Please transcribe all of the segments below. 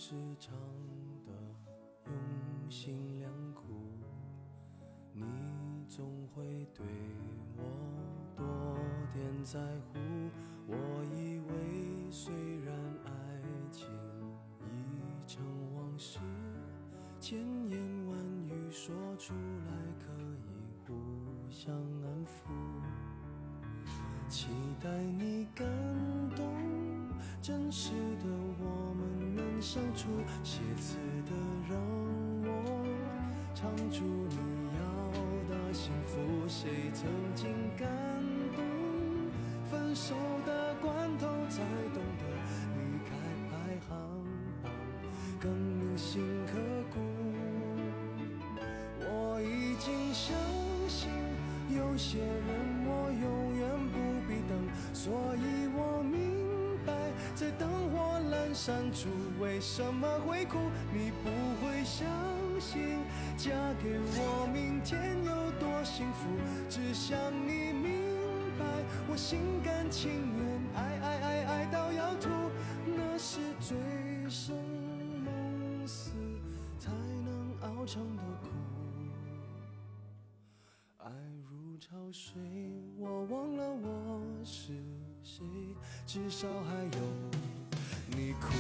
时常的用心良苦，你总会对我多点在乎。我以为虽然爱情已成往事，千言万语说出来可以互相安抚，期待你感动，真实的我们能相处，写词的让我唱出你要的幸福。谁曾经感动，分手的关头才懂得离开排行榜更铭心刻骨。我已经相信有些人我永远不必等，所以我明白在灯火阑珊处为什么会哭。你不会相信嫁给我明天有多幸福，只想你明白我心甘情愿爱到要吐，那是醉生梦死才能熬成的苦。爱如潮水，我忘了我是谁，至少还有你哭。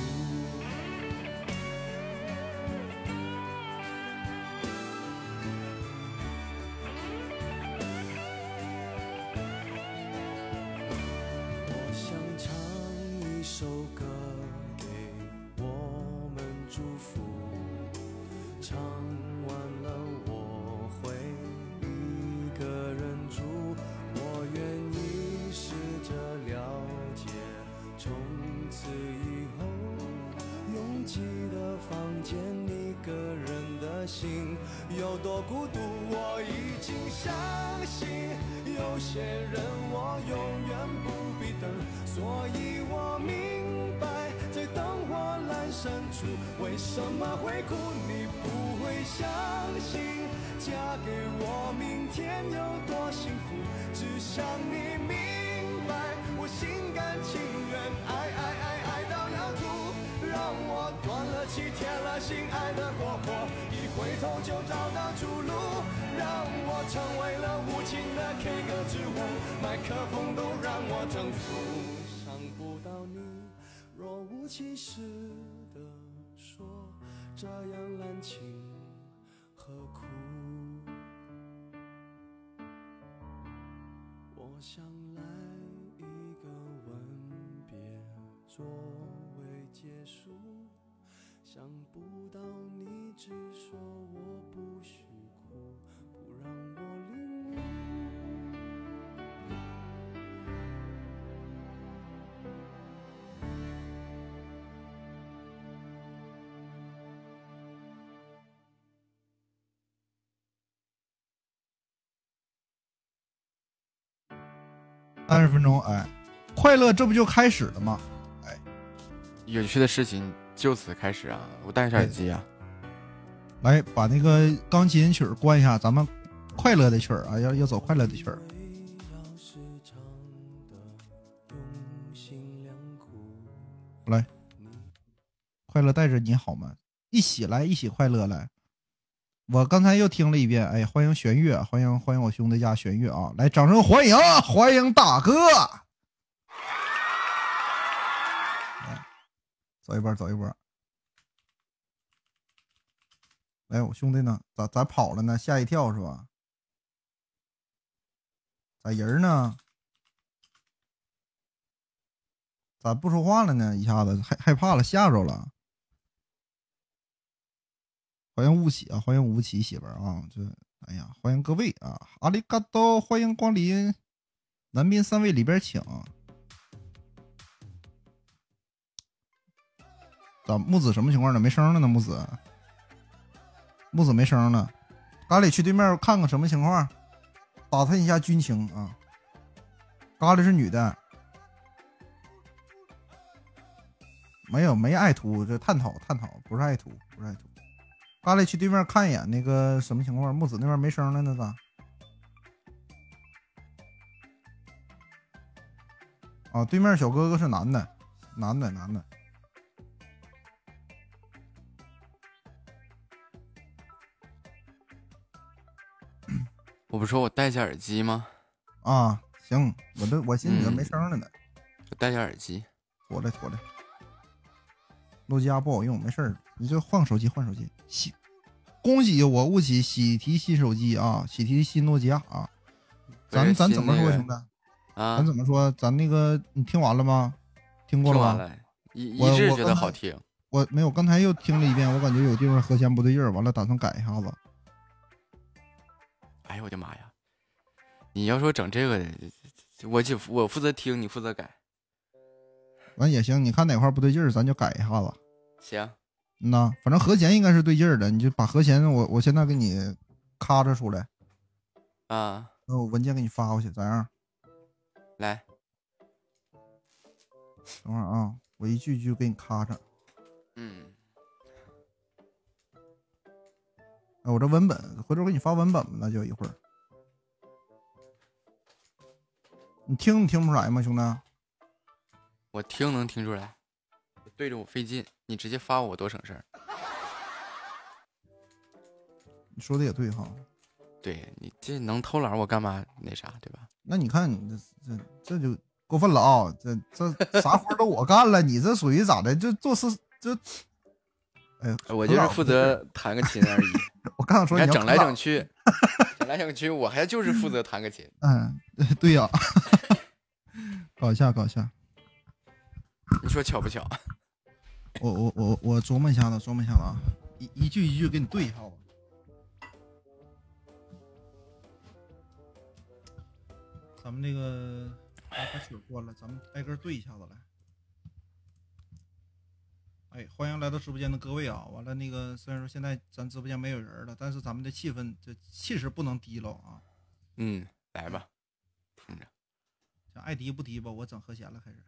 我想唱一首歌给我们祝福，唱完了我会一个人住。我愿意试着了解，从此以后拥挤的房间一个人的心有多孤独。我已经相信有些人我永远不必等，所以我明白在灯火阑珊处为什么会哭。你不会相信嫁给我明天有多幸福，只想你明白我心甘情愿爱到要吐，让我断了气铁了心爱的过火，一回头就找到出路，让我成为了无情的 K 歌之王，麦克风都让我征服。伤不到你，若无其事地说，这样滥情何苦？我想来一个吻别作为结束，想不到你只说我不许哭，不让我领悟。 30分钟，哎，快乐这不就开始了吗？哎， 有趣的事情就此开始啊！我戴一下耳机啊。 来，把那个钢琴曲关一下，咱们快乐的曲儿啊，要走快乐的曲儿。来，快乐带着你好吗？一起来，一起快乐来。我刚才又听了一遍，哎，欢迎玄月，欢迎我兄弟家玄月啊！来，掌声欢迎，欢迎大哥！走一波，走一波。来，我兄弟呢？咋跑了呢？吓一跳是吧？咋人呢？咋不说话了呢？一下子害怕了，吓着了。欢迎吴起啊，欢迎吴起媳妇儿啊！这哎呀，欢迎各位啊，阿里嘎多，欢迎光临，南边3位里边请。咋木子什么情况呢？没声了呢，木子没声了。咖喱去对面看看什么情况，打探一下军情啊。咖喱是女的，没爱图，这探讨，不是爱图。咖喱去对面看一眼，那个什么情况？木子那边没声了呢，咋？啊，对面小哥哥是男的。 不说我戴下耳机吗？ 啊，行，我寻思你这没声了呢。 我戴下耳机。 妥了。诺基亚不好用，没事儿，你就换个手机。恭喜我悟起喜提新手机啊，喜提新诺基亚啊。咱怎么说，兄弟？ 啊， 咱怎么说？咱那个你听完了吗？听过了吗？ 听完了，一致觉得好听。 我没有，刚才又听了一遍，我感觉有地方和弦不对劲儿，完了打算改一下子。 哎呦我的妈呀！你要说整这个的，我负责听，你负责改。 完也行，你看哪块不对劲儿，咱就改一下子。 行。 反正和弦应该是对劲儿的，你就把和弦我现在给你咔着出来。 啊。 那我文件给你发过去，咋样？ 来， 等会儿啊，我一句一句给你咔着。我这文本回头给你发文本吧，那就一会儿。你听不出来吗，兄弟？ 我听能听出来，对着我费劲，你直接发我多省事儿。 你说的也对哈。 对，你这能偷懒我干嘛那啥，对吧？ 那你看你这就过分了啊！这啥活都我干了，你这属于咋的？就做事就，哎， 我就是负责弹个琴而已。 我刚想说你整来整去，我还就是负责弹个琴。 对呀，搞一下。 你说巧不巧？ 我琢磨一下子啊，一句一句给你对一下子。咱们那个把曲关了，咱们挨个对一下子来。哎，欢迎来到直播间的各位啊！完了，那个虽然说现在咱直播间没有人了，但是咱们的气氛这气势不能低了啊！ 来吧，听着， 想爱低不低吧，我整和弦了，开始。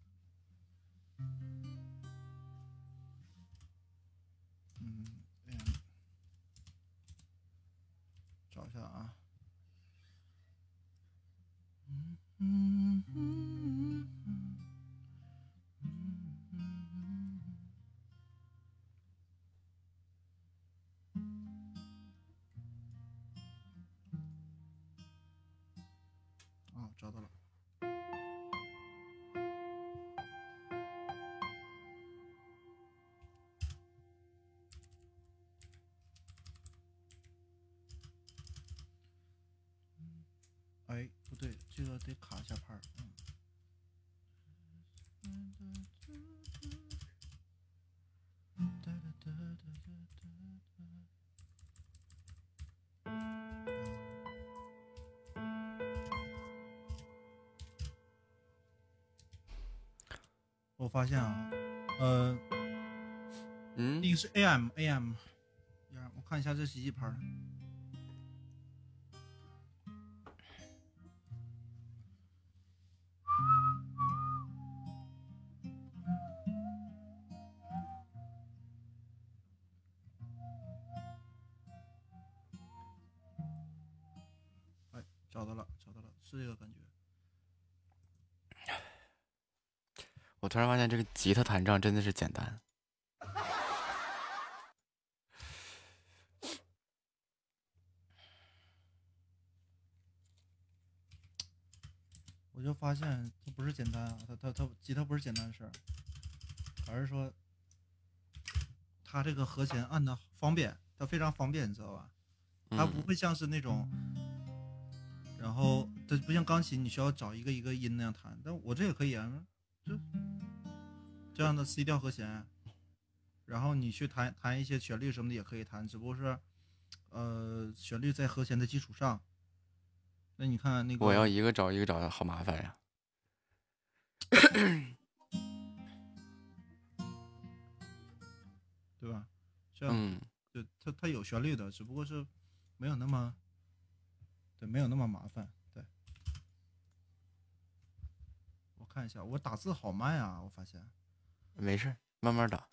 找一下啊。找到了。哎，不对，这个得卡一下拍儿。我发现啊，第一个是 AM， 我看一下这是几拍儿。哎，找到了，是这个感觉。 我突然发现这个吉他弹唱真的是简单。 我就发现这不是简单啊，他吉他不是简单的事儿，而是说他这个和弦按的方便，它非常方便，你知道吧？它不会像是那种，然后它不像钢琴，你需要找一个一个音那样弹，但我这也可以啊，就这样的 C 调和弦，然后你去弹一些旋律什么的也可以弹，只不过是旋律在和弦的基础上。那你看那个， 我要一个找一个找，好麻烦呀。 对吧？这样，对，它有旋律的，只不过是没有那么麻烦。对，我看一下，我打字好慢啊，我发现。 没事，慢慢打。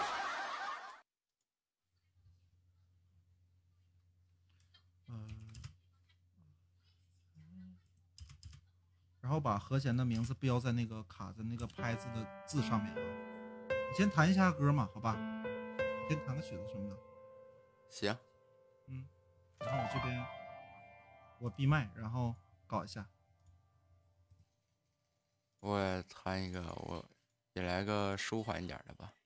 然后把和弦的名字标在那个卡在那个拍子的字上面啊。你先弹一下歌嘛，好吧？你先弹个曲子什么的。 行。 然后我这边我闭麦，然后搞一下。 我弹一个，我也来个舒缓一点的吧。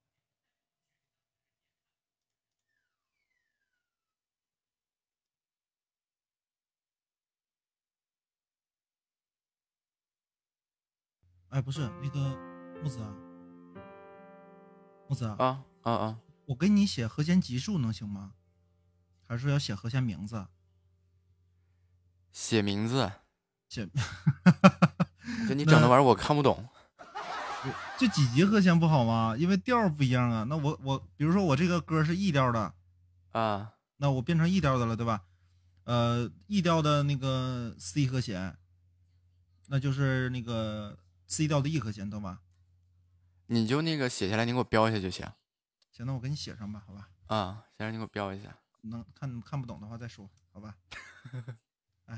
哎，不是那个木子啊，木子啊， 啊啊啊！ 我给你写和弦级数能行吗？还是说要写和弦名字？ 写名字， 写， 就你整那玩意儿我看不懂。 这几级和弦不好吗？因为调不一样啊。那我比如说我这个歌是 E 调的啊， 那我变成 E 调的了，对吧？E 调的那个 C 和弦，那就是那个 C 调的 E 和弦，懂吧？ 你就那个写下来，你给我标一下就行。 行，那我给你写上吧，好吧？ 啊，先让你给我标一下。 能看不懂的话再说，好吧？哎。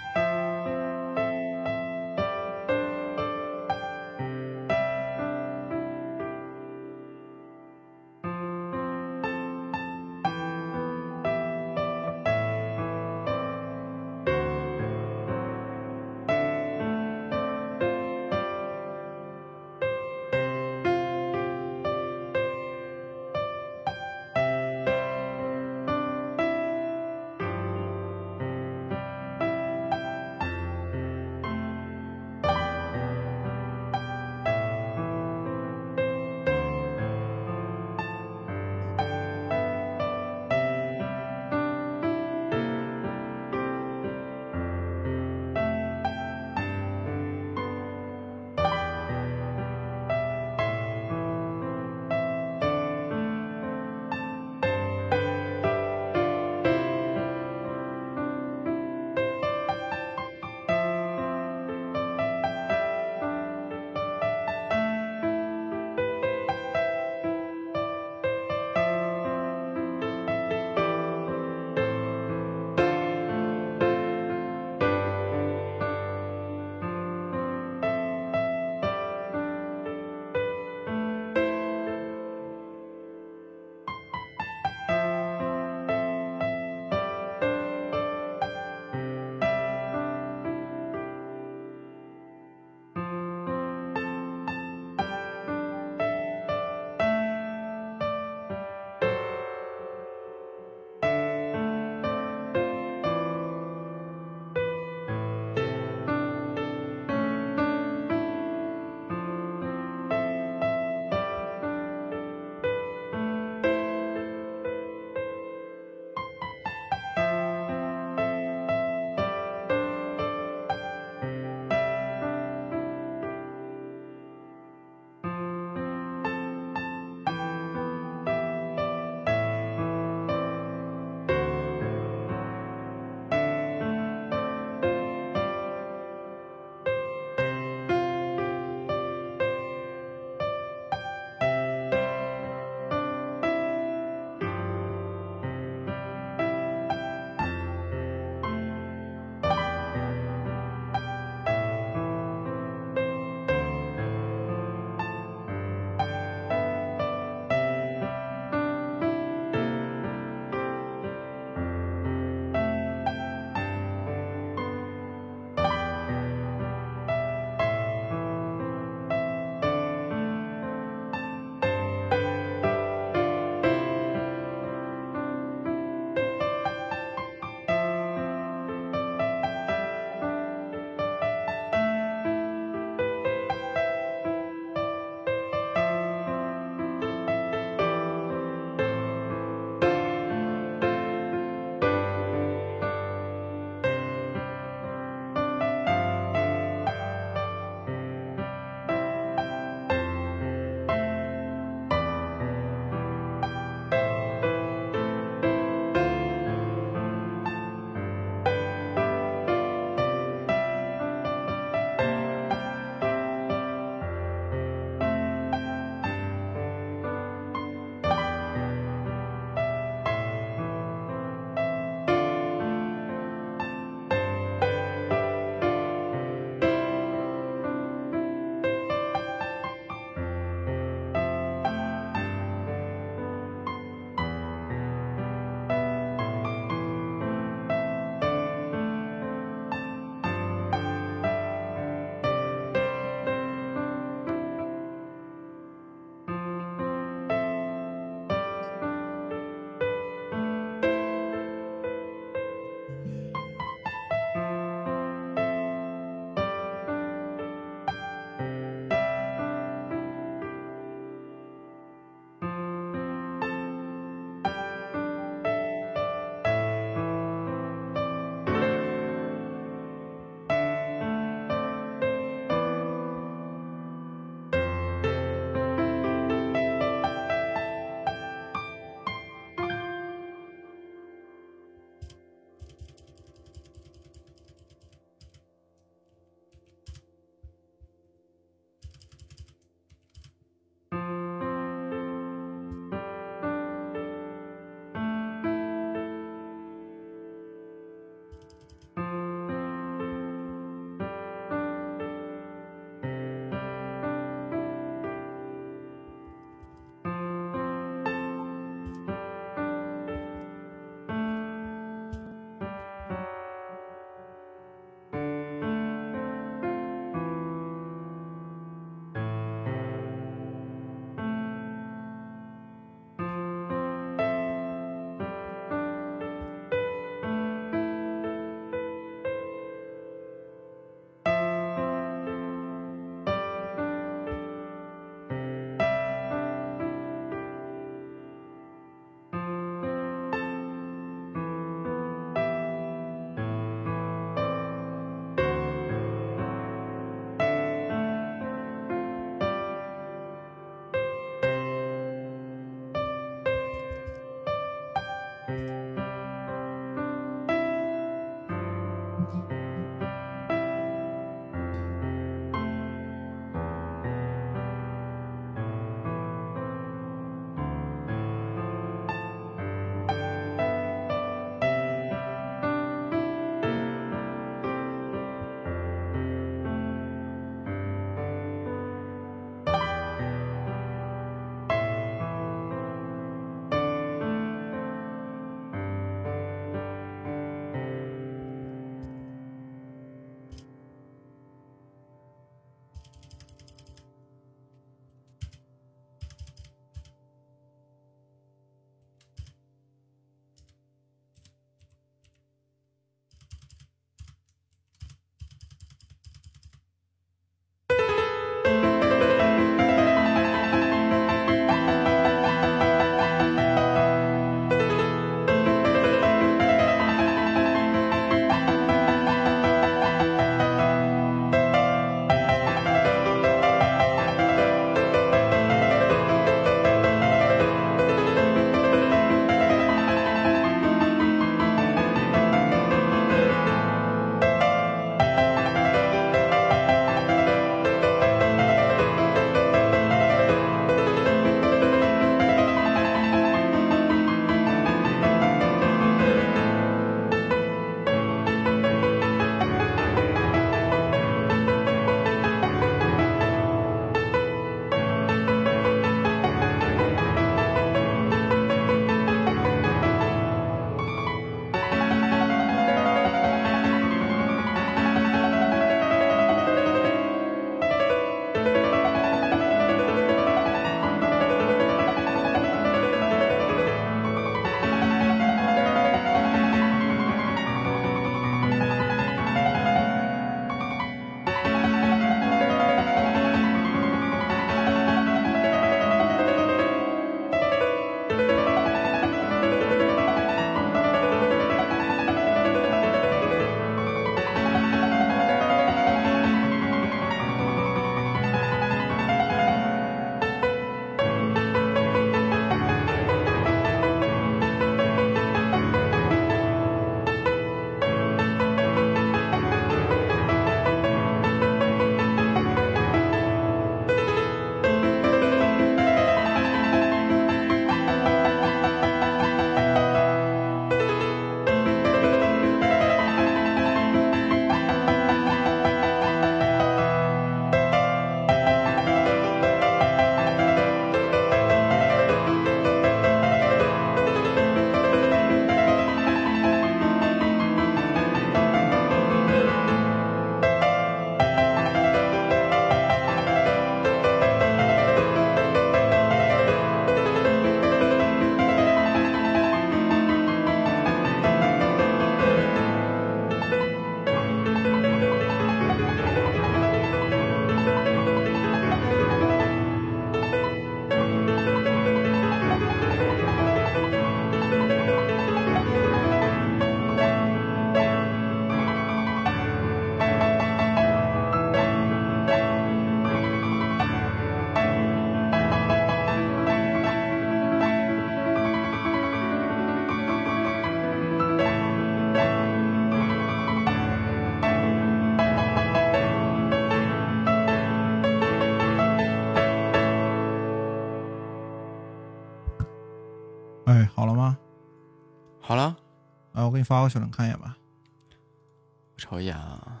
好了吗？ 好了， 我给你发过去了，你看一眼吧。 我瞅一眼啊。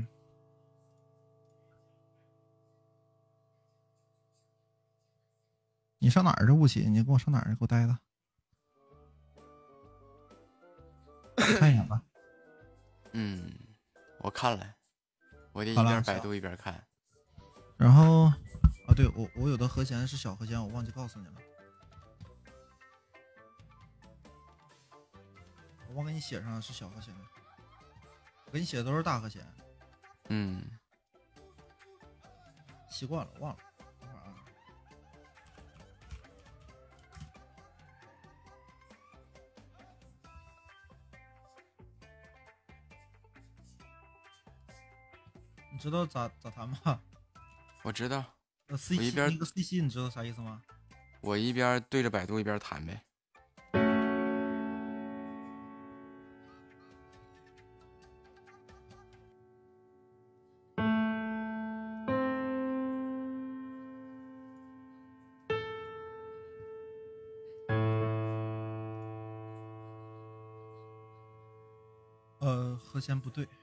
你上哪儿这雾起？你跟我上哪儿？给我待着。看一眼吧。 我看了，我得一边百度一边看。 然后对，我有的和弦是小和弦，我忘记告诉你了。我忘给你写上是小和弦了，我给你写的都是大和弦。习惯了，忘了。等会儿啊。你知道咋弹吗？ 我知道。 C 七那个 C 七你知道啥意思吗？ 我一边对着百度一边弹呗。 和弦不对。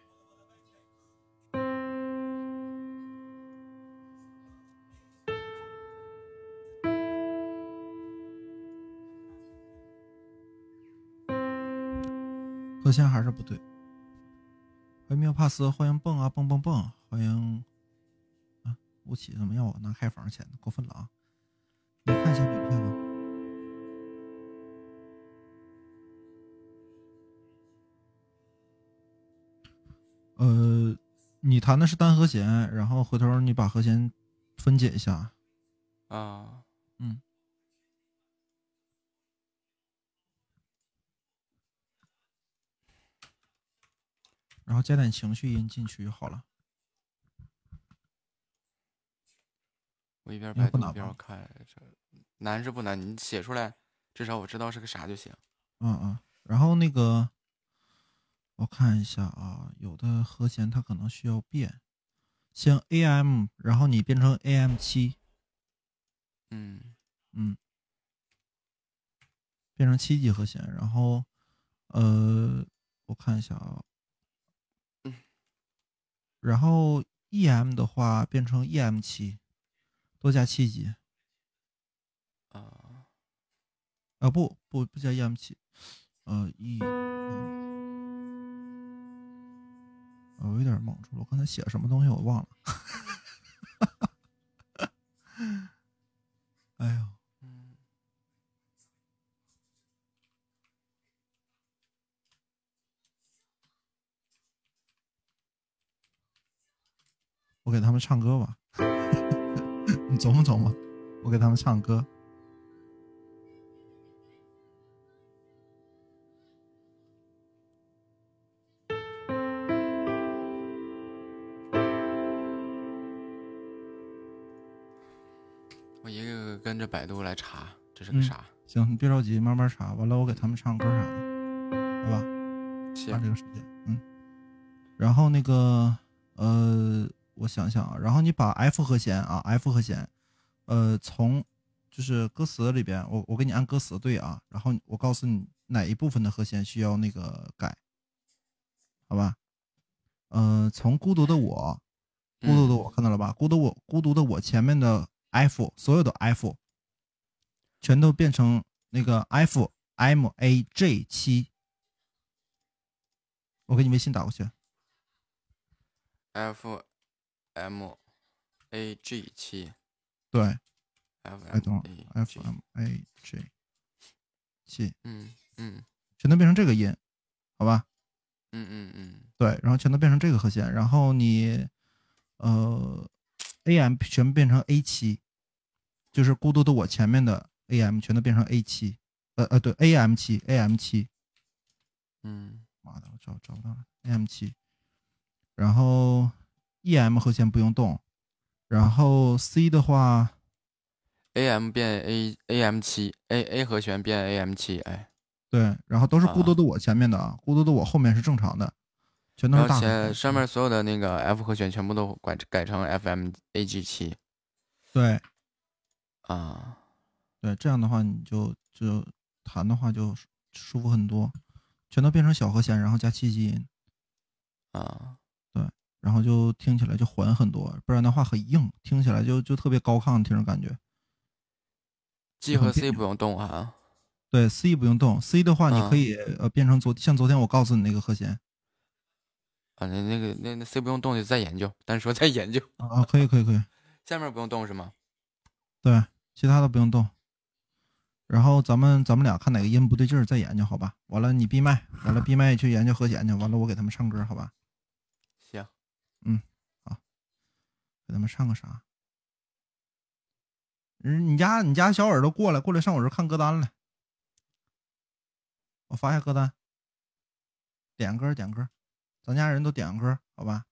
和弦还是不对。欢迎缪帕斯，欢迎蹦啊蹦蹦蹦，欢迎啊吴起，怎么要我拿开房钱呢？过分了啊！你看一下名片吧。你弹的是单和弦，然后回头你把和弦分解一下。然后加点情绪音进去就好了。 我一边百度一边看，难是不难？你写出来，至少我知道是个啥就行。 然后那个，我看一下啊，有的和弦它可能需要变，像 AM， 然后你变成 AM7，变成7级和弦，然后我看一下啊，然后 EM 的话变成 EM7，多加7级。不加 EM7，我有点懵住了，我刚才写了什么东西我忘了。哎呦，我给他们唱歌吧。你琢磨琢磨，我给他们唱歌。 我一个个跟着百度来查，这是个啥？ 行，你别着急，慢慢查。完了，我给他们唱歌啥的，好吧？ 行， 这个时间，然后那个，我想想啊，然后你把 F 和弦啊 ，F 和弦，从就是歌词里边，我给你按歌词对啊，然后我告诉你哪一部分的和弦需要那个改，好吧？从孤独的我，看到了吧？孤独的我前面的 F， 所有的 F 全都变成那个 FMAJ7。我给你微信打过去。 FMAG7， 对 FMAG7， 全都变成这个音，好吧？对，然后全都变成这个和弦，然后你AM 全变成 A7，就是孤独的我前面的 AM 全都变成 A7，对 AM7，妈的，我找不到了 AM7，然后 EM 和弦不用动，然后 C 的话 AM 变 AM7，A 和弦变 AM7，哎， 对，然后都是孤独的我前面的啊，孤独的我后面是正常的，全都是大和弦。 上面所有的那个 F 和弦全部都改成 FMAG7。 对， 啊， 对，这样的话你就弹的话就舒服很多，全都变成小和弦，然后加七级音啊， 对，然后就听起来就缓很多，不然的话很硬，听起来就特别高亢，听着感觉。 G 和 C 不用动啊。 对 ，C 不用动 ，C 的话你可以变成像昨天我告诉你那个和弦。 啊，那 C 不用动就再研究，单说再研究啊，可以。 下面不用动是吗？ 对，其他的不用动。然后咱们俩看哪个音不对劲儿再研究，好吧？完了你闭麦，完了闭麦去研究和弦去，完了我给他们唱歌，好吧？ 行， 好，给他们唱个啥？你家小耳朵过来上我这看歌单来，我发一下歌单，点歌，咱家人都点歌，好吧？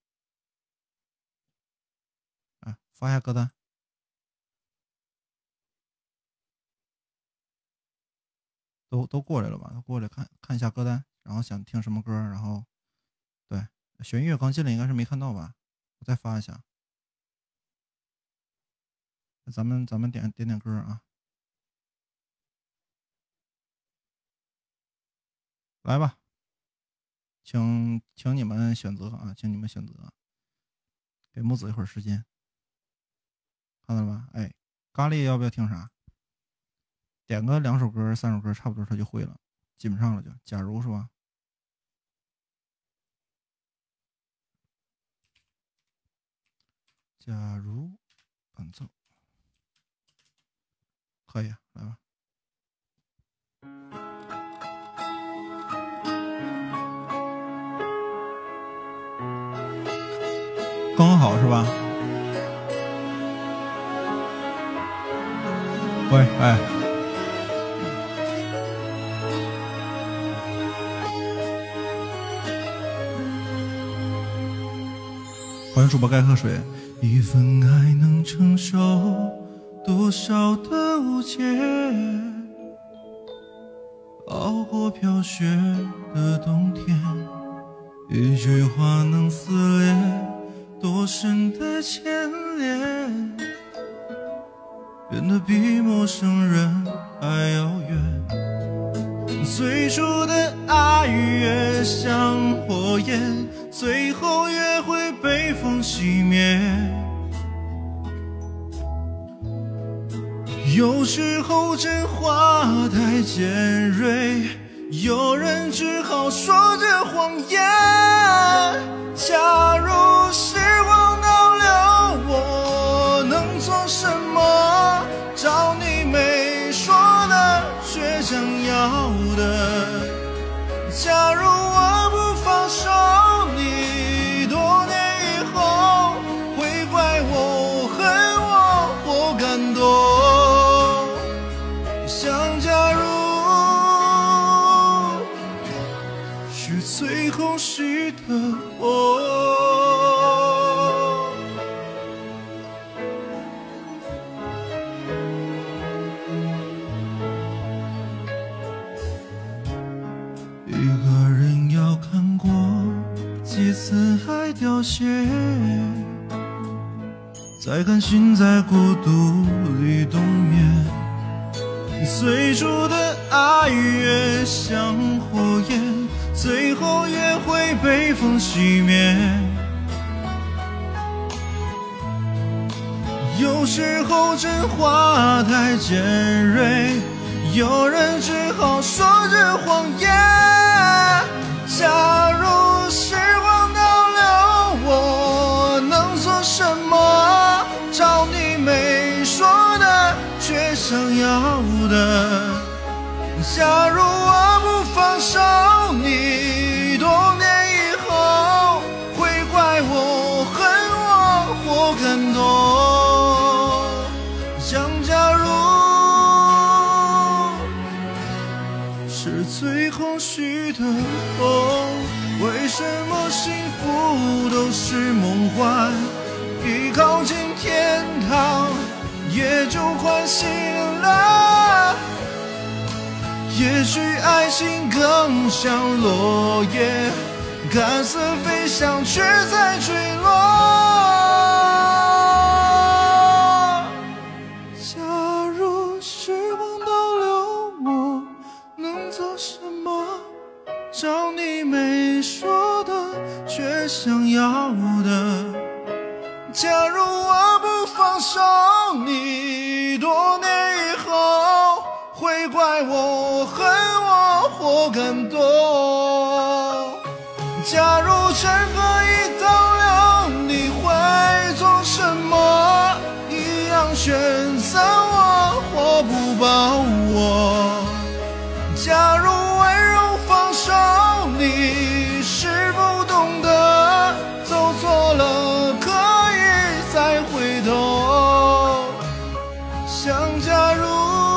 哎，发一下歌单。都过来了吧？都过来看一下歌单，然后想听什么歌，然后对，玄月刚进来应该是没看到吧？我再发一下。咱们点歌啊，来吧，请你们选择啊，请你们选择，给木子一会儿时间，看到了吧？哎，咖喱要不要听啥？点个2首歌3首歌，差不多他就会了，基本上了就。假如是吧？假如伴奏可以啊，来吧。刚好是吧？喂，哎，欢迎主播盖喝水。一份爱能承受多少的误解，熬过飘雪的冬天，一句话能撕裂多深的牵连，变得比陌生人还遥远。最初的爱越像火焰，最后越会被风熄灭。有时候真话太尖锐，有人只好说着谎言。假如时光倒流，我能做什么？找你没说的，却想要的。假如我不放手，你多年以后会怪我恨我或感动。想假如是最后许的我。一个人要看过几次爱凋谢，才甘心在孤独里冬眠。最初的爱越像火焰，最后越会被风熄灭。有时候真话太尖锐，有人只好说着谎言。假如时光倒流，我能做什么？找你没说的，却想要的。假如我不放手，你多年以后会怪我恨我或感动。想假如是最后许的梦，为什么幸福都是梦幻？一靠近天堂，也就欢喜了。也许爱情更像落叶，看似飞翔，却在坠落。假如时光倒流，我想要的。假如我不放手，你多年以后会怪我恨我或感动。假如真可以倒流，你会做什么？一样选择我或不抱我。假如温柔放手，你是否懂得走错了可以再回头？想假如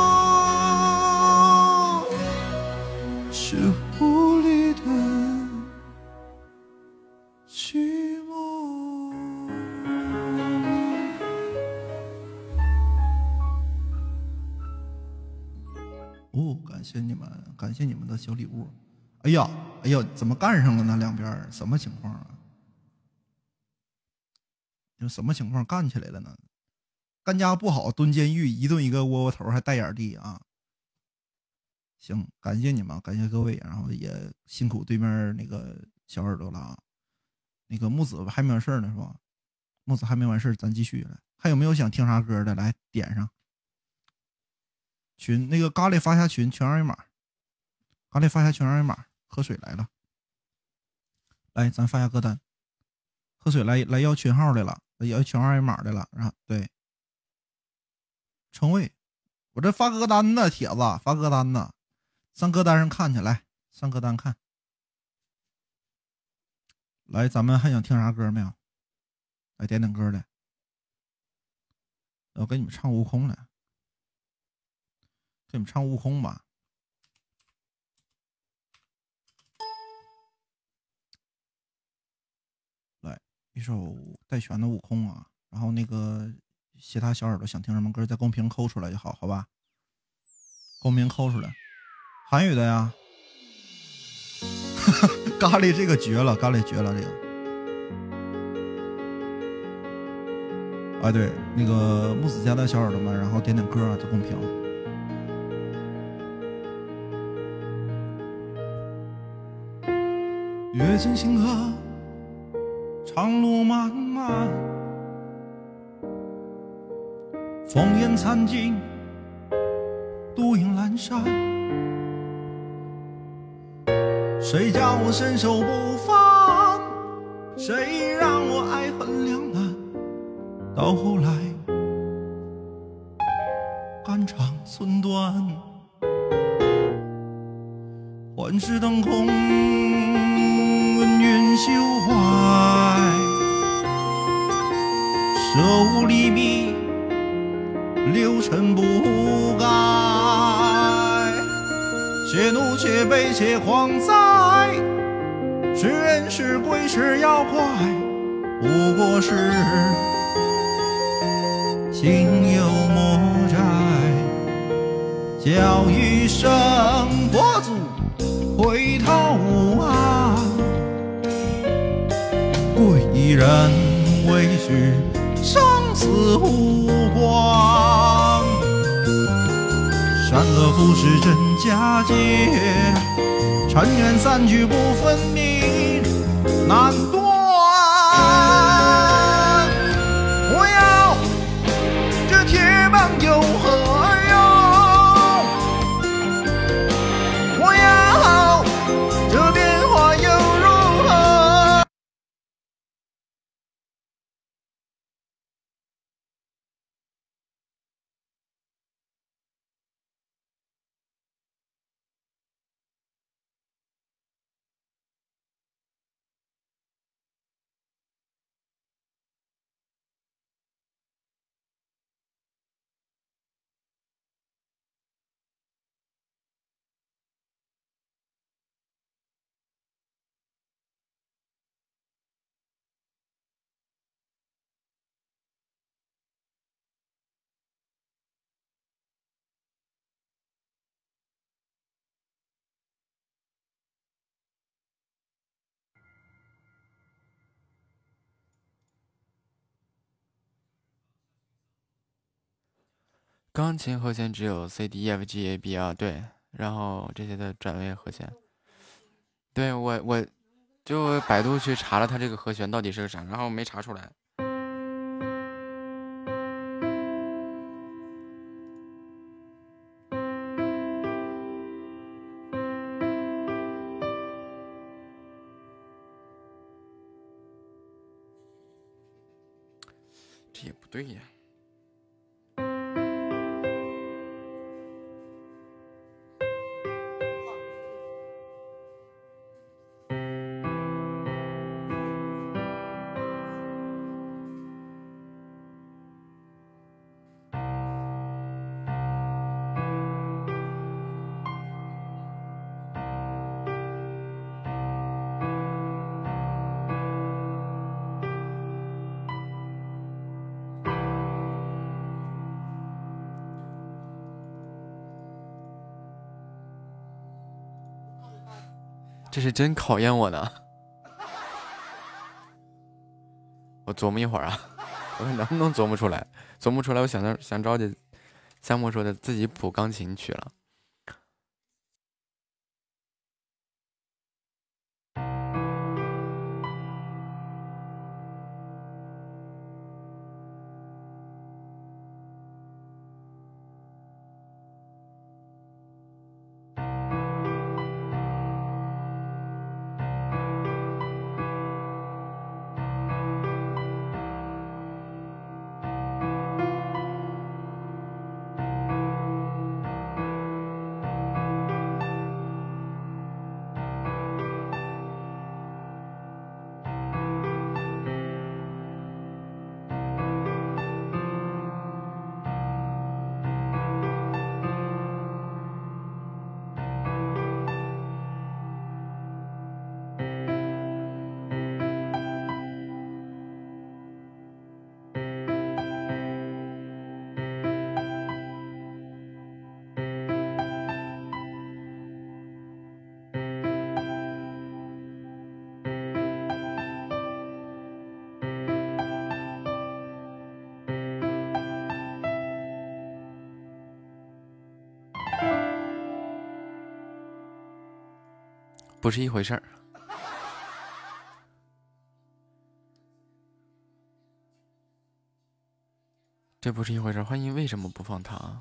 是无力的寂寞。哦，感谢你们，感谢你们的小礼物。哎呀，哎呀，怎么干上了呢？两边什么情况啊？就什么情况干起来了呢？干家不好蹲监狱，一顿一个窝窝头，还带眼地啊！行，感谢你们，感谢各位，然后也辛苦对面那个小耳朵了啊。那个木子还没完事呢是吧？木子还没完事，咱继续来。还有没有想听啥歌的？来点上群，那个咖喱发下群，全二维码。咖喱发下全二维码。喝水来了，来咱发下歌单。喝水来要群号来了，要群二维码的了啊！对，称谓，我这发歌单呢，帖子发歌单呢，上歌单上看去，来上歌单看。来，咱们还想听啥歌没有？来点点歌来。我给你们唱悟空来，给你们唱悟空吧。来一首带拳的悟空啊，然后那个其他小耳朵想听什么歌，在公屏扣出来就好，好吧？公屏扣出来，韩语的呀。咖喱这个绝了，咖喱绝了这个。哎，对，那个木子家的小耳朵们，然后点点歌在公屏。阅尽星河，长路漫漫，烽烟残尽，独影阑珊。谁叫我身手不凡？谁让我爱恨两难？到后来，肝肠寸断，幻世灯空，恩怨休怀，舍吾离迷，六尘不改。且怒且悲且狂哉，是人是鬼是妖怪，不过是情有莫债。叫一声佛祖回头啊，贵人为师生死无光。善恶浮世真假界，尘缘散聚不分明，难断。我要这铁棒有何用？我要这变化又如何？ 钢琴和弦只有 C D E F G A B 啊，对，然后这些的转位和弦，对我就百度去查了它这个和弦到底是个啥，然后没查出来。这也不对呀。这是真考验我呢，我琢磨一会儿啊，我看能不能琢磨出来。琢磨出来，我想着急，夏沫说的自己谱钢琴曲了。不是一回事儿，这不是一回事儿。欢迎，为什么不放糖？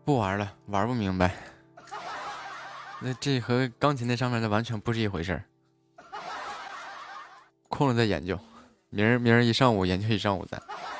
不玩了，玩不明白。那这和钢琴那上面的完全不是一回事儿。空了再研究，明儿一上午研究一上午咱。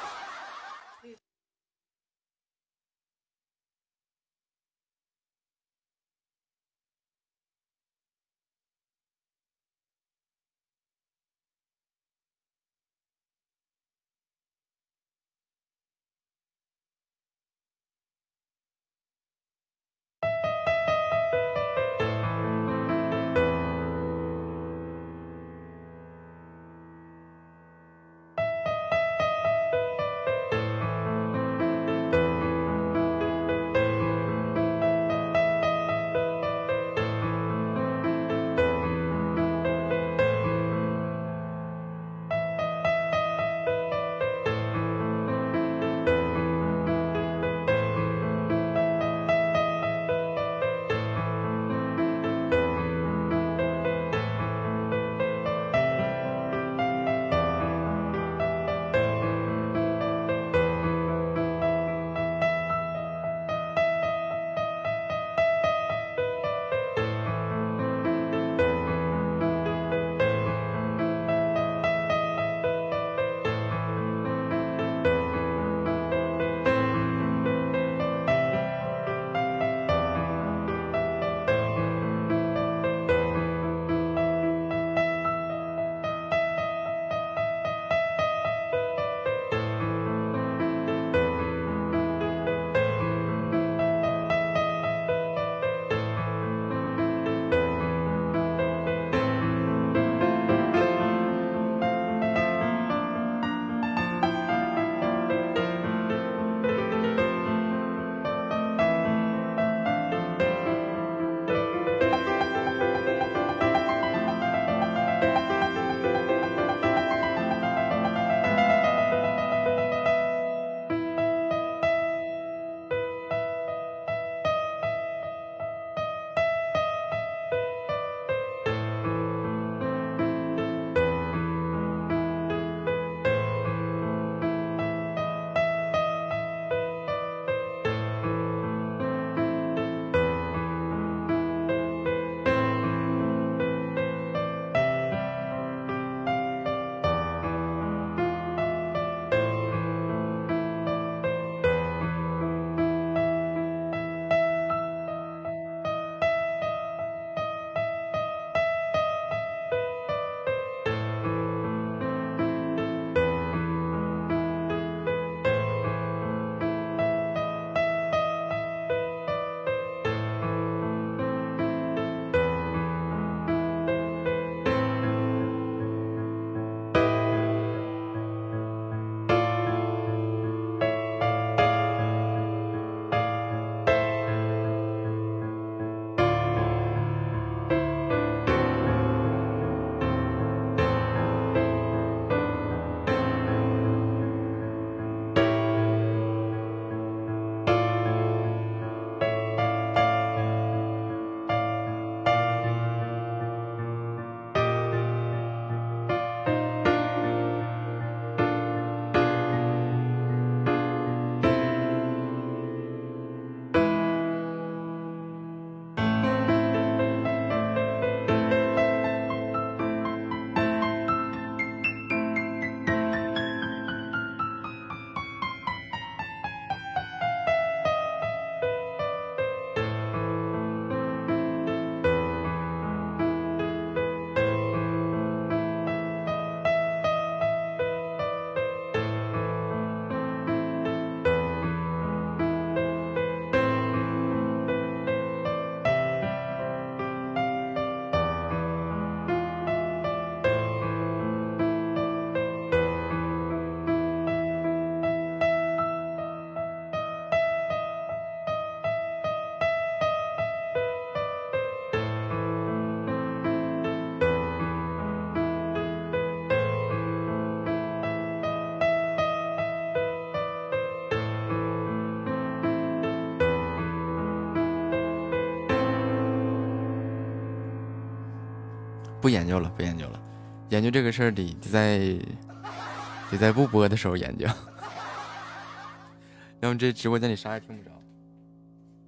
不研究了，不研究了。研究这个事儿得在不播的时候研究，要不这直播间里啥也听不着。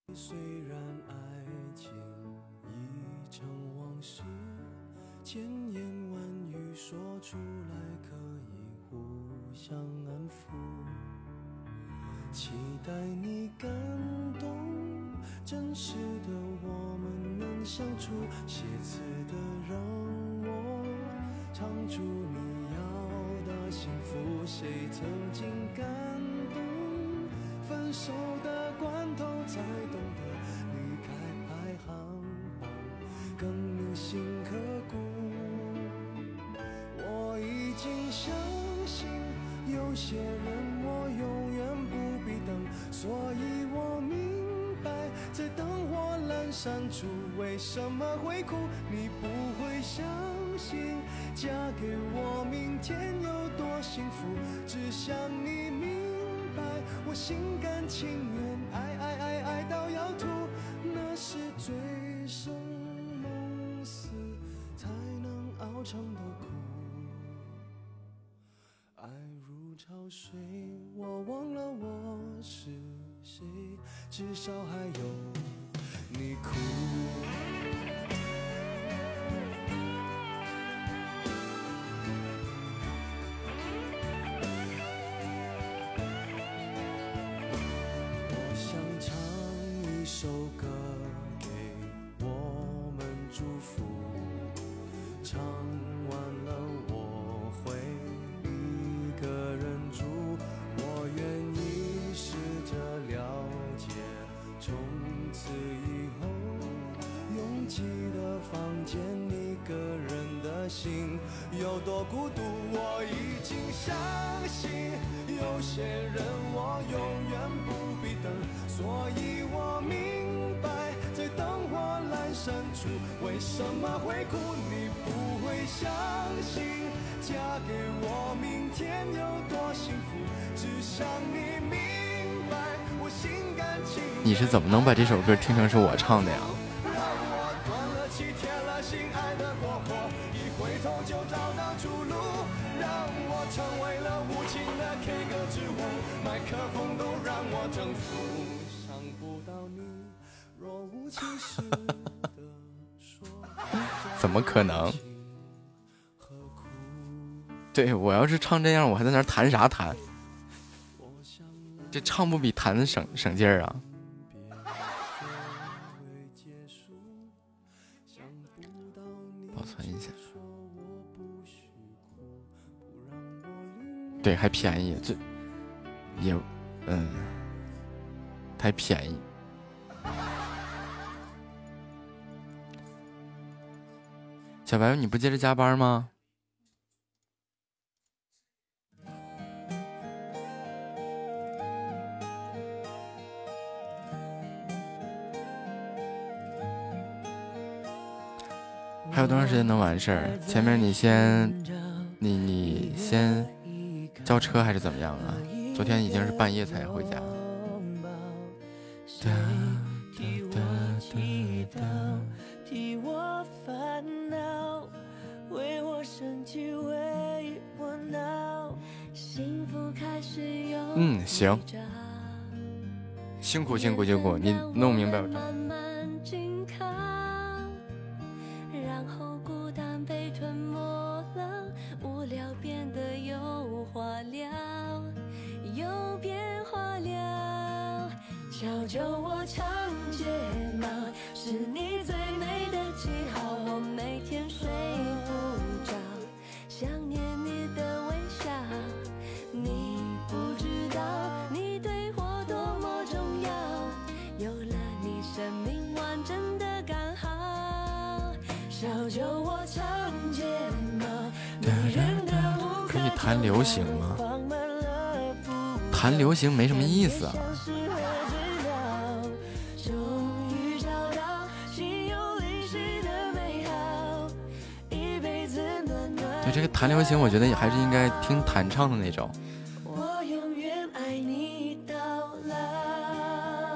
虽然爱情已成往事，千言万语说出来可以互相安抚，期待你感动，真实的我们能相处，写词的让我唱出你要的幸福，谁曾经感动，分手的关头才懂得离开排行榜更铭心刻骨。我已经相信有些人我永远不必等，所以我明白在灯火阑珊处为什么会哭。你不会相信嫁给我明天有多幸福，只想你明白我心甘情愿爱到要吐，那是醉生梦死才能熬成的苦。爱如潮水，我忘了我是谁，至少还有你哭。我想唱一首歌给我们祝福，唱完了我会一个人住，我愿意试着了解，从此以后拥挤的房间一个人的心有多孤独。我已经相信有些人我永远不必等，所以我明白在灯火阑珊处为什么会哭。你不会相信嫁给我明天有多幸福，只想你明白我心甘情愿。 你是怎么能把这首歌听成是我唱的呀？ 让我断了气，铁了心，爱的过火，一回头就找到出路，让我成为了无情的 K 歌之王，麦克风都让我征服，伤不到你，若无其事的说怎么可能？对，我要是唱这样，我还在那儿弹啥弹？这唱不比弹省劲儿啊！保存一下。对，还便宜，这也还便宜。小白，你不接着加班吗？还有多长时间能完事儿？前面你先叫车还是怎么样啊？昨天已经是半夜才回家。行，辛苦，你弄明白我这。 教我唱睫毛，是你最美的记号。我每天睡不着，想念你的微笑。你不知道，你对我多么重要。有了你，生命完整的刚好。小酒窝唱睫毛，女人的无可以弹流行吗？弹流行没什么意思啊。对，这个弹流行，我觉得还是应该听弹唱的那种。 我永远爱你到老。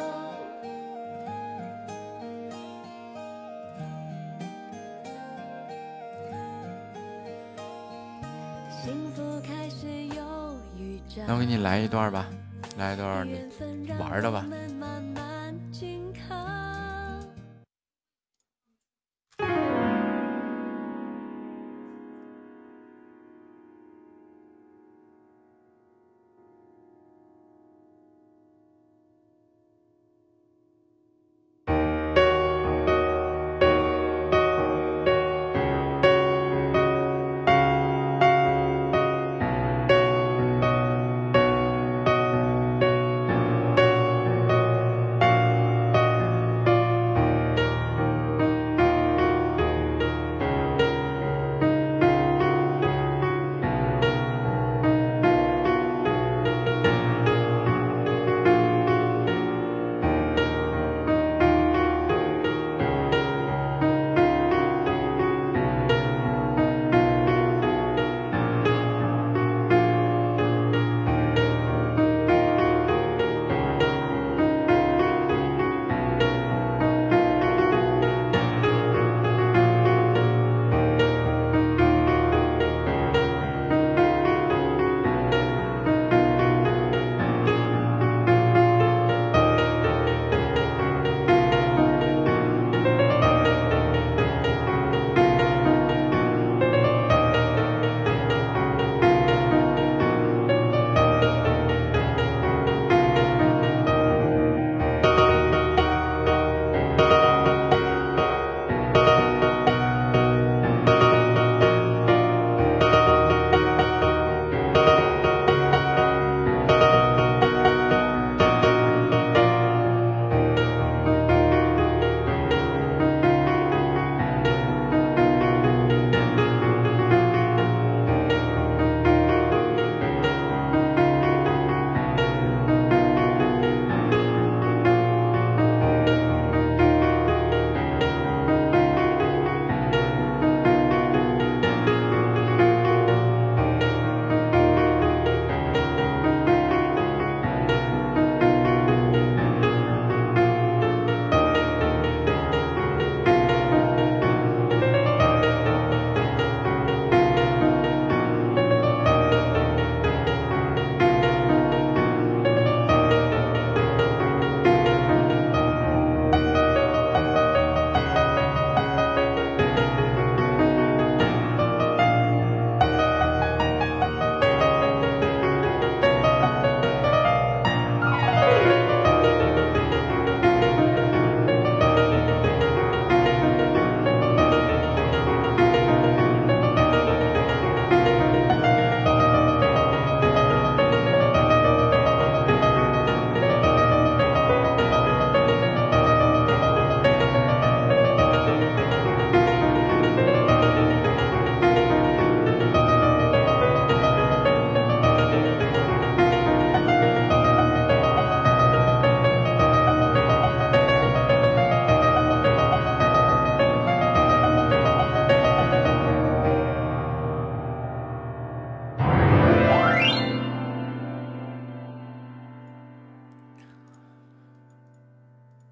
幸福开始有预兆。 那我给你来一段吧，来一段你玩的吧。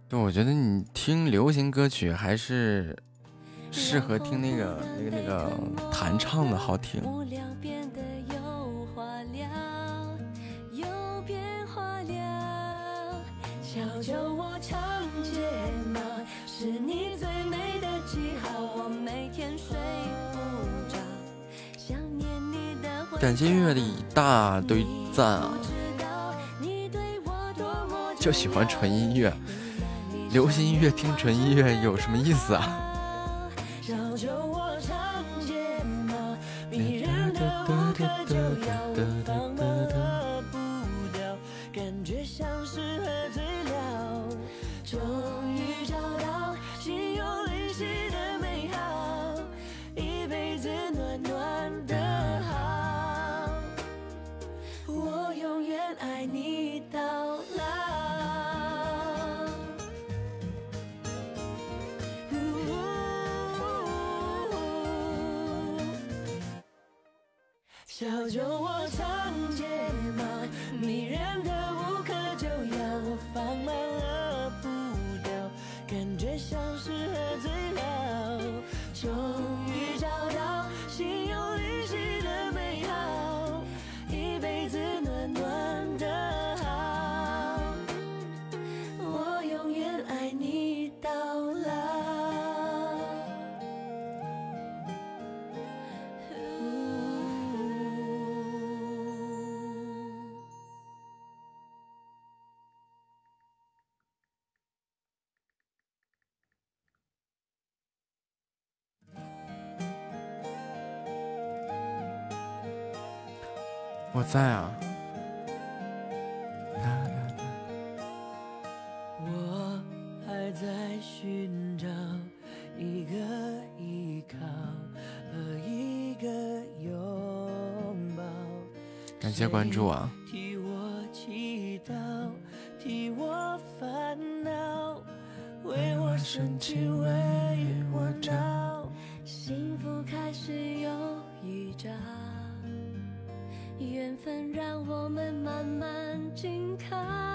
对，我觉得你听流行歌曲还是适合听那个弹唱的好听。感谢月月的一大堆赞啊！就喜欢纯音乐，流行音乐听纯音乐有什么意思啊？ 小酒窝长睫毛，迷人的无可救药，我放慢了步调，感觉像是喝醉了，终于找到心有灵犀的美好，一辈子暖暖的好，我永远爱你到老。 我在啊。 我还在寻找一个依靠和一个拥抱。 感谢关注啊！ 替我祈祷，替我烦恼，为我生气，为我闹。幸福开始有预兆。缘分让我们慢慢紧靠，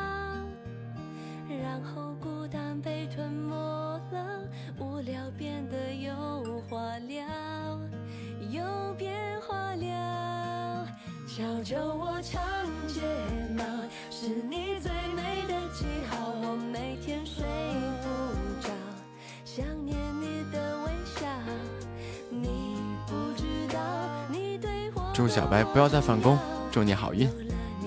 然后孤单被吞没了，无聊变得有话聊，有变化了。小酒窝长睫毛，是你最美的记号，我每天睡不着，想念你的微笑，你不知道你对我。 祝小白不要再返工，祝你好运。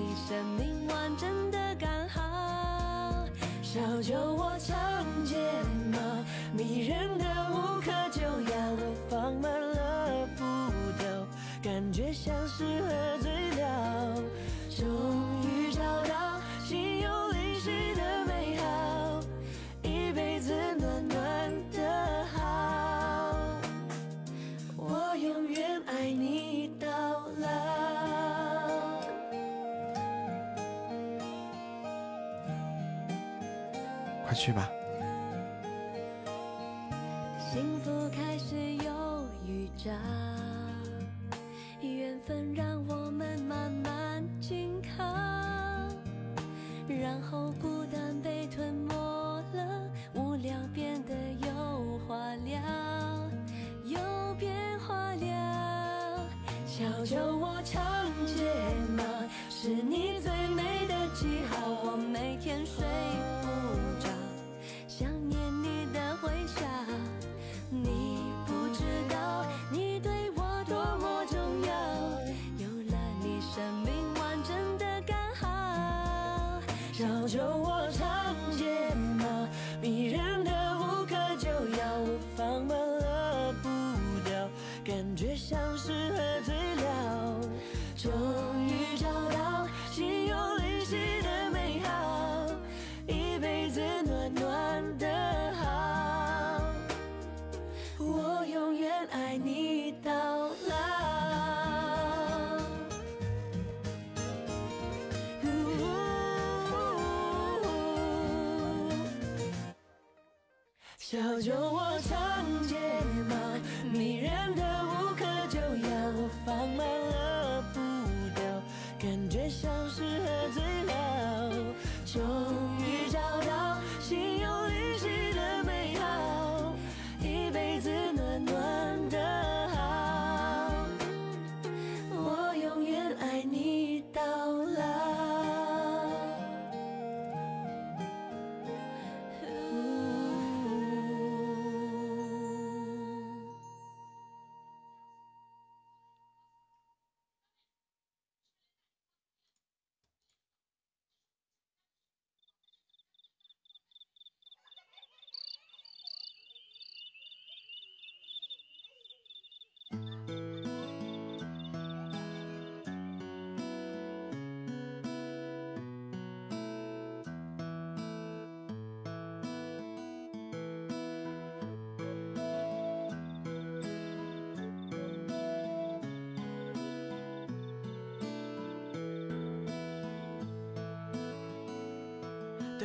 小酒窝长睫毛，迷人的无可救药，我放慢了步调，感觉像是喝醉了，终于找到心有灵犀的美好，一辈子暖暖的好，我永远爱你到老。 快去吧。 幸福开始有预兆，缘分让我们慢慢紧靠，然后孤单被吞没了，无聊变得有话聊，有变化了。小酒窝长睫毛，是你最美的记号，我每天睡不着，想念你的微笑，你不知道你对我多么重要，有了你生命完整的刚好。小酒窝长睫毛，迷人的无可救药，我放慢了步调，感觉像是喝醉了，终于找到心有灵犀的美好，一辈子暖暖的好，我永远爱你到老。小酒窝长睫毛，迷人的无可救药，我放慢了步调，感觉像是喝醉了，终于找到心有灵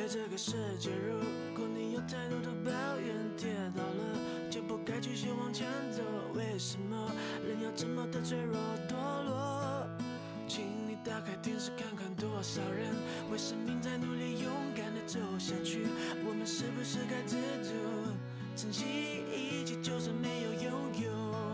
对这个世界，如果你有太多的抱怨，跌倒了就不该继续往前走。为什么人要这么的脆弱堕落？请你打开电视看看，多少人为生命在努力，勇敢的走下去。我们是不是该知足，珍惜一切，就算没有拥有。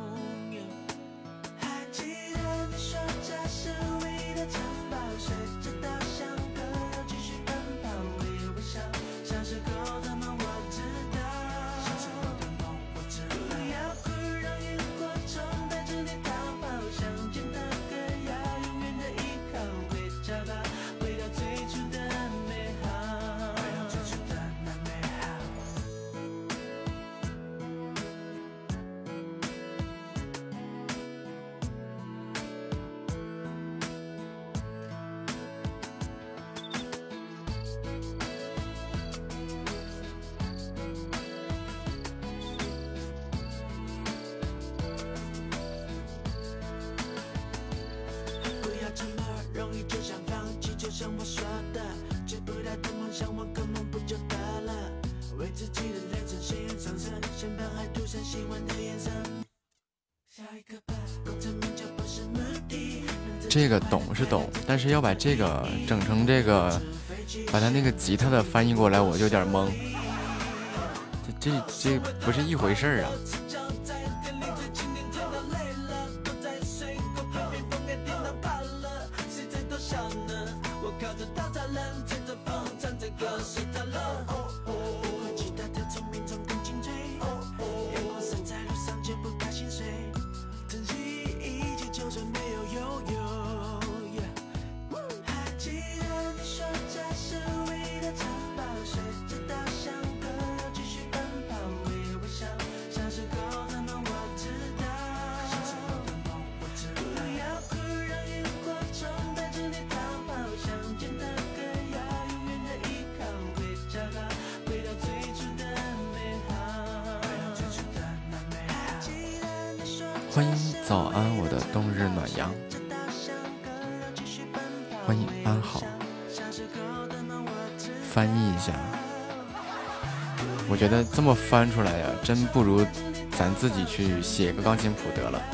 还记得你说这是唯一的城堡，随着稻香歌谣继续奔跑，微微笑，小时候的梦我知道，小时候的梦我知道。不要哭，让萤火虫带着你逃跑，乡间的歌谣永远的依靠，会找到回到最初的美好，回到最初的那美好。不要这么容易就想放弃，就像我说的，追不到的梦想我根本不就得了？为自己的人生信任上升，先把爱涂上喜欢的颜色。下一个吧，功成名就不是目的。 这个懂是懂，但是要把这个整成这个，把他那个吉他的翻译过来，我就有点懵。这不是一回事儿啊！欢迎早安，我的冬日暖阳。欢迎安好。翻译一下，我觉得这么翻出来呀，真不如咱自己去写个钢琴谱得了。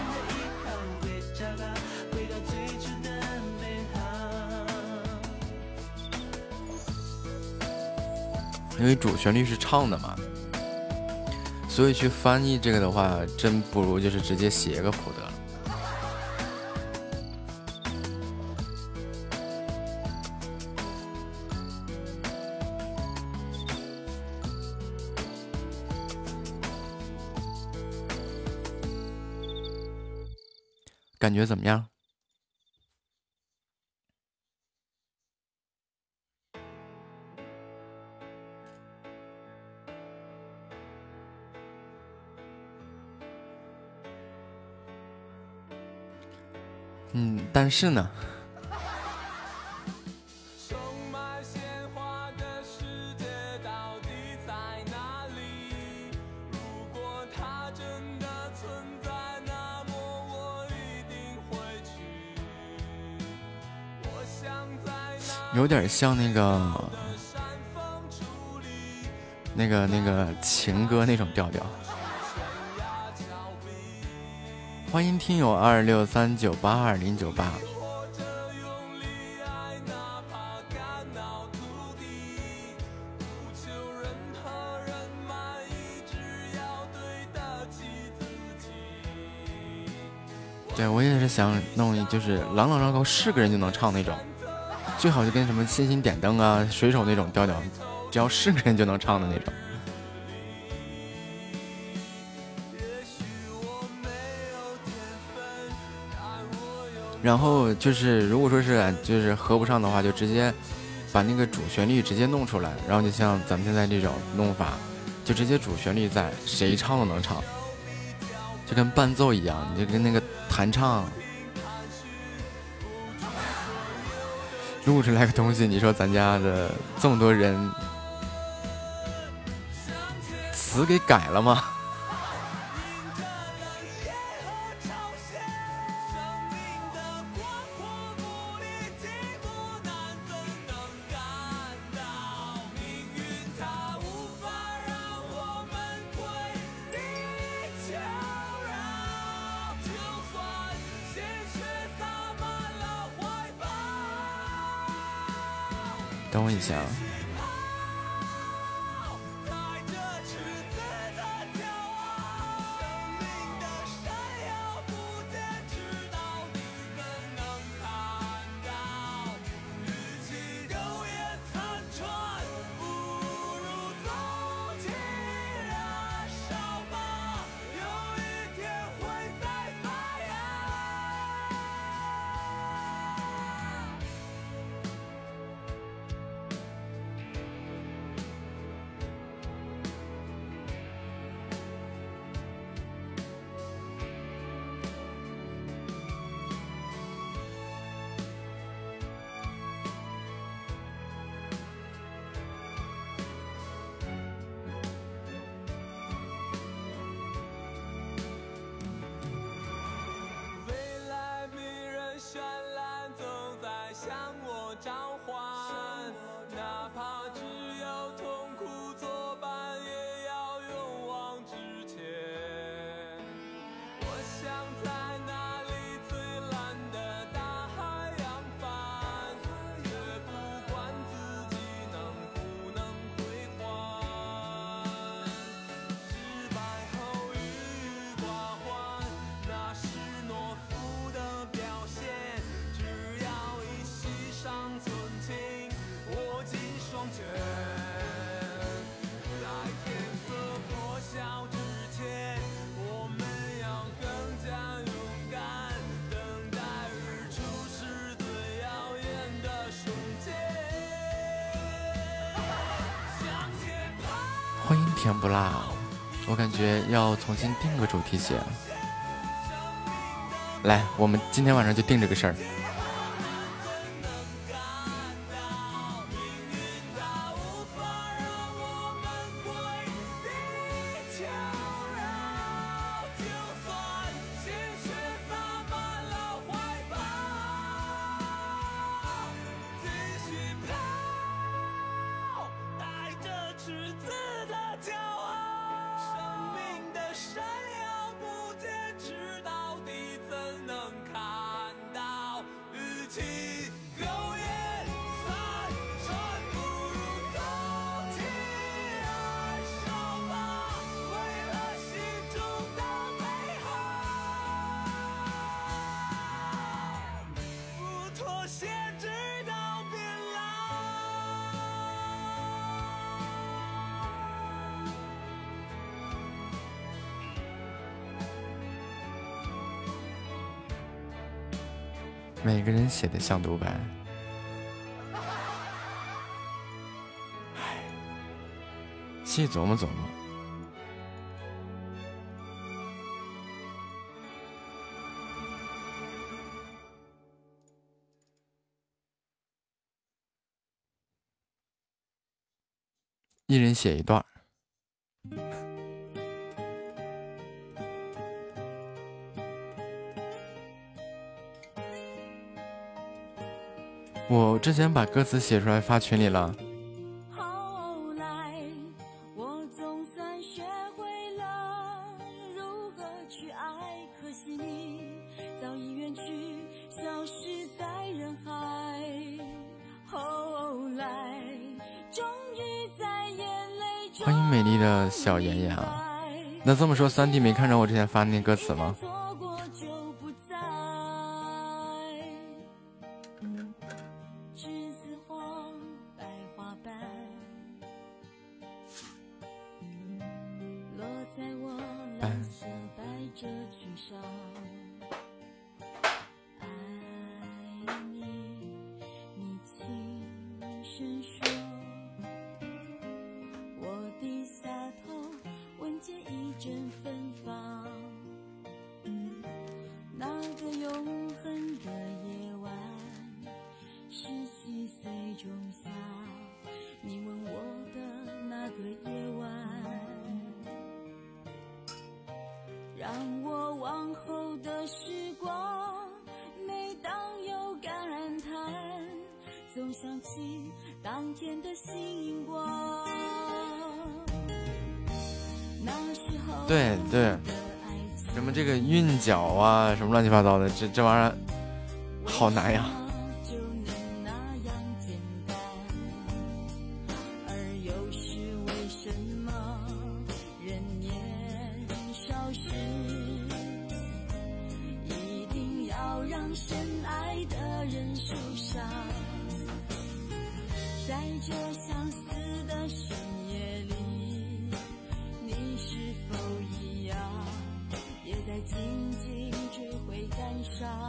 因为主旋律是唱的嘛。所以去翻译这个的话，真不如就是直接写个谱得了。感觉怎么样？但是呢，有点像那个情歌那种调调。欢迎听友263982098。对，我也是想弄，就是朗朗上口，是个人就能唱那种，最好就跟什么星星点灯啊、水手那种调调，只要是个人就能唱的那种。然后就是，如果说是就是合不上的话，就直接把那个主旋律直接弄出来，然后就像咱们现在这种弄法，就直接主旋律在，谁唱都能唱，就跟伴奏一样，你就跟那个弹唱录出来个东西。你说咱家的这么多人，词给改了吗？ 等我一下。欢迎甜不辣，我感觉要重新定个主题曲。来，我们今天晚上就定这个事儿。每个人写的像独白，唉，细琢磨琢磨。一人写一段。我之前把歌词写出来发群里了。 后来我总算学会了如何去爱，可惜你早已远去，消失在人海。后来终于在眼泪中， 欢迎美丽的小妍妍啊。那这么说，3D 没看着我之前发的那歌词吗？对对，什么这个韵脚啊，什么乱七八糟的，这玩意儿好难呀。 向深爱的人树上，在这相似的深夜里，你是否一样，也在静静追悔感伤？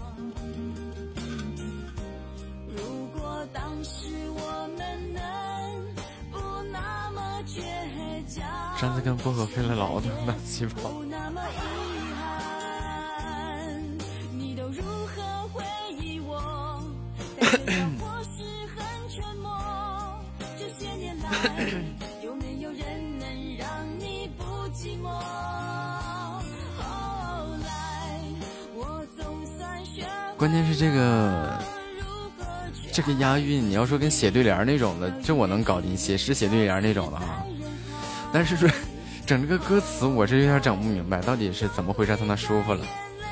如果当时我们能不那么倔强， 上次跟薄荷飞了老多乱七八糟。 不那么遗憾，你都如何回忆我？但这样或是很沉默。这些年来，有没有人能让你不寂寞？后来，我总算学会关键是这个押韵，你要说跟写对联那种的，这我能搞定，写诗写对联那种的啊。但是说整这个歌词，我这有点整不明白，到底是怎么回事才能舒服了？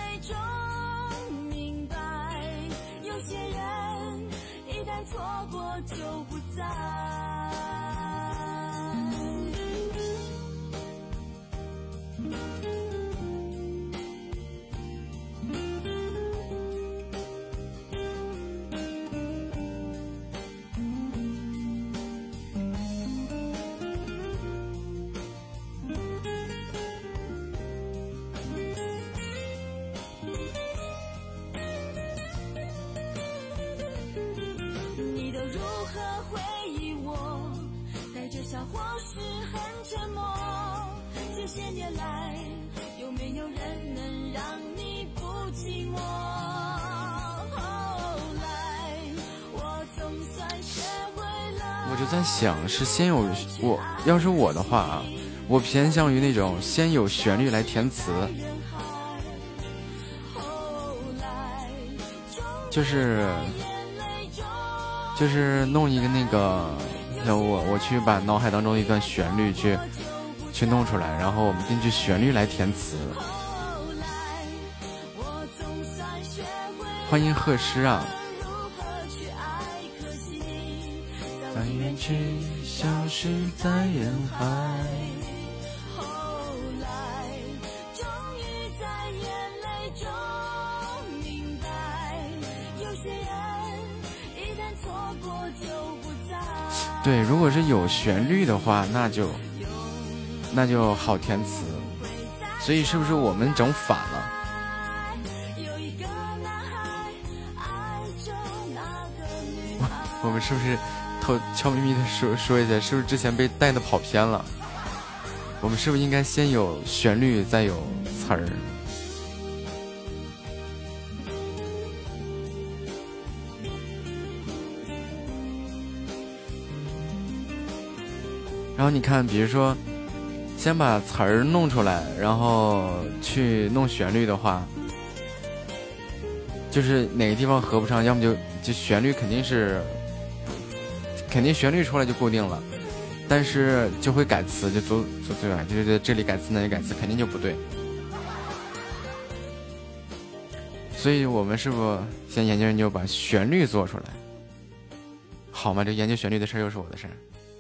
想是先有我，要是我的话啊，我偏向于那种先有旋律来填词，就是弄一个那个，我去把脑海当中一段旋律去弄出来，然后我们根据旋律来填词。欢迎贺诗啊。去消失在人海，后来终于在眼泪中明白，有些人一旦错过就不再。对，如果是有旋律的话，那就好填词。所以是不是我们整反了？我们是不是悄咪咪的说一下，是不是之前被带的跑偏了？我们是不是应该先有旋律再有词儿？然后你看，比如说先把词儿弄出来，然后去弄旋律的话，就是哪个地方合不上，要么就旋律肯定旋律出来就固定了，但是就会改词，就对吧？就是这里改词那里改词，肯定就不对。所以我们是不是先研究把旋律做出来，好吗？这研究旋律的事又是我的事儿。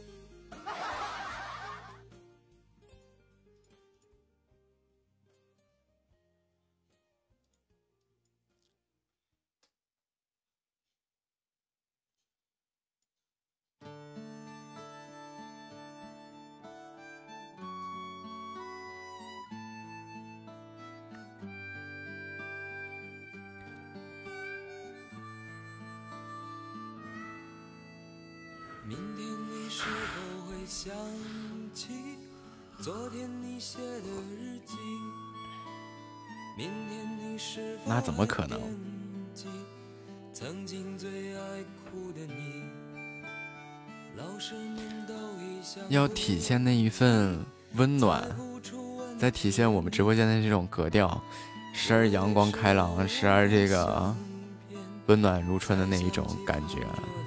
明天你是否会想起昨天你写的日记？明天你是否那怎么可能？ 曾经最爱哭的你，老生们都已想要体现那一份温暖，再体现我们直播间的这种格调，时而阳光开朗，时而这个温暖如春的那一种感觉。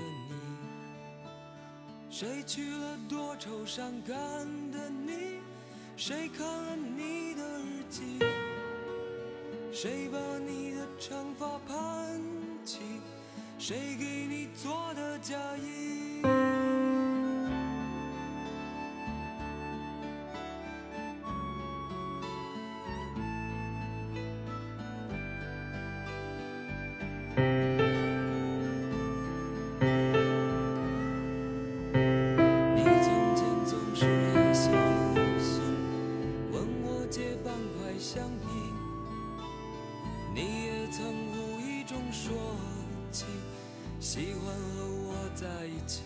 谁去了多愁善感的你？谁看了你的日记？谁把你的长发盘起？谁给你做的嫁衣？ 想你，你也曾无意中说起喜欢和我在一起。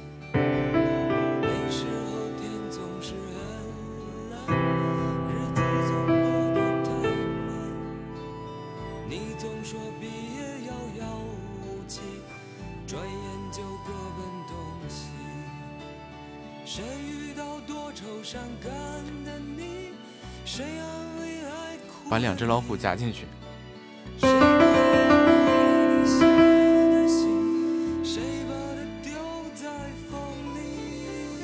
那时候天总是很蓝，日子总过得太慢，你总说毕业遥遥无期，转眼就各奔东西。谁遇到多愁善感的你，谁安慰爱哭， 把2只老虎加进去。 谁把你写的信，谁把它丢在风里。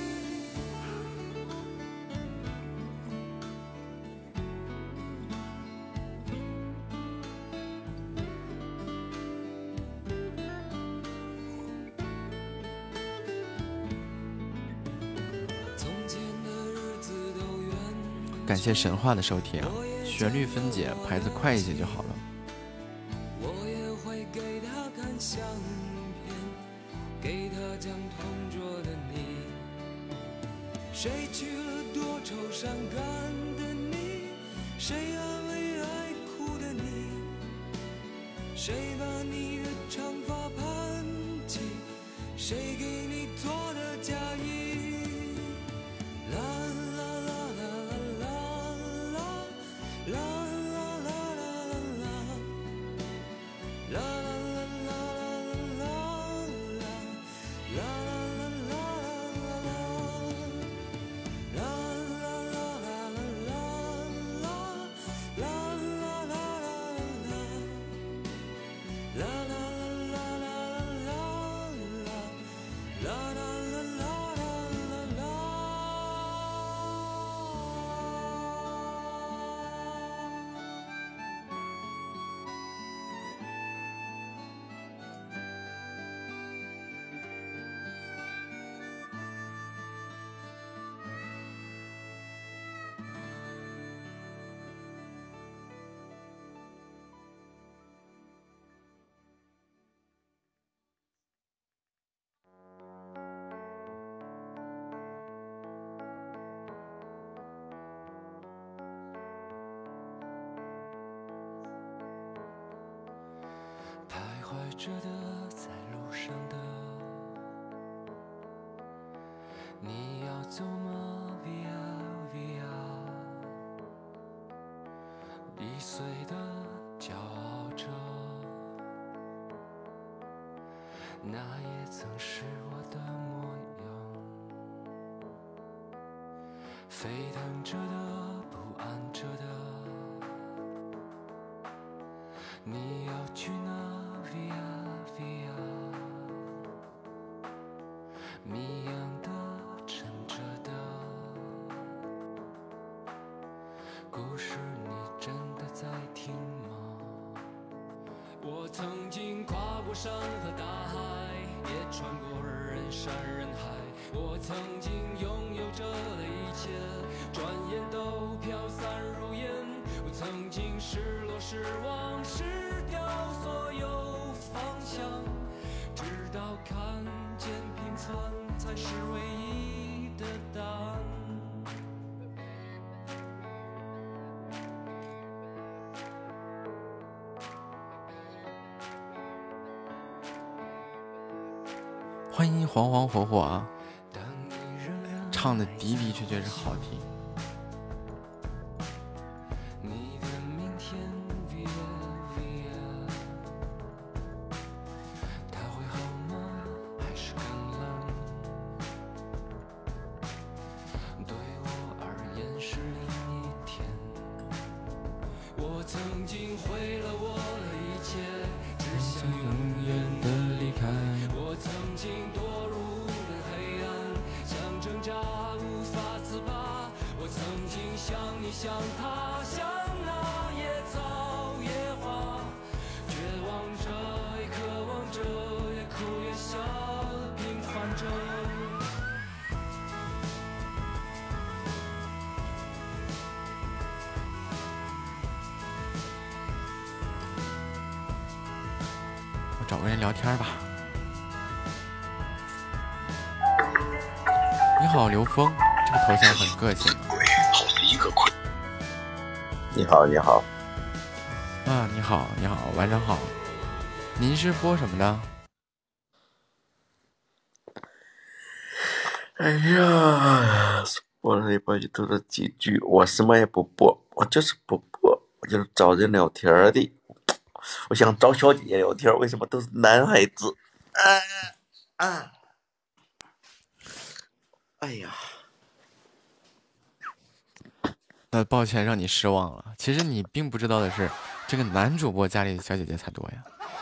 从前的日子都远， 感谢神话的收听，旋律分解，拍子快一些就好了。 我也会给他看相片，给他讲同桌的你。谁娶了多愁善感的你，谁安慰爱哭的你，谁把你的长发盘起，谁给你做的嫁衣。啦啦啦啦啦啦啦啦啦啦啦啦。徘徊着的，在路上的，你要走吗 ？Via Via， 易碎的骄傲着，那也曾是我的模样。沸腾着的，不安着的，你要去哪 ？Via Via， 谜样的，沉着的，故事你真的在听吗？我曾经跨过山和大海，也穿过人山人海。我曾经拥有着的一切，转眼都飘散如烟。我曾经失落失望失掉所有方向，直到看见平凡才是唯一的答案。 欢迎黄黄火火啊！唱的的的确确是好听。 你的明天 Via Via， 它会好吗？还是更冷？对我而言是另一天。我曾经毁了我的一切，只想永远的离开。我曾经堕入了黑暗，想挣扎无法自拔。我曾经像你像他像那野草野花，绝望着也渴望着，也哭也笑平凡着。 我找个人聊天吧。你好，刘峰，这个头像很个性。 你好，你好。 啊，你好，你好，晚上好。您是播什么的？ 哎呀，我这里边就读了几句，我什么也不播，我就是不播，我就是找人聊天的。我想找小姐姐聊天，为什么都是男孩子？哎呀， 抱歉让你失望了。其实你并不知道的是，这个男主播家里的小姐姐才多呀。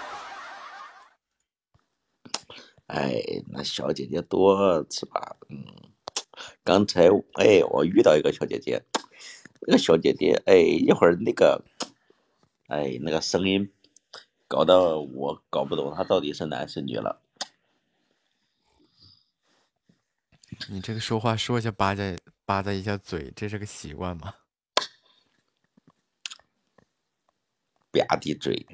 哎，那小姐姐多是吧？刚才我遇到一个小姐姐，那个小姐姐一会儿那个声音搞得我搞不懂她到底是男是女了。 你这个说话说一下吧嗒一下嘴，这是个习惯吗？ 吧唧嘴。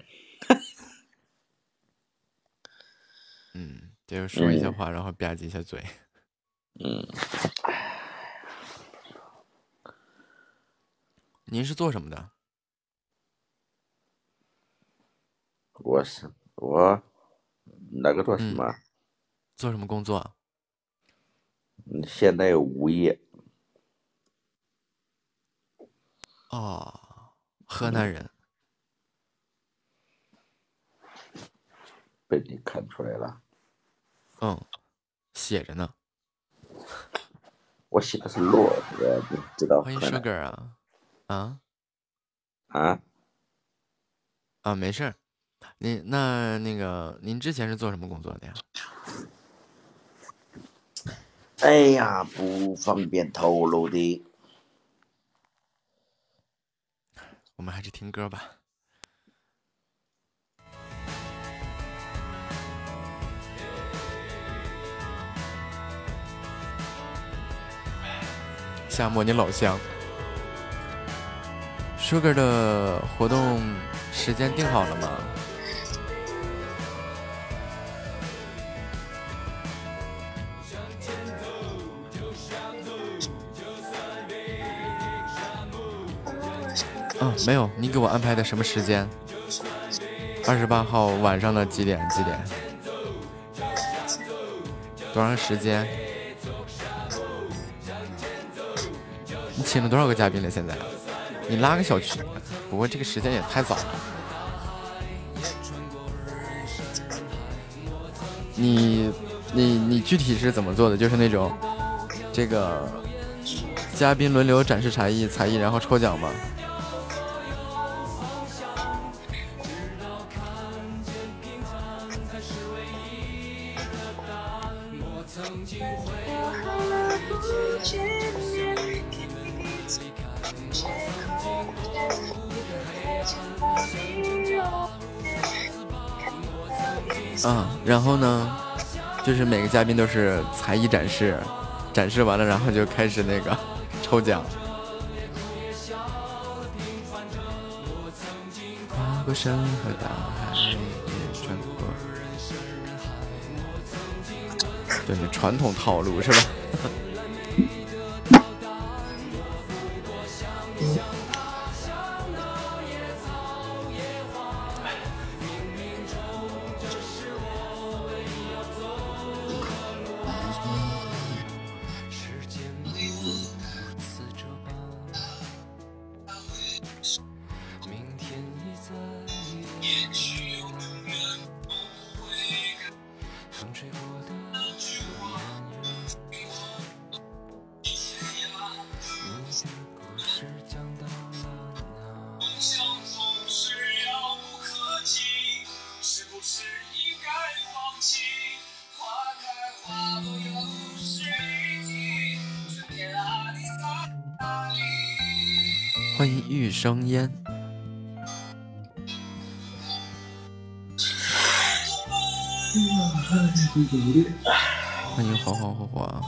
就是说一下话，然后吧唧一下嘴。您是做什么的？ 我那个做什么？ 做什么工作？ 现代物业。 哦，河南人。 被你看出来了。 写着呢。 我写的是骆驼，你知道？ 欢迎 Sugar 啊。没事儿。那个您之前是做什么工作的呀？ 哎呀，不方便透露的。 我们还是听歌吧。夏末你老乡。Sugar 的活动时间定好了吗？没有，你给我安排的什么时间？28号晚上的几点？多长时间？你请了多少个嘉宾了？现在你拉个小群，不过这个时间也太早了。你具体是怎么做的？就是那种这个嘉宾轮流展示才艺，然后抽奖吗？然后呢，就是每个嘉宾都是才艺展示，完了，然后就开始那个抽奖。跨过山和大海，也穿过。对，传统套路是吧？欢迎玉生烟。欢迎黄黄火火。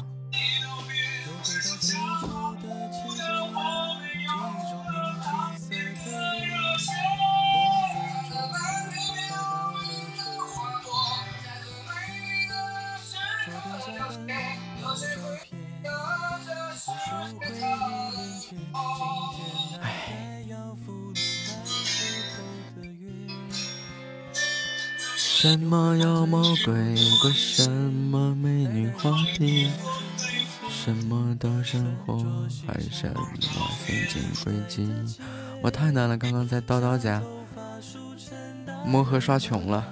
什么妖魔鬼怪，什么美女花瓶，什么的生活，还什么陷阱诡计。我太难了，刚刚在叨叨家魔盒刷穷了。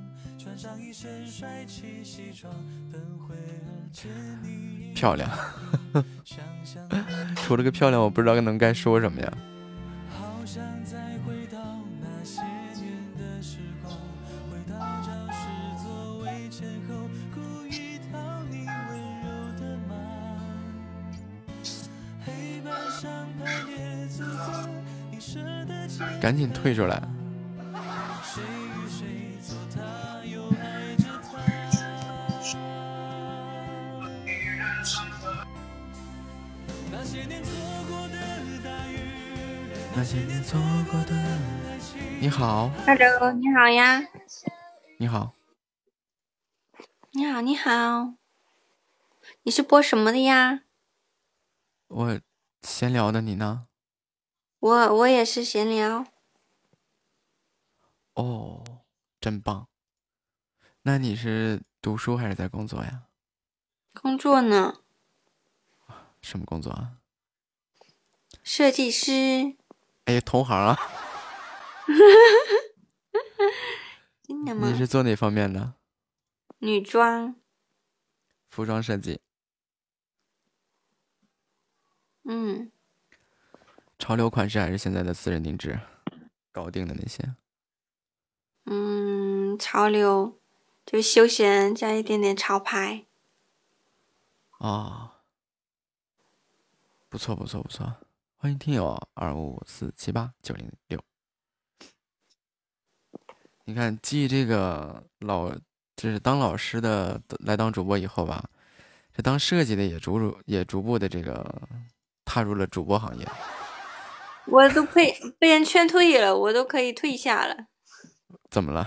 漂亮除了个漂亮我不知道能该说什么呀。赶紧退出来。那些年错过的。你好 Hello， 你好呀。 你好。 你好，你好。你是播什么的呀？ 我闲聊的，你呢？ 我也是闲聊。 哦，真棒。那你是读书还是在工作呀？ 工作呢？ 什么工作啊？ 设计师。 哎，同行啊。 真的吗？ 你是做哪方面的？ 女装。 服装设计。 嗯。 潮流款式还是现在的私人定制搞定的那些？ 潮流，就休闲加一点点潮牌。 哦，不错不错不错，欢迎听友254789069。你看，继这个就是当老师的来当主播以后吧，这当设计的也逐步的这个踏入了主播行业。 我都被人劝退了，我都可以退下了。 怎么了？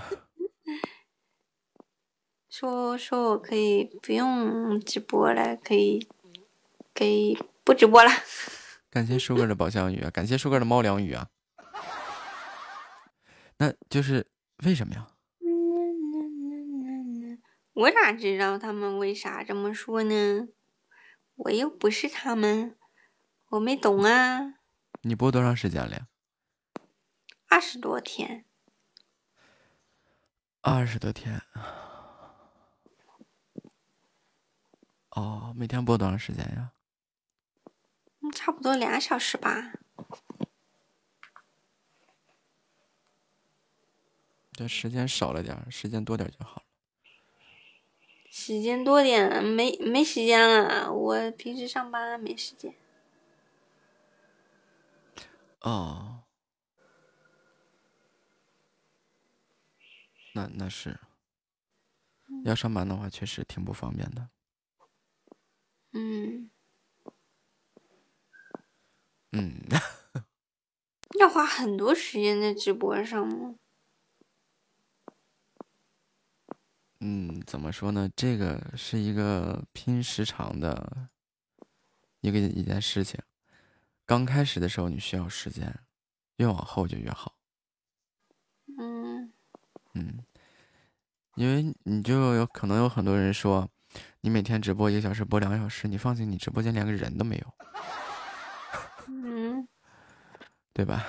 说我可以不用直播了，可以不直播了。 感谢舒哥的宝箱鱼啊，感谢舒哥的猫粮鱼啊。那就是为什么呀？ 我咋知道他们为啥这么说呢？我又不是他们，我没懂啊。 你播多长时间了呀 ？20多天。 20多天。哦，每天播多长时间呀？ 差不多2小时吧。 这时间少了点，时间多点就好了。 时间多点，没时间了。我平时上班没时间。 哦，那是，要上班的话，确实挺不方便的。 要花很多时间在直播上吗？ 怎么说呢？这个是一个拼时长的一件事情。刚开始的时候你需要时间，越往后就越好。因为你就可能有很多人说，你每天直播1个小时，播2个小时，你放心，你直播间连个人都没有。对吧？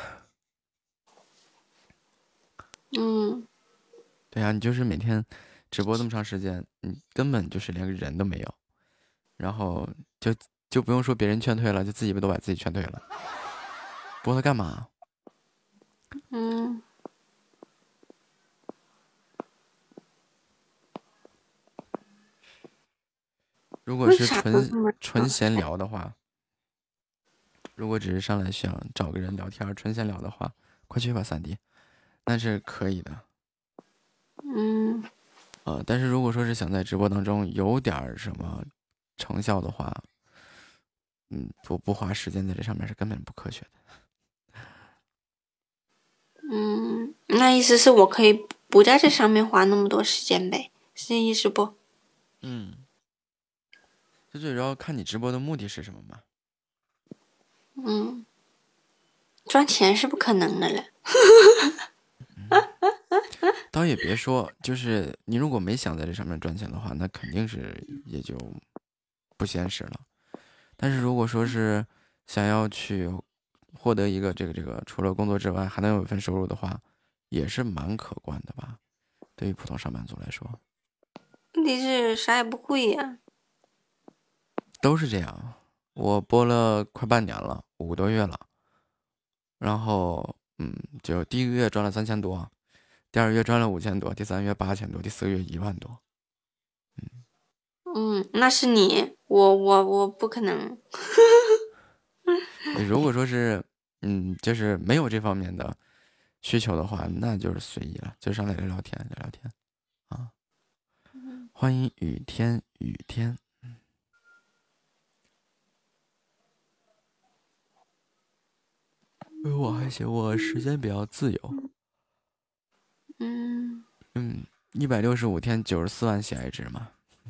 对啊，你就是每天直播这么长时间，你根本就是连个人都没有，然后就不用说别人劝退了，就自己都把自己劝退了。播它干嘛？如果是纯闲聊的话，如果只是上来想找个人聊天纯闲聊的话，快去吧3D，那是可以的。但是如果说是想在直播当中有点什么成效的话，不花时间在这上面是根本不科学的。 那意思是我可以不在这上面花那么多时间呗？是这意思不？ 这最主要看你直播的目的是什么嘛。 赚钱是不可能的了。 倒也别说，就是你如果没想在这上面赚钱的话，那肯定是也就不现实了。但是如果说是想要去获得一个这个除了工作之外还能有一份收入的话，也是蛮可观的吧，对于普通上班族来说。 问题是啥也不会呀。 都是这样，我播了快半年了，5个多月了，然后就第1个月赚了3000多，第2个月赚了5000多，第3个月8000多，第4个月1万多。 那是你，我不可能。 如果说是就是没有这方面的需求的话，那就是随意了，就上来聊聊天啊。欢迎雨天。我还行，我时间比较自由。165天94万喜爱值嘛。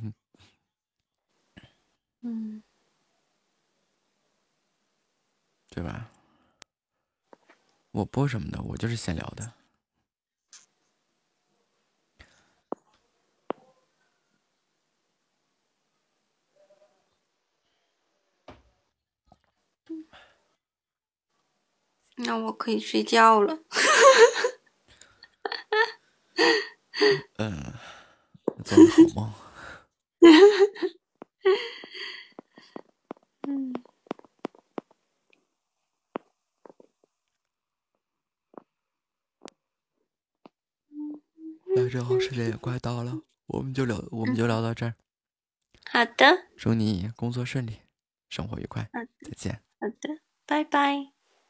对吧？我播什么的，我就是闲聊的。 那我可以睡觉了。 做个好梦。那正好时间也快到了，我们就聊到这儿。 好的。 祝你工作顺利，生活愉快。再见。 好的，拜拜。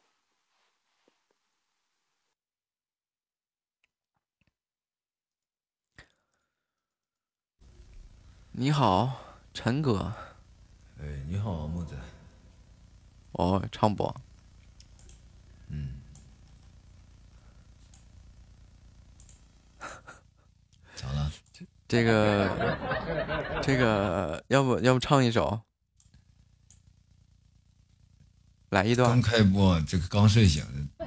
你好，陈哥。 你好，木子。 哦，唱播。 咋了？ 这个，要不唱一首，来一段。 刚开播，这个刚睡醒。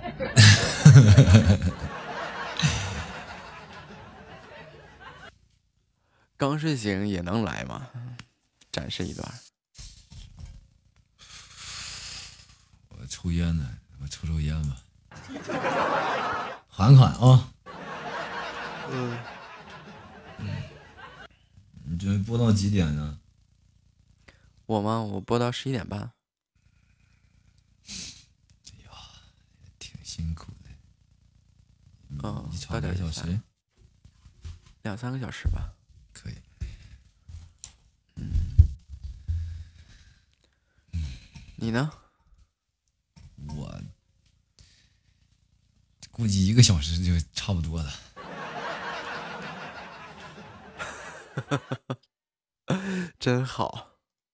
刚睡醒也能来吗？展示一段。 我抽烟呢，我抽烟吧。缓缓啊。你准备播到几点呢？ 我吗？我播到11点半。 哎呀，挺辛苦的。一场 2 小时 ，2、3个小时吧。 可以。 你呢？ 我估计1个小时就差不多了。 真好。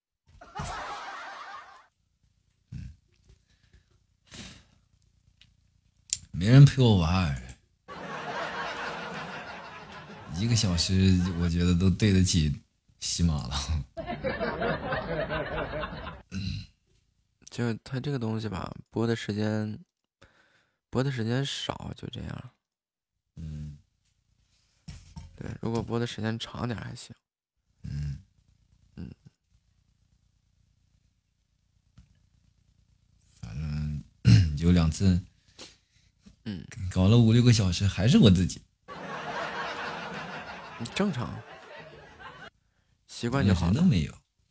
没人陪我玩，1个小时我觉得都对得起喜马了。 就它这个东西吧，播的时间少，就这样。对，如果播的时间长点还行。 反正有2次，搞了5、6个小时，还是我自己。 正常，习惯就好了。 人都没有，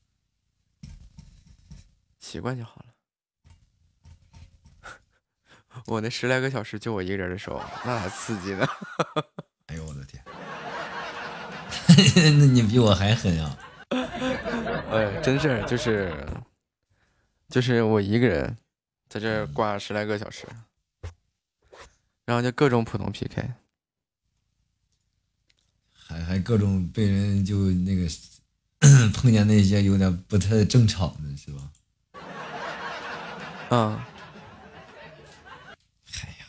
习惯就好了。我那10来个小时就我一个人的时候，那还刺激呢。 哎呦我的天！那你比我还狠啊！ 真是就是我一个人在这挂10来个小时，然后就各种普通 PK， 还各种被人就那个碰见那些有点不太正常的是吧？哎呀，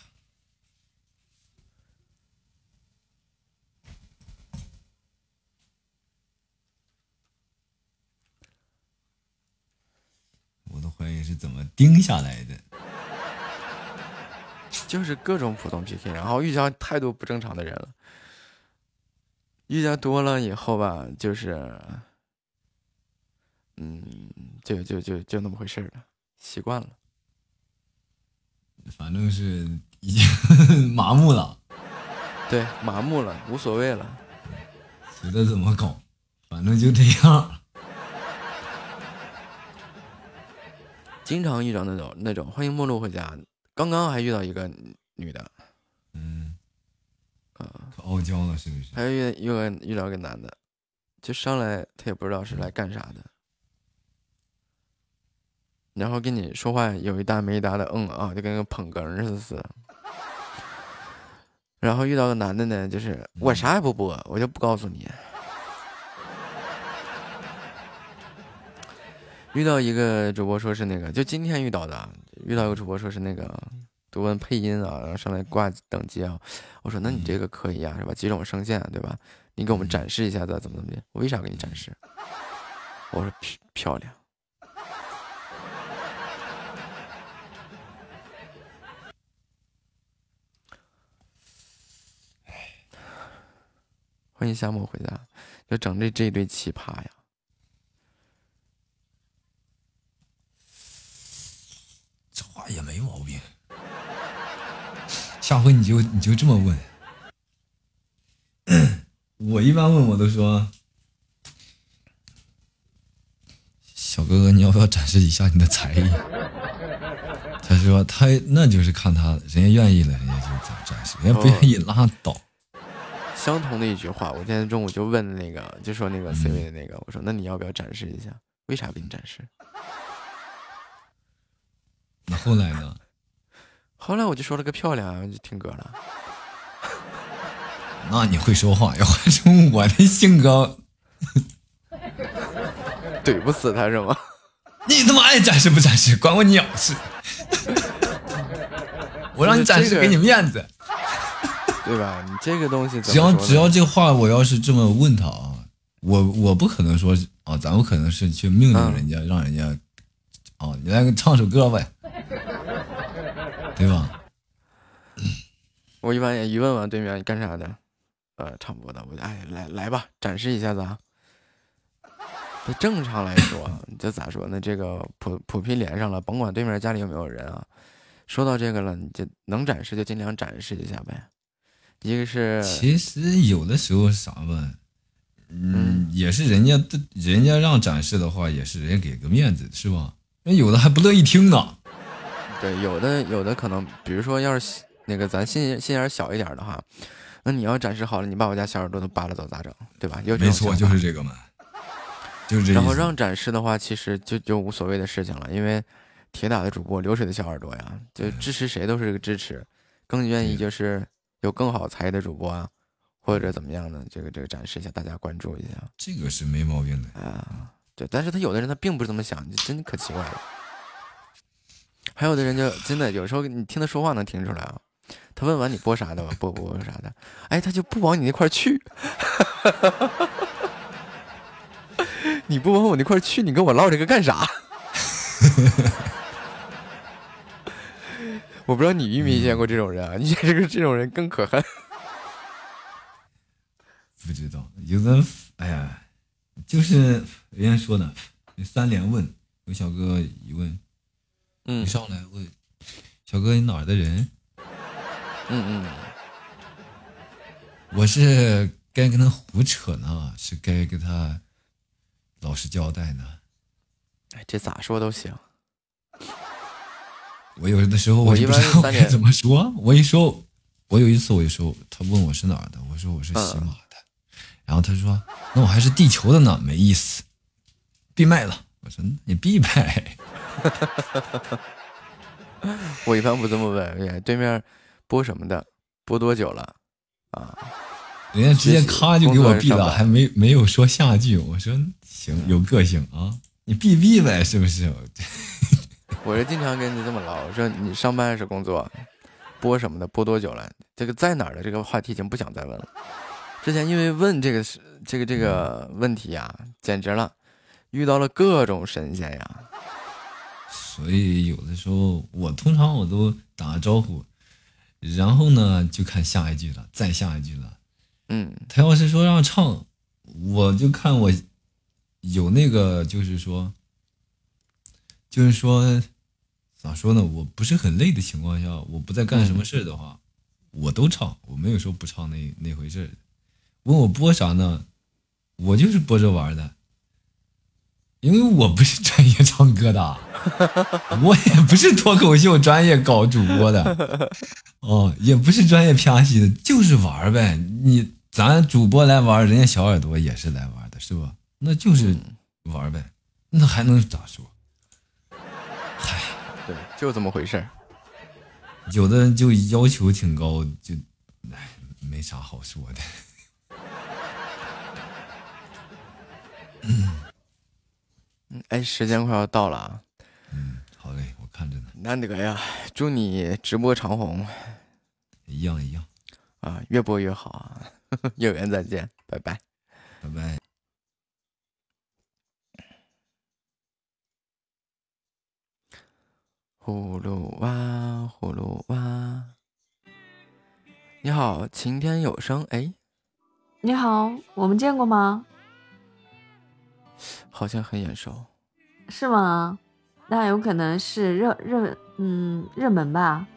我都怀疑是怎么盯下来的。 就是各种普通 PK，然后遇到太多不正常的人了， 遇见多了以后吧，就是，就那么回事了，习惯了。 反正是已经麻木了。 对，麻木了，无所谓了。 觉得怎么搞，反正就这样。 经常遇到那种欢迎陌路回家，刚刚还遇到一个女的， 可傲娇了是不是？ 还有遇到一个男的，就上来他也不知道是来干啥的，然后跟你说话有一搭没一搭的，就跟个捧哏似的。然后遇到个男的呢，就是我啥也不播，我就不告诉你。遇到一个主播说是那个，就今天遇到的，遇到一个主播说是那个读文配音啊，然后上来挂等级啊。我说那你这个可以啊，是吧？几种声线对吧？你给我们展示一下子怎么的？我为啥给你展示？我说漂亮。欢迎夏末回家，就整这一堆奇葩呀。 这话也没毛病。下回你就这么问。我一般问我都说，小哥哥你要不要展示一下你的才艺？他说那就是看他人家愿意了，人家就展示，人家不愿意拉倒。 相同的一句话，我今天中午就问那个，就说那个 C 位的那个，我说那你要不要展示一下？为啥给你展示？ 那后来呢？ 后来我就说了个漂亮，我就听歌了。 那你会说话，要换成我的性格， 怼不死他是吗？ 你他妈爱展示不展示，管我鸟事！我让你展示，给你面子。 对吧？你这个东西只要这话我要是这么问他啊，我不可能说啊，咱不可能是去命令人家，让人家你来唱首歌呗，对吧？ 我一般也一问完对面你干啥的，唱播的，我就来吧，展示一下子啊。那正常来说，这咋说呢？这个普批连上了，甭管对面家里有没有人啊。说到这个了，你就能展示就尽量展示一下呗。一个是， 其实有的时候啥吧，也是人家让展示的话，也是人家给个面子，是吧？那有的还不乐意听呢。 对，有的可能，比如说要是那个咱心眼小一点的话，那你要展示好了，你把我家小耳朵都扒拉走咋整？对吧？ 没错，就是这个嘛，就是这。 然后让展示的话，其实就无所谓的事情了，因为铁打的主播，流水的小耳朵呀，就支持谁都是个支持，更愿意就是有更好才艺的主播啊，或者怎么样的，这个展示一下，大家关注一下， 这个是没毛病的啊。对，但是他有的人他并不是这么想，就真可奇怪了。还有的人就真的有时候你听他说话能听出来啊，他问完你播啥的，播啥的，哎，他就不往你那块去。你不往我那块去，你跟我唠这个干啥？我不知道你遇没见过这种人啊？你这种人更可恨。 不知道，有的哎呀，就是人家说的三连问，有小哥一问，一上来问小哥你哪儿的人？我是该跟他胡扯呢，是该跟他老实交代呢？ 哎，这咋说都行。 我有的时候我就不知道该怎么说。我有一次我就说，他问我是哪儿的，我说我是喜马的，然后他说那我还是地球的呢，没意思，闭麦了。我说你闭麦。 我一般不这么问，对面播什么的，播多久了啊？ 人家直接咔就给我闭了，还没有说下句。我说行，有个性啊，你闭呗，是不是？ 我是经常跟你这么唠，我说你上班还是工作，播什么的，播多久了？这个在哪儿的这个话题已经不想再问了。之前因为问这个问题呀，简直了，遇到了各种神仙呀。 所以有的时候通常我都打个招呼，然后呢就看下一句了，再下一句了， 他要是说让唱，我就看我有那个，就是说咋说呢？我不是很累的情况下，我不在干什么事的话，我都唱，我没有说不唱那回事。问我播啥呢？我就是播着玩的，因为我不是专业唱歌的，我也不是脱口秀专业搞主播的，也不是专业啪戏的，就是玩呗。咱主播来玩，人家小耳朵也是来玩的，是吧？那就是玩呗，那还能咋说？嗨， 对，就这么回事。 有的人就要求挺高，就没啥好说的。 时间快要到了啊。 好嘞，我看着呢。 难得呀，祝你直播长红。 一样啊，越播越好啊。有缘再见，拜拜， 拜拜。 葫芦娃，葫芦娃。你好，晴天有声。 你好，我们见过吗？ 好像很眼熟。 是吗？那有可能是热门吧。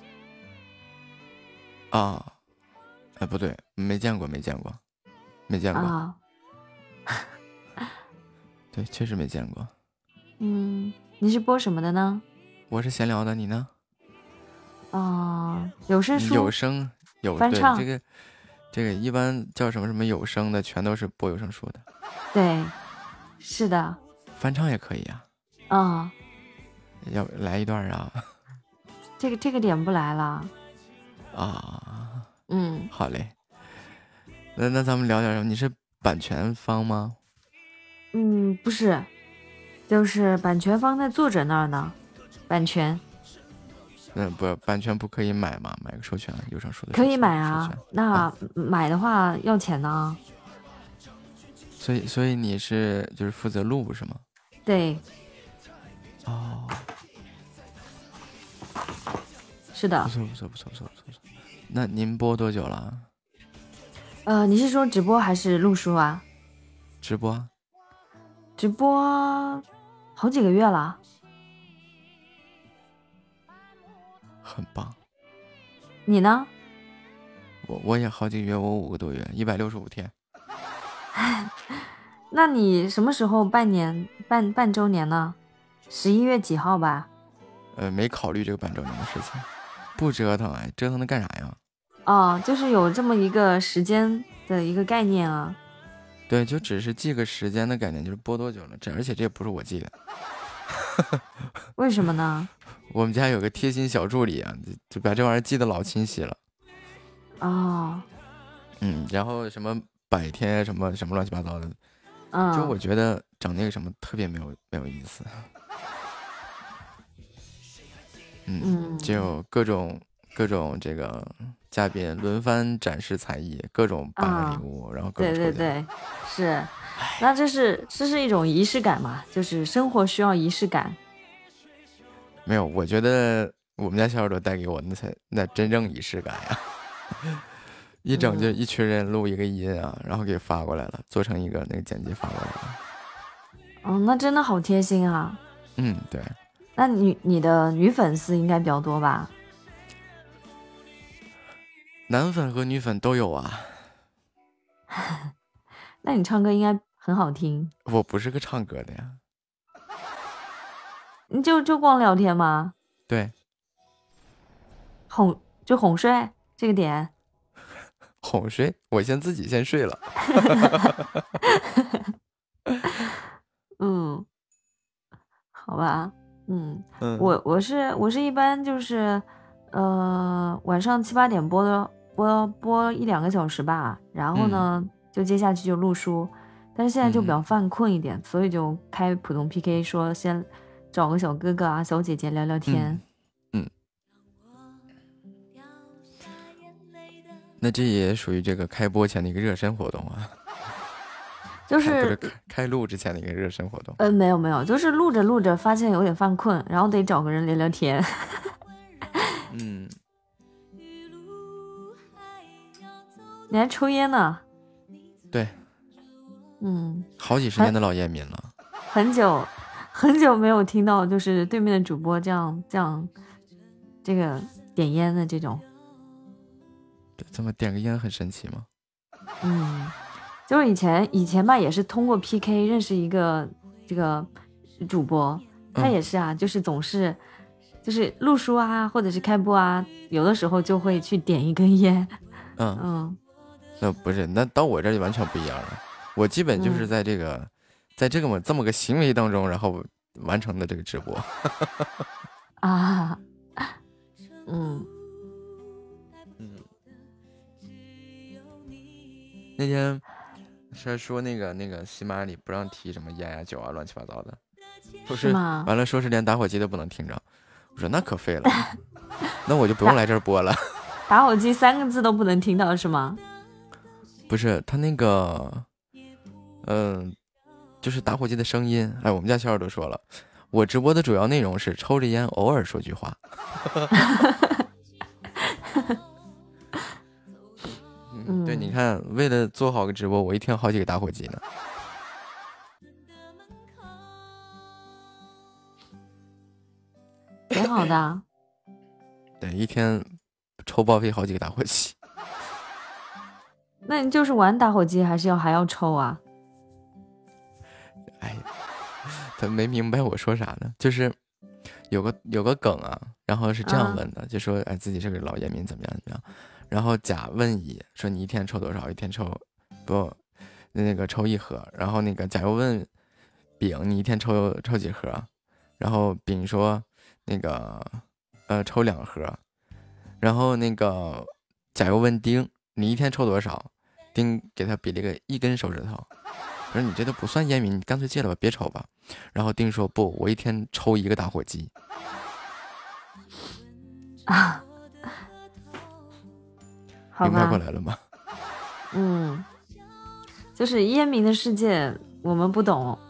不对，没见过。 啊。 对，确实没见过。 你是播什么的呢？ 我是闲聊的，你呢？ 有声书。 有声有翻唱。 对，这个一般叫什么有声的，全都是播有声书的。 对，是的。 翻唱也可以啊。要来一段啊？ 这个点不来了。 好嘞。那咱们聊点什么？你是版权方吗？ 不是，就是版权方在作者那儿呢。版权。 不，版权不可以买吗？买个授权有声书的。 可以买啊，那买的话要钱呢。 所以你是就是负责录是吗？ 对。是的。 不错。那您播多久了？ 你是说直播还是录书啊？ 直播。 直播好几个月了。 很棒。 你呢？ 我也好几个月，我5个多月，165天。 那你什么时候半周年呢？11月几号吧？ 没考虑这个半周年的事情，不折腾折腾它干啥呀？ 就是有这么一个时间的一个概念啊。 对，就只是记个时间的概念，就是播多久了，而且这也不是我记的。 为什么呢？ 我们家有个贴心小助理啊，就把这玩意儿记得老清晰了。然后什么百天什么乱七八糟的，就我觉得整那个什么特别没有意思。就各种这个嘉宾轮番展示才艺，各种办礼物，然后各种抽奖。 对，是。那这是一种仪式感嘛？就是生活需要仪式感。 没有，我觉得我们家小耳朵带给我那真正仪式感呀。一整就一群人录一个音啊，然后给发过来了，做成一个那个剪辑发过来了。 那真的好贴心啊。 对。 那你的女粉丝应该比较多吧？ 男粉和女粉都有啊。 那你唱歌应该很好听。 我不是个唱歌的呀。 你就光聊天吗？ 对。 哄睡这个点。 哄睡？我自己先睡了。 好吧。我是一般就是晚上7、8点播1-2个小时吧，然后呢就接下去就录书，但是现在就比较犯困一点，所以就开普通 PK， 说先找个小哥哥啊小姐姐聊聊天。 那这也属于这个开播前的一个热身活动啊。 就是开录之前的一个热身活动。 没有，就是录着发现有点犯困，然后得找个人聊聊天。你还抽烟呢？ 对，好几十年的老烟民了， 很久没有听到就是对面的主播这样这个点烟的这种。 这么点个烟很神奇吗？ 就是以前吧，也是通过 PK 认识一个这个主播，他也是啊，就是总是就是录书啊，或者是开播啊，有的时候就会去点一根烟。 那不是，那到我这里完全不一样了。我基本就是在这么个行为当中，然后完成的这个直播。那天是说那个喜马里不让提什么烟啊酒啊乱七八糟的，说是完了说是连打火机都不能听着。我说那可废了，那我就不用来这儿播了。 打火机3个字都不能听到是吗？ 不是，他那个就是打火机的声音。哎，我们家小耳朵说了，我直播的主要内容是抽着烟偶尔说句话。对，你看为了做好个直播，我一天好几个打火机呢。 挺好的。 对，一天抽报废好几个打火机。 那你就是玩打火机还要抽啊？ 哎，他没明白我说啥呢，就是有个梗啊，然后是这样问的，就说哎自己是个老烟民怎么样，然后甲问乙说你一天抽多少？一天抽不那个抽1盒，然后那个甲又问丙你一天抽几盒？然后丙说那个抽2盒，然后那个甲又问丁你一天抽多少？丁给他比了个1根手指头，说你这都不算烟民，你干脆戒了吧，别抽吧。然后丁说不，我一天抽1个打火机。明白过来了吗？ 就是烟民的世界我们不懂。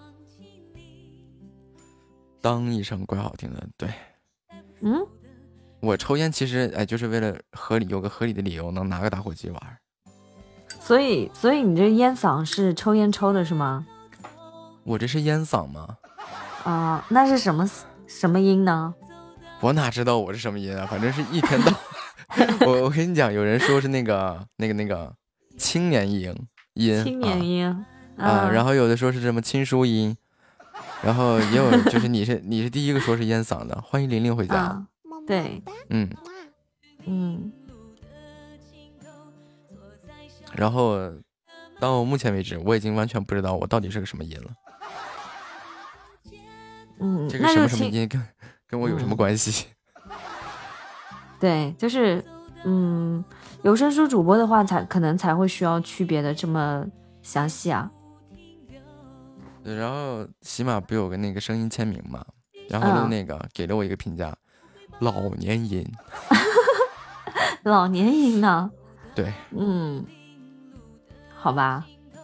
当一声怪好听的，对。我抽烟其实就是为了有个合理的理由能拿个打火机玩。 所以你这烟嗓是抽烟抽的是吗？ 我这是烟嗓吗？ 那是什么音呢？ 我哪知道我是什么音啊？反正是一天到我跟你讲，有人说是那个青年音， 青年音然后有的说是什么亲疏音，然后也有就是你是第一个说是烟嗓的，欢迎玲玲回家。 对， 然后到目前为止，我已经完全不知道我到底是个什么音了。这个什么音跟我有什么关系？ 对，就是有声书主播的话，可能才会需要区别的这么详细啊。 对，然后喜马不有个那个声音签名嘛，然后那个给了我一个评价，老年音。 老年音呢？ 对， 好吧。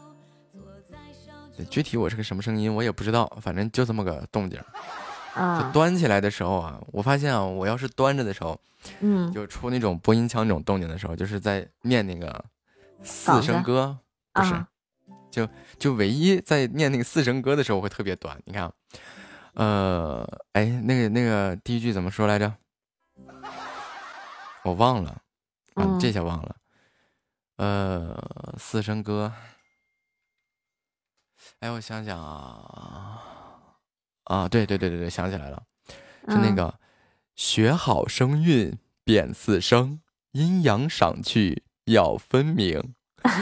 具体我是个什么声音我也不知道，反正就这么个动静。就端起来的时候啊，我发现啊，我要是端着的时候，就出那种播音腔这种动静的时候，就是在念那个4声歌，不是，就唯一在念那个4声歌的时候会特别短。你看，那个第一句怎么说来着？我忘了，这下忘了。4声歌，我想想对，想起来了，是那个学好声韵辨4声，阴阳赏去要分明。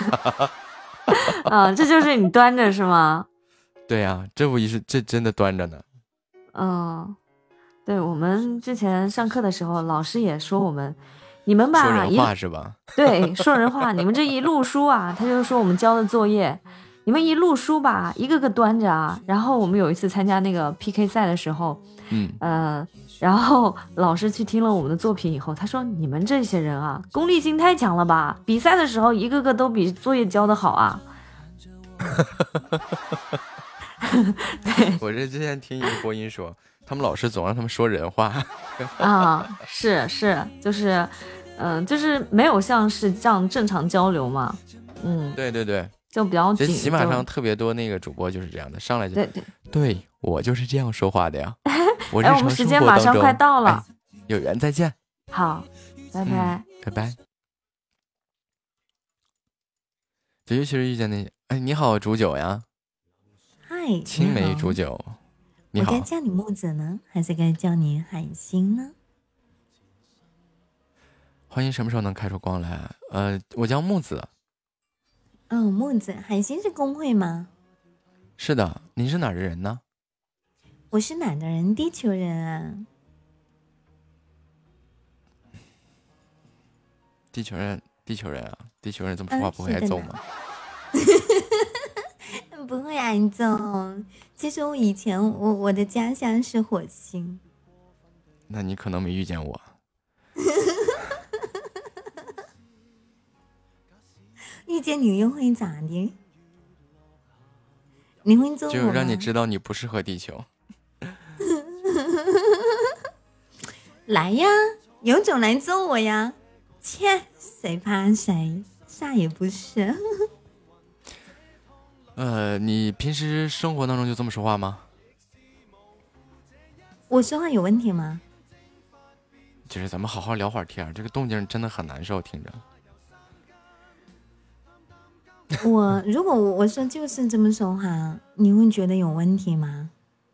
这就是你端着是吗？ 对呀，这真的端着呢。 对，我们之前上课的时候，老师也说我们，你们吧， 说人话是吧？ 对，说人话，你们这一录书啊，他就说我们交的作业，你们一录书吧，一个个端着啊。然后我们有一次参加那个 PK 赛的时候，然后老师去听了我们的作品以后，他说你们这些人啊，功利性太强了吧？比赛的时候一个个都比作业交的好啊。 对，我这之前听一个播音说，他们老师总让他们说人话。 是，就是没有像是这样正常交流嘛。 对， 就比较紧。 喜马上特别多那个主播就是这样的，上来就对我就是这样说话的呀。我们时间马上快到了， 有缘再见。 好，拜拜， 拜拜。就尤其是遇见那些，哎，你好，煮酒呀。 嗨， 青梅煮酒。你好。 我该叫你木子呢，还是该叫你海星呢？ 欢迎什么时候能开出光来？我叫木子。 哦，木子，海星是公会吗？ 是的，您是哪儿的人呢？ 我是哪的人？地球人啊。 地球人啊，地球人这么说话不会挨揍吗？ 不会挨揍。其实我以前我的家乡是火星。 那你可能没遇见我。 遇见你又会咋的？你会揍我吗？ 就让你知道你不适合地球。 来呀，有种来揍我呀！切，谁怕谁，啥也不是。 你平时生活当中就这么说话吗？ 我说话有问题吗？ 就是咱们好好聊会儿天，这个动静真的很难受，听着。 如果我说就是这么说话，你会觉得有问题吗？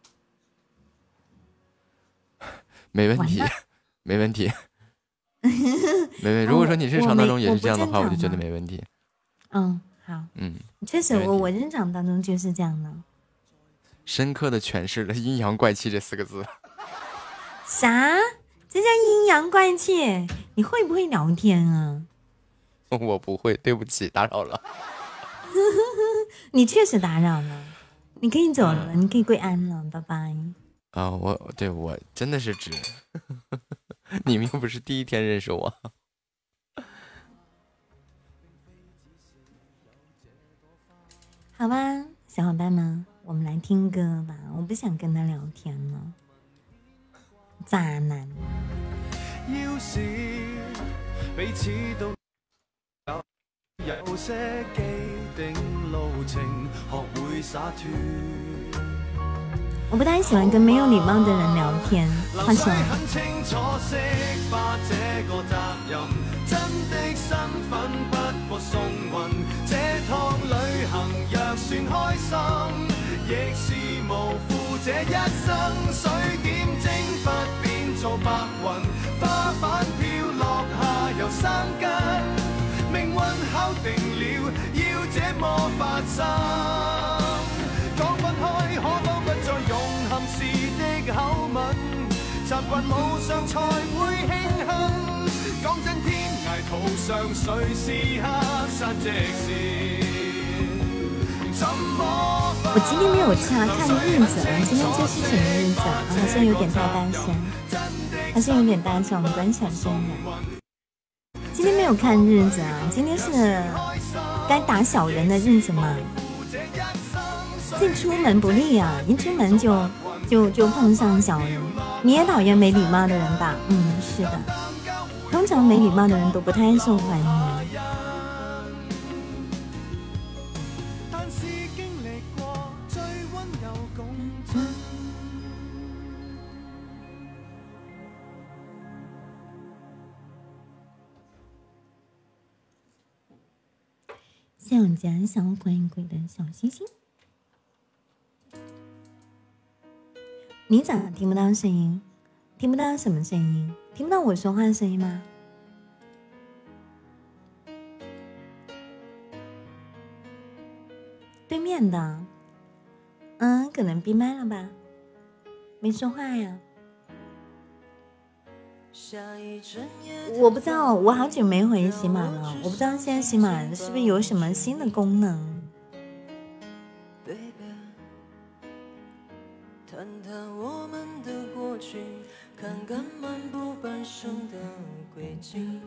没问题，没问题，如果说你日常当中也是这样的话，我就觉得没问题。 嗯，好，确实我日常当中就是这样的。 深刻的诠释了阴阳怪气这4个字。 啥？这叫阴阳怪气？你会不会聊天啊？ 我不会，对不起，打扰了。 你确实打扰了，你可以走了，你可以归安了，拜拜。 啊，我真的是指，你们又不是第一天认识我。 好吧，小伙伴们，我们来听歌吧，我不想跟他聊天了。渣男。 要是彼此都有些既定路程，學會灑脫。 我不太喜歡跟沒有禮貌的人聊天，換手。 很清楚釋化這個責任，真的身份不過送運。這趟旅行若算開心，亦是無負這一生。水點蒸發變做白雲，花瓣飄落下又生根。命運考定了，要這麼發生。講分開，可否不再用含事的口吻？習慣無常才會慶幸。講真，天涯途上誰是黑山直線？ 我今天没有看日子，今天这是什么日子啊？好像有点太大声，好像有点大声，我们关小声了。今天没有看日子啊，今天是该打小人的日子嘛。这出门不利啊，一出门就碰上小人。你也讨厌没礼貌的人吧？是的，通常没礼貌的人都不太受欢迎。小家小乖乖的小星星，你咋听不到声音？听不到什么声音？听不到我说话的声音吗？对面的，可能闭麦了吧，没说话呀。我不知道，我好久没回喜马了，我不知道现在喜马是不是有什么新的功能。 谈谈我们的过去，看看漫步半生的轨迹。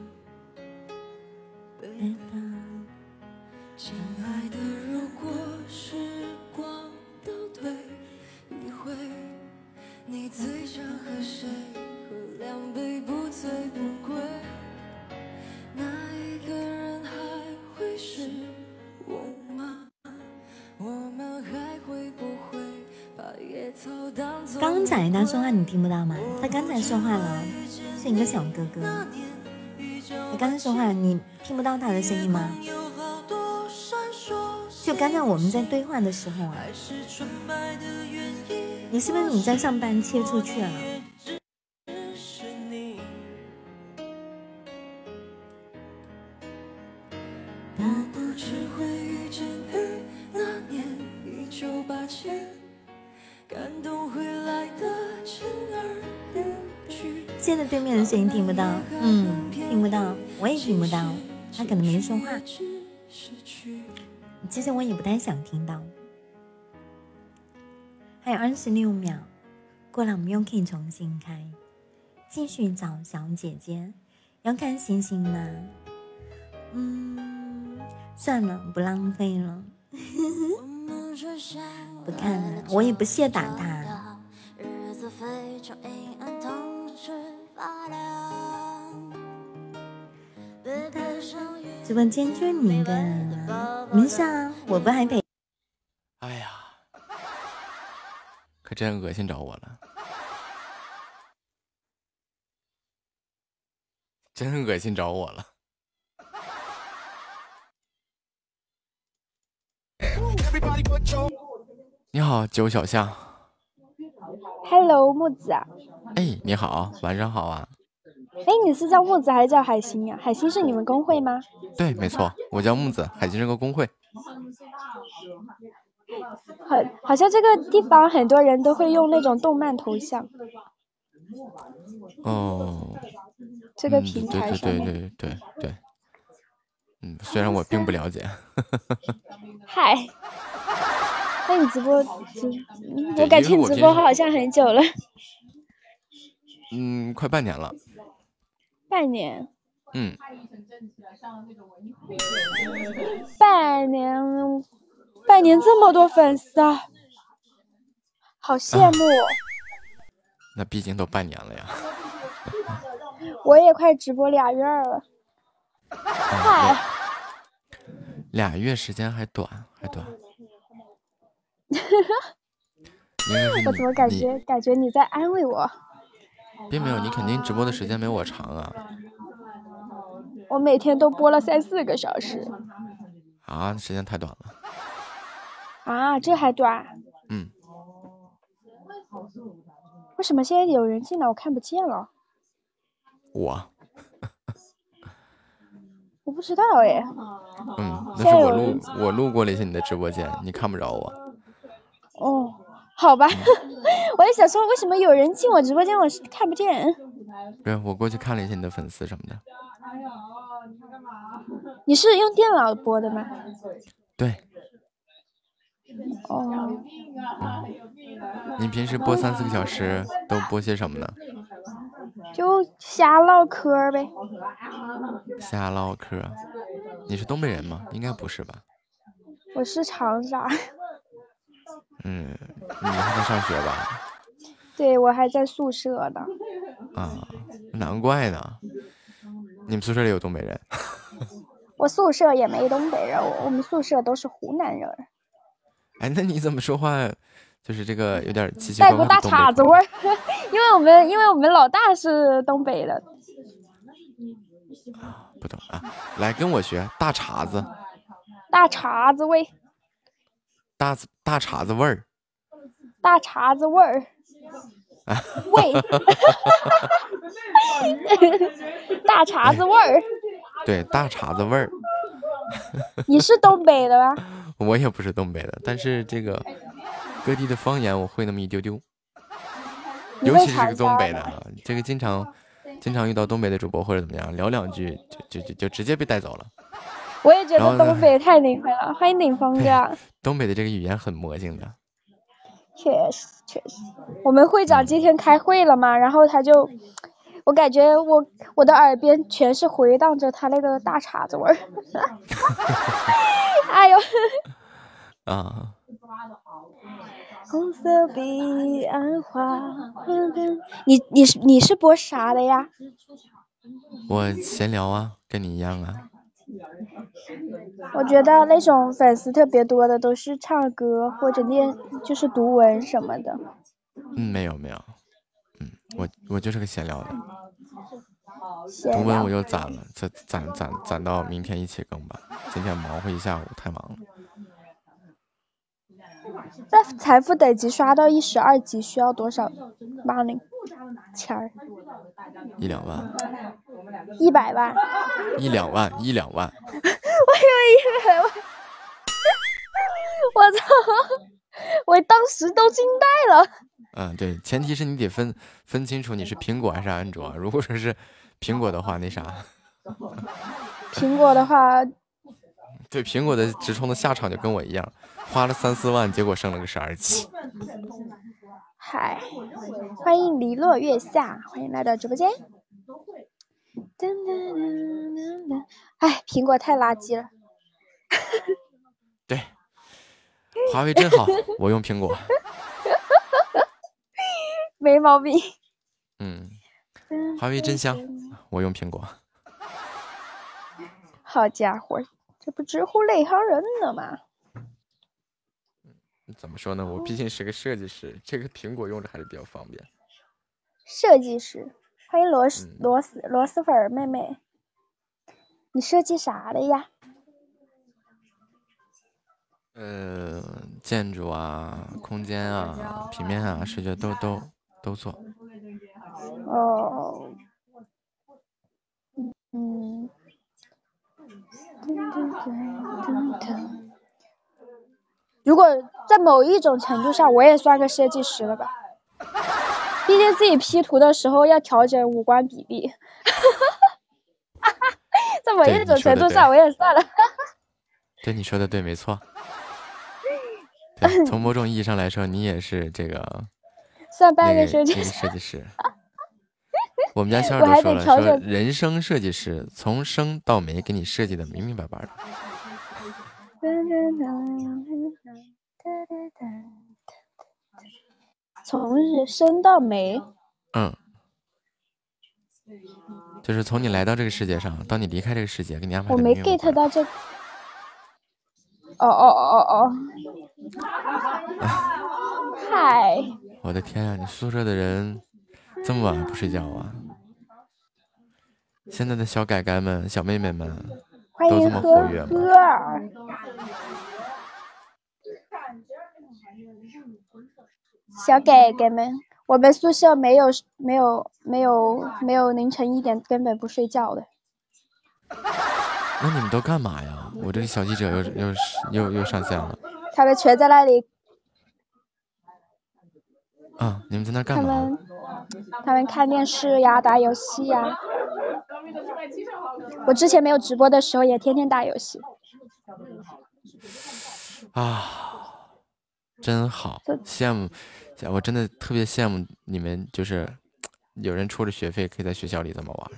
亲爱的，如果时光倒退一回，你最想和谁喝两杯不醉不归？那一个人还会是我吗？ 刚才他说话你听不到吗？他刚才说话了，是一个小哥哥。他刚才说话你听不到他的声音吗？就刚才我们在对话的时候啊，你是不是你在上班切出去了？现在对面的声音听不到，听不到，我也听不到，他可能没说话。其实我也不太想听到。还有26秒，过了我们又可以重新开，继续找小姐姐。要看星星吗？算了，不浪费了。不看了，我也不屑打他。直播间就你一个人啊，没事啊，我不还陪。 哎呀，可真恶心着我了，真恶心着我了。你好，九小象。 Hello， 木子啊。 哎，你好，晚上好啊。 哎，你是叫木子还是叫海星呀？海星是你们公会吗？ 对，没错，我叫木子，海星是个公会。 好像这个地方很多人都会用那种动漫头像。 哦。 这个平台上面。 对。虽然我并不了解。 嗨。那你直播我感觉你直播好像很久了。 快半年了。 半年。半年这么多粉丝啊，好羡慕。 那毕竟都半年了呀。 我也快直播2月了。嗨。 2月时间还短。 我怎么感觉你在安慰我？ 并没有，你肯定直播的时间没我长啊。 我每天都播了3-4个小时。 啊，时间太短了。 啊，这还短？为什么现在有人进来我看不见了？我不知道哎。 那是我路过了一下你的直播间，你看不着我。 哦，好吧。我也想说，为什么有人进我直播间我是看不见？ 不是，我过去看了一下你的粉丝什么的。 你是用电脑播的吗？ 对。你平时播3-4个小时都播些什么呢？ 就瞎唠嗑呗。 瞎唠嗑。你是东北人吗？应该不是吧？ 我是长沙。 你还在上学吧？ 对，我还在宿舍呢。 啊，难怪呢。你们宿舍里有东北人？ 我宿舍也没东北人，我们宿舍都是湖南人。 哎，那你怎么说话就是这个有点奇奇怪怪的？ 带股大碴子味儿，因为我们老大是东北的。 不懂啊，来跟我学大碴子。 大碴子味。 大碴子味儿。 大碴子味儿。味。大碴子味儿。 对，大碴子味儿。 你是东北的吧？ 我也不是东北的，但是这个各地的方言我会那么一丢丢，尤其是这个东北的，这个经常遇到东北的主播或者怎么样，聊2句就直接被带走了。 我也觉得东北太厉害了，欢迎顶峰哥。 东北的这个语言很魔性的。 确实，我们会长今天开会了嘛，然后他就，我感觉我的耳边全是回荡着他那个大碴子味儿。哎呦。 啊。 红色彼岸花。你是播啥的呀？ 我闲聊啊，跟你一样啊。 我觉得那种粉丝特别多的都是唱歌或者就是读文什么的。 没有没有，我就是个闲聊的。 闲图文我聊。 又攒了，攒到明天一起更吧。今天忙活一下午，太忙了。 那财富等级刷到12级需要多少 money 钱儿 ？1-2万。 100万。 1-2万，1-2万。 我以为100万。我操！我当时都惊呆了。 对，前提是你得分清楚你是苹果还是安卓。如果说是苹果的话，那啥。 苹果的话， 对，苹果的直冲的下场就跟我一样，花了3-4万，结果升了个12级。 嗨，欢迎篱落月下，欢迎来到直播间。哎，苹果太垃圾了。 对，华为真好，我用苹果。 没毛病。 华为真香，我用苹果。 好家伙，这不直呼内行人了吗？ 怎么说呢？我毕竟是个设计师，这个苹果用着还是比较方便。 设计师，欢迎螺蛳粉妹妹，你设计啥的呀？ 建筑啊，空间啊，平面啊，视觉都做。 哦，如果在某一种程度上，我也算个设计师了吧？毕竟自己 P 图的时候要调整五官比例，在某一种程度上我也算了。 对，你说的对，没错。对，从某种意义上来说，你也是这个算半个设计师。我们家小耳朵说了，说人生设计师，从生到没给你设计的明明白白的。 从生到没。 就是从你来到这个世界上到你离开这个世界，给你安排。 我没 get 到这。哦。嗨。 我的天啊，你宿舍的人这么晚不睡觉啊？现在的小改改们、小妹妹们都这么活跃吗？ 小改改们，我们宿舍没有凌晨1点根本不睡觉的。 那你们都干嘛呀？我这个小记者又上线了。 他们全在那里。 你们在那干嘛？ 他们看电视呀，打游戏呀。我之前没有直播的时候也天天打游戏。 真好，羡慕！我真的特别羡慕你们，就是有人出着学费可以在学校里这么玩。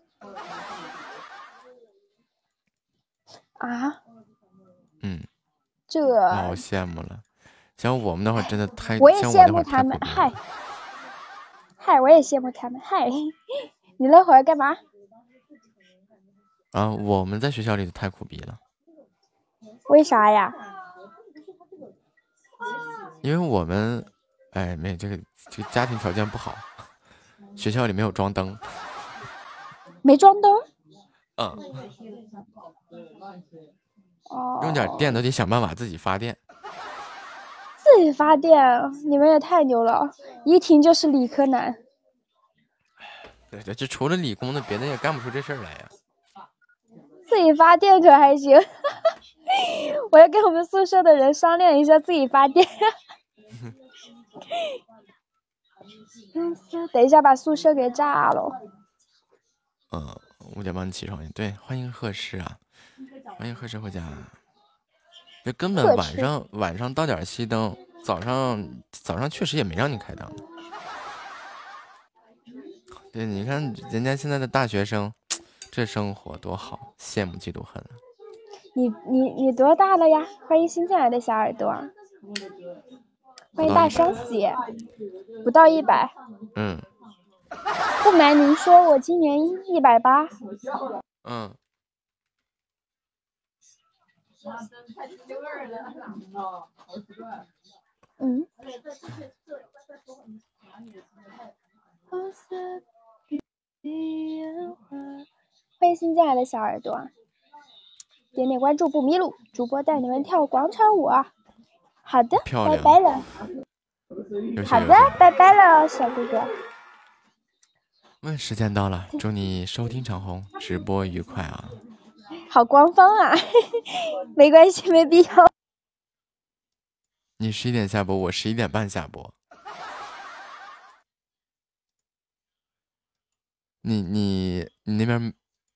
这好羡慕了。像我们那会儿真的太…… 我也羡慕他们。嗨，我也羡慕他们。嗨，你那会儿干嘛？ 我们在学校里太苦逼了。 为啥呀？ 因为我们，没这个家庭条件不好，学校里没有装灯。 没装灯？ 用点电都得想办法自己发电。 自己发电，你们也太牛了！一听就是理科男。 对，这除了理工的，别的也干不出这事儿来呀。 自己发电可还行，我要跟我们宿舍的人商量一下自己发电。等一下把宿舍给炸了。 5点半起床。对，欢迎贺氏啊，欢迎贺氏回家。这根本晚上到点熄灯，早上确实也没让你开灯。对，你看人家现在的大学生，这生活多好，羡慕嫉妒恨。 你多大了呀？欢迎新进来的小耳朵。欢迎大双喜，不到100。不瞒您说，我今年180。 欢迎新进来的小耳朵，点点关注不迷路，主播带你们跳广场舞。好的，拜拜了。好的，拜拜了，小哥哥。 时间到了，祝你收听长虹，直播愉快啊！ 好官方啊，没关系，没必要。 你11点下播，我11点半下播。你那边，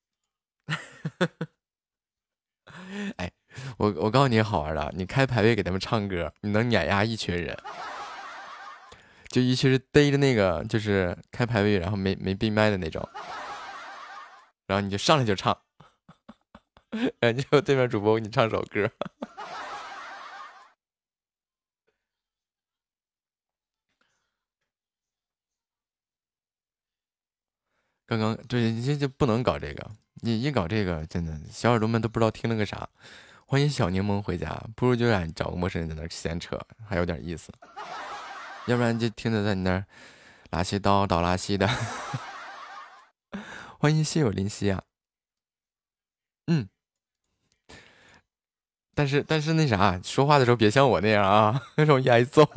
哎，我告诉你好玩的，你开排位给他们唱歌，你能碾压一群人。就一群人逮着那个就是开排位然后没闭麦的那种，然后你就上来就唱，然后就对面主播给你唱首歌。刚刚对，你就不能搞这个，你一搞这个，真的小耳朵们都不知道听了个啥。欢迎小柠檬回家，不如就让你找个陌生人在那闲扯，还有点意思。要不然就听着在你那儿拉稀叨叨拉稀的。欢迎心有灵犀啊。但是那啥，说话的时候别像我那样啊，容易挨揍。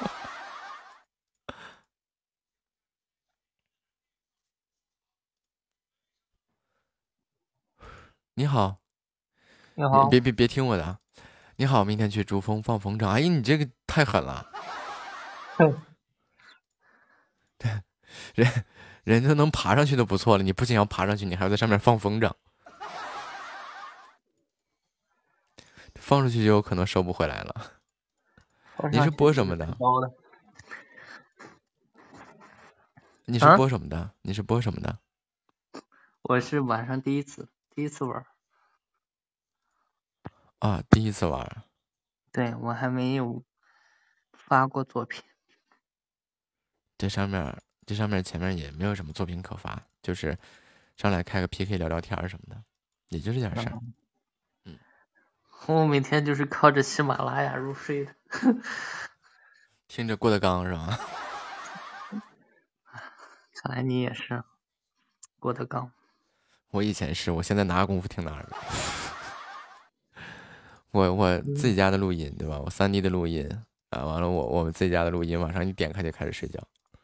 你好， 你好， 别听我的。你好，明天去珠峰放风筝。哎呀，你这个太狠了。人家能爬上去都不错了，你不仅要爬上去，你还要在上面放风筝，放出去就有可能收不回来了。你是播什么的？你是播什么的？你是播什么的？ 我是晚上第一次玩。 啊，第一次玩。 对，我还没有发过作品。 这上面前面也没有什么作品可发，就是上来开个 PK 聊聊天什么的，也就这点事儿。 我每天就是靠着喜马拉雅入睡的。 听着郭德纲是吧？ 看来你也是郭德纲。 我以前是，我现在哪功夫听哪儿了。我自己家的录音对吧？我3D 的录音啊，完了我们自己家的录音，晚上一点开就开始睡觉。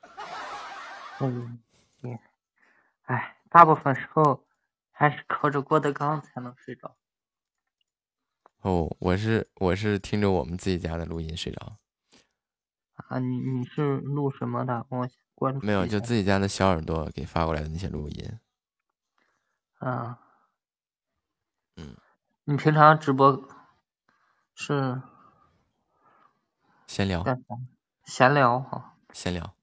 哎，大部分时候还是靠着郭德纲才能睡着。 哦，我是听着我们自己家的录音睡着。 啊，你是录什么的？我关注。 没有，就自己家的小耳朵给发过来的那些录音。 啊。你平常直播是闲聊？ 闲聊哈。 闲聊，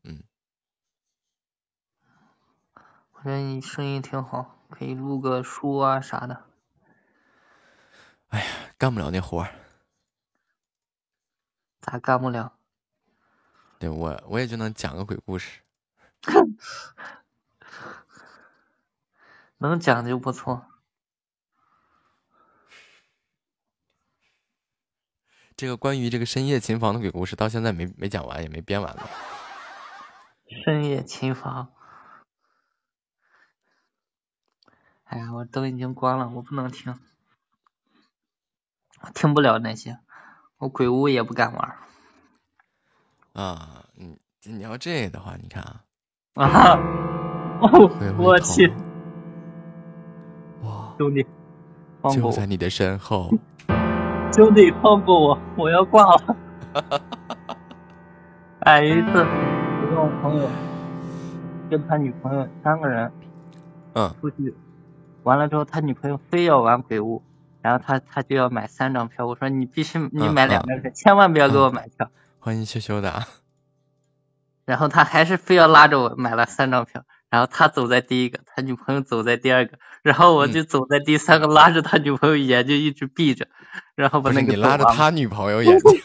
我觉得你声音挺好，可以录个书啊啥的。 哎呀，干不了那活儿。 咋干不了？ 对，我也就能讲个鬼故事。 能讲就不错。 这个关于这个深夜琴房的鬼故事，到现在没讲完，也没编完呢。 深夜琴房。哎呀，我都已经关了，我不能听，我听不了那些，我鬼屋也不敢玩。 啊，你要这个的话，你看啊， 我去，兄弟，放过我， 就在你的身后。 兄弟，放过我，我要挂了。哎，有一次我跟我朋友跟他女朋友3个人，出去。完了之后，他女朋友非要玩鬼屋，然后他就要买3张票。我说你必须你买2张票，千万不要给我买票。 欢迎羞羞的啊！ 然后他还是非要拉着我买了3张票，然后他走在第一个，他女朋友走在第2个，然后我就走在第3个，拉着他女朋友眼睛一直闭着，然后把那个你拉着他女朋友眼睛。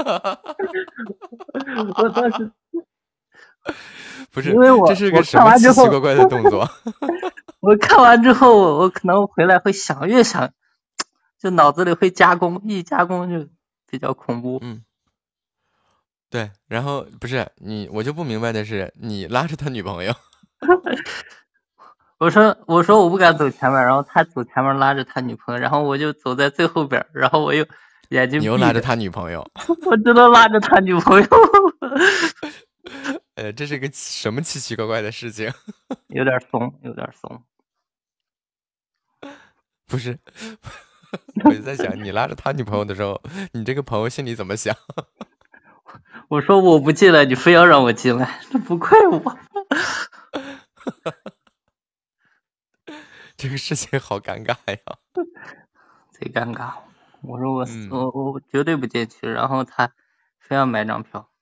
我当时不是， 因为这是个什么奇奇怪怪的动作？ 我看完之后，我可能回来会想，越想就脑子里会加工，一加工就比较恐怖。 对，然后不是你，我就不明白的是，你拉着他女朋友。 我说我不敢走前面，然后他走前面拉着他女朋友，然后我就走在最后边，然后我又眼睛闭着。 你又拉着他女朋友。 我真的拉着他女朋友。 这是个什么奇奇怪怪的事情？ 有点怂，有点怂。 不是，我就在想，你拉着他女朋友的时候，你这个朋友心里怎么想？ 我说我不进来，你非要让我进来，这不怪我。 这个事情好尴尬呀， 贼尴尬。我说我绝对不进去，然后他非要买张票。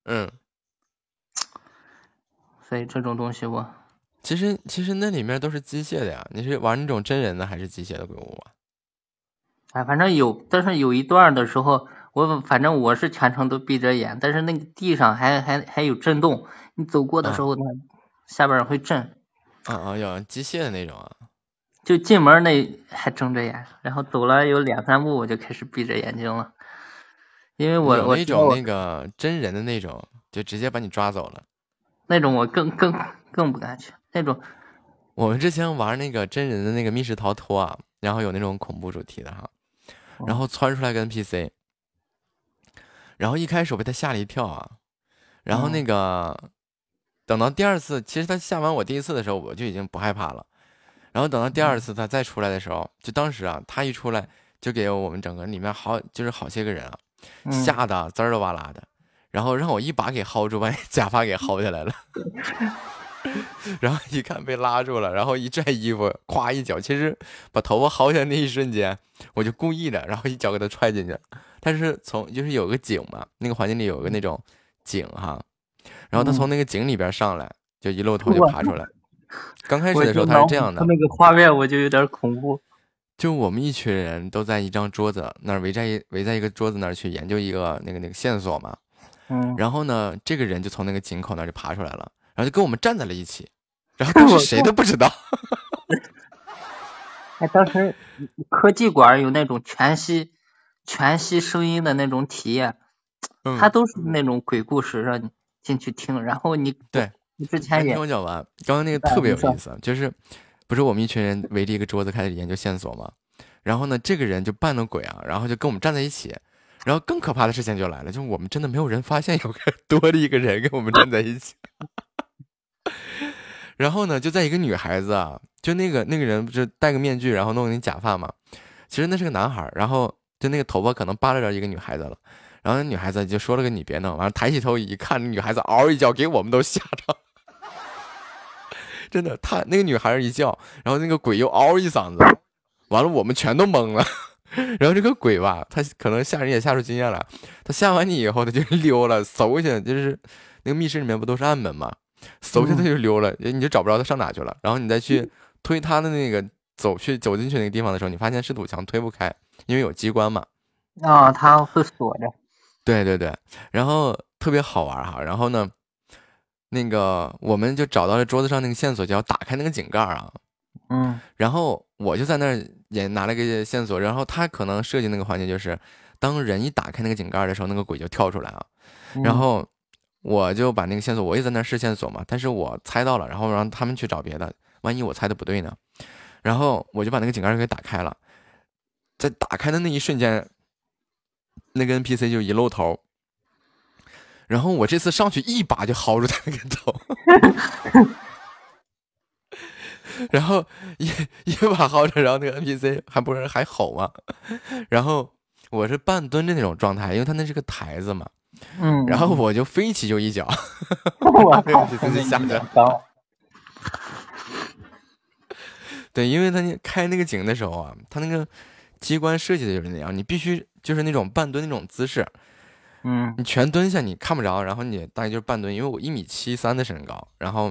所以这种东西我其实那里面都是机械的呀。你是玩那种真人的还是机械的鬼屋啊？反正有，但是有一段的时候，反正我是全程都闭着眼，但是那个地上还有震动，你走过的时候呢，下边会震。 有机械的那种啊。 就进门那还睁着眼，然后走了有2、3步，我就开始闭着眼睛了，因为我有那种那个真人的那种，就直接把你抓走了。 那种我更不敢去。那种我们之前玩那个真人的那个密室逃脱啊，然后有那种恐怖主题的哈，然后窜出来个 NPC，然后一开始我被他吓了一跳啊，然后那个等到第二次，其实他吓完我第一次的时候，我就已经不害怕了。然后等到第二次他再出来的时候，就当时啊，他一出来就给我们整个里面好些个人啊，吓得滋儿哇啦的，然后让我一把给薅住，把假发给薅下来了。然后一看被拉住了，然后一拽衣服，咵一脚，其实把头发薅下那一瞬间，我就故意的，然后一脚给他踹进去。但是就是有个井嘛，那个环境里有个那种井哈，然后他从那个井里边上来，就一露头就爬出来。刚开始的时候他是这样的， 那个画面我就有点恐怖。 就我们一群人都在一张桌子那儿围在一个桌子那儿去研究一个那个线索嘛。然后呢，这个人就从那个井口那儿就爬出来了，然后就跟我们站在了一起，然后当时谁都不知道。 当时科技馆有那种全息声音的那种体验，它都是那种鬼故事，让你进去听，然后你之前也听我讲完，刚刚那个特别有意思，就是不是我们一群人围着一个桌子开始研究线索嘛，然后呢，这个人就扮的鬼啊，然后就跟我们站在一起，然后更可怕的事情就来了，就是我们真的没有人发现有个多的一个人跟我们站在一起。然后呢，就在一个女孩子啊，就那个人不是戴个面具，然后弄那假发嘛，其实那是个男孩，然后就那个头发可能扒拉着一个女孩子了，然后那女孩子就说了个你别弄，完了抬起头一看，那女孩子嗷一叫，给我们都吓着。真的，那个女孩一叫，然后那个鬼又嗷一嗓子，完了我们全都懵了。然后这个鬼吧，他可能吓人也吓出经验了，他吓完你以后他就溜了，搜去，就是那个密室里面不都是暗门吗？搜去他就溜了，你就找不着他上哪去了。然后你再去推他的那个走进去那个地方的时候，你发现是堵墙推不开，因为有机关嘛。 他会锁着。 对对对，然后特别好玩哈。然后呢，那个我们就找到了桌子上那个线索，就要打开那个井盖啊。然后我就在那儿也拿了个线索，然后他可能设计那个环节就是，当人一打开那个井盖的时候，那个鬼就跳出来啊。然后我就把那个线索，我也在那儿试线索嘛，但是我猜到了，然后让他们去找别的，万一我猜的不对呢？然后我就把那个井盖给打开了，在打开的那一瞬间，那个 NPC 就一露头。然后我这次上去一把就薅住他那个头，然后一把薅着，然后那个 NPC 还吼嘛，然后我是半蹲的那种状态，因为他那是个台子嘛，然后我就飞起就一脚，把那个 NPC 就吓着。对，因为他开那个井的时候啊，他那个机关设计的就是那样，你必须就是那种半蹲那种姿势。你全蹲下你看不着，然后你大概就是半蹲，因为我1.73米的身高，然后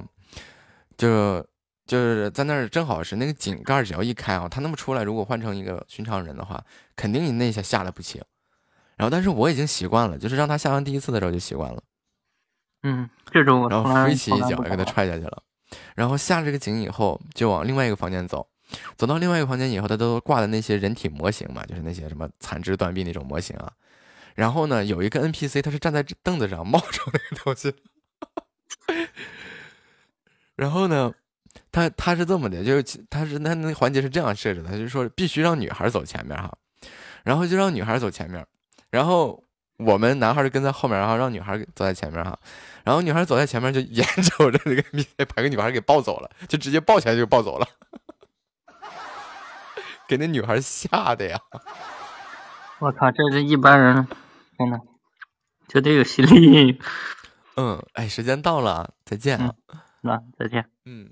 就是在那儿正好是那个井盖只要一开啊，他那么出来，如果换成一个寻常人的话，肯定你那下吓得不轻。然后但是我已经习惯了，就是让他下完第一次的时候就习惯了。 这种然后飞起一脚给他踹下去了，然后下这个井以后就往另外一个房间走到另外一个房间以后，他都挂的那些人体模型嘛，就是那些什么残肢断臂那种模型啊。 然后呢，有一个 NPC 他是站在凳子上冒出那个东西，然后呢，他是这么的，就是他那环节是这样设置的，就是说必须让女孩走前面哈，然后就让女孩走前面，然后我们男孩就跟在后面，然后让女孩走在前面哈，然后女孩走在前面就眼瞅着那个 NPC 把个女孩给抱走了，就直接抱起来就抱走了，给那女孩吓的呀！ 我靠，这是一般人，真的绝对有心理阴影。 哎，时间到了，再见啊！ 那再见。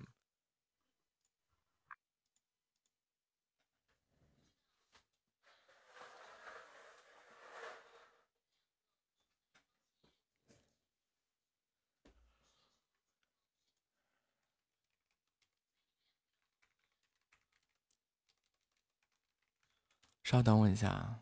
稍等我一下啊。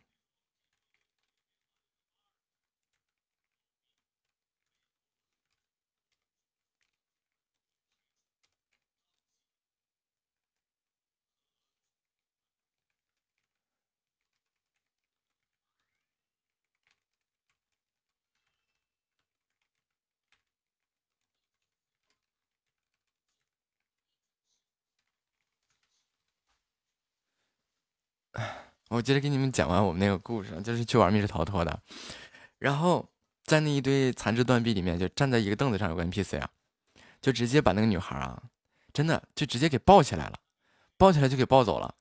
我接着给你们讲完我们那个故事，就是去玩密室逃脱的，然后在那一堆残肢断臂里面，就站在一个凳子上有个 NPC 啊，就直接把那个女孩啊，真的就直接给抱起来了，抱起来就给抱走了，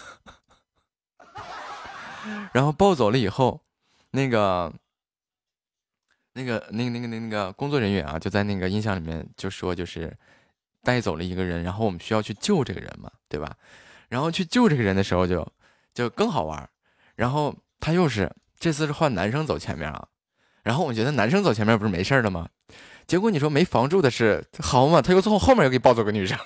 然后抱走了以后，那个工作人员啊，就在那个音响里面就说，就是带走了一个人，然后我们需要去救这个人嘛，对吧？然后去救这个人的时候就更好玩，然后他又是这次是换男生走前面啊，然后我觉得男生走前面不是没事的吗？结果你说没防住的是好嘛，他又从后面又给抱走个女生，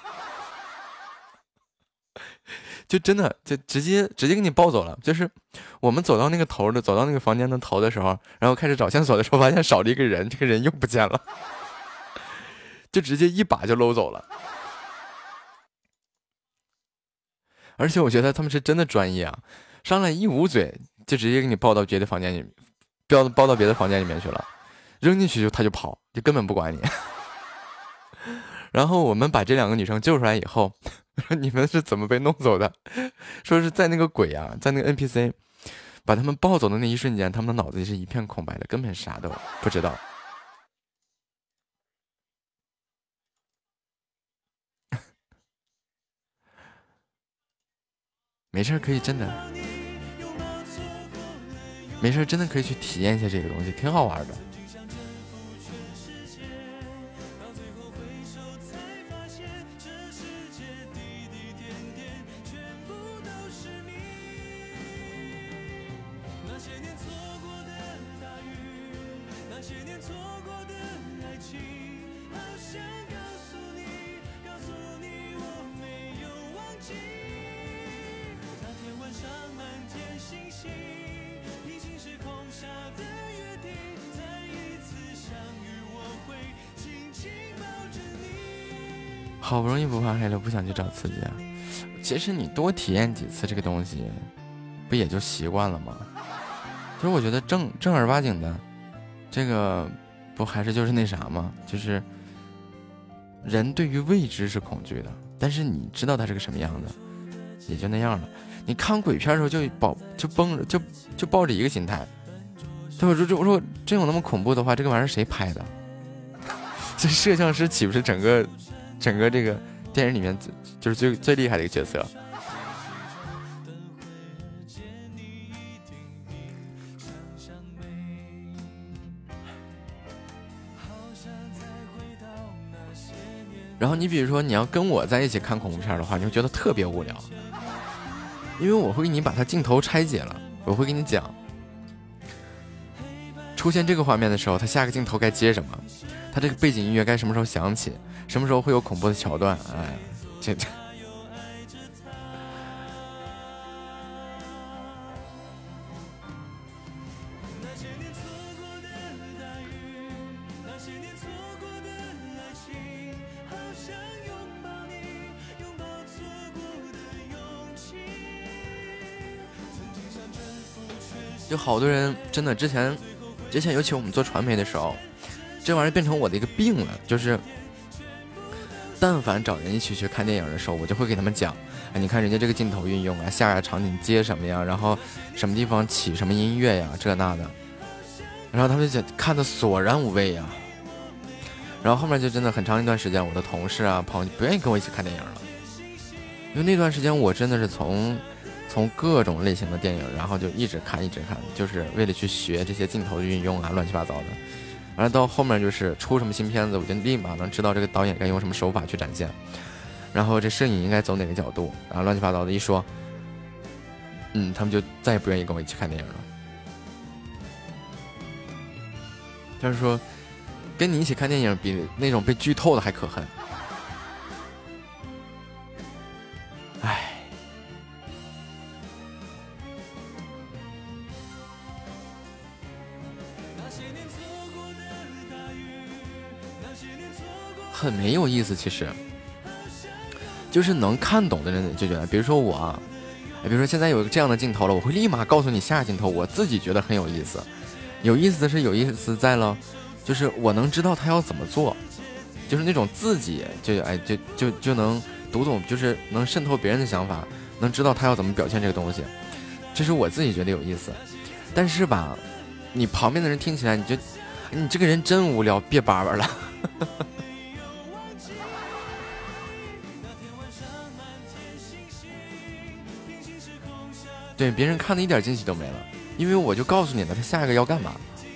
就真的就直接给你抱走了。就是我们走到那个头的，走到那个房间的头的时候，然后开始找线索的时候，发现少了一个人，这个人又不见了，就直接一把就搂走了。而且我觉得他们是真的专业啊，上来一捂嘴就直接给你抱到别的房间里，抱到别的房间里面去了，扔进去他就跑，就根本不管你。然后我们把这两个女生救出来以后，说你们是怎么被弄走的？说是在那个鬼啊，在那个 NPC 把他们抱走的那一瞬间，他们的脑子里是一片空白的，根本啥都不知道。没事可以真的，没事真的可以去体验一下这个东西，挺好玩的。好不容易不怕黑了，不想去找刺激啊。其实你多体验几次这个东西，不也就习惯了吗？其实我觉得正儿八经的，这个不还是就是那啥吗？就是人对于未知是恐惧的，但是你知道它是个什么样的，也就那样了。你看鬼片的时候就抱着一个心态，对吧？如果真有那么恐怖的话，这个玩意儿谁拍的？这摄像师岂不是整个这个电影里面就是最厉害的一个角色？然后你比如说你要跟我在一起看恐怖片的话，你会觉得特别无聊，因为我会给你把它镜头拆解了，我会给你讲出现这个画面的时候，它下个镜头该接什么，它这个背景音乐该什么时候响起，什么时候会有恐怖的桥段。哎，这就好多人真的之前尤其我们做传媒的时候，这玩意儿变成我的一个病了，就是但凡找人一起去看电影的时候，我就会给他们讲，你看人家这个镜头运用啊，下场景接什么呀，然后什么地方起什么音乐呀，这那的，然后他们就看得索然无味呀。然后后面就真的很长一段时间，我的同事啊朋友不愿意跟我一起看电影了，因为那段时间我真的是从各种类型的电影，然后就一直看，就是为了去学这些镜头的运用啊，乱七八糟的。完了到后面就是出什么新片子，我就立马能知道这个导演该用什么手法去展现，然后这摄影应该走哪个角度，然后乱七八糟的一说，他们就再也不愿意跟我一起看电影了。就是说跟你一起看电影比那种被剧透的还可恨。唉，很没有意思。其实就是能看懂的人就觉得，比如说我，比如说现在有一个这样的镜头了，我会立马告诉你下镜头，我自己觉得很有意思。有意思的是有意思在了，就是我能知道他要怎么做，就是那种自己就能读懂，就是能渗透别人的想法，能知道他要怎么表现这个东西，这是我自己觉得有意思。但是吧，你旁边的人听起来，你这个人真无聊，别叭叭了。对，别人看的一点惊喜都没了，因为我就告诉你了，他下一个要干嘛。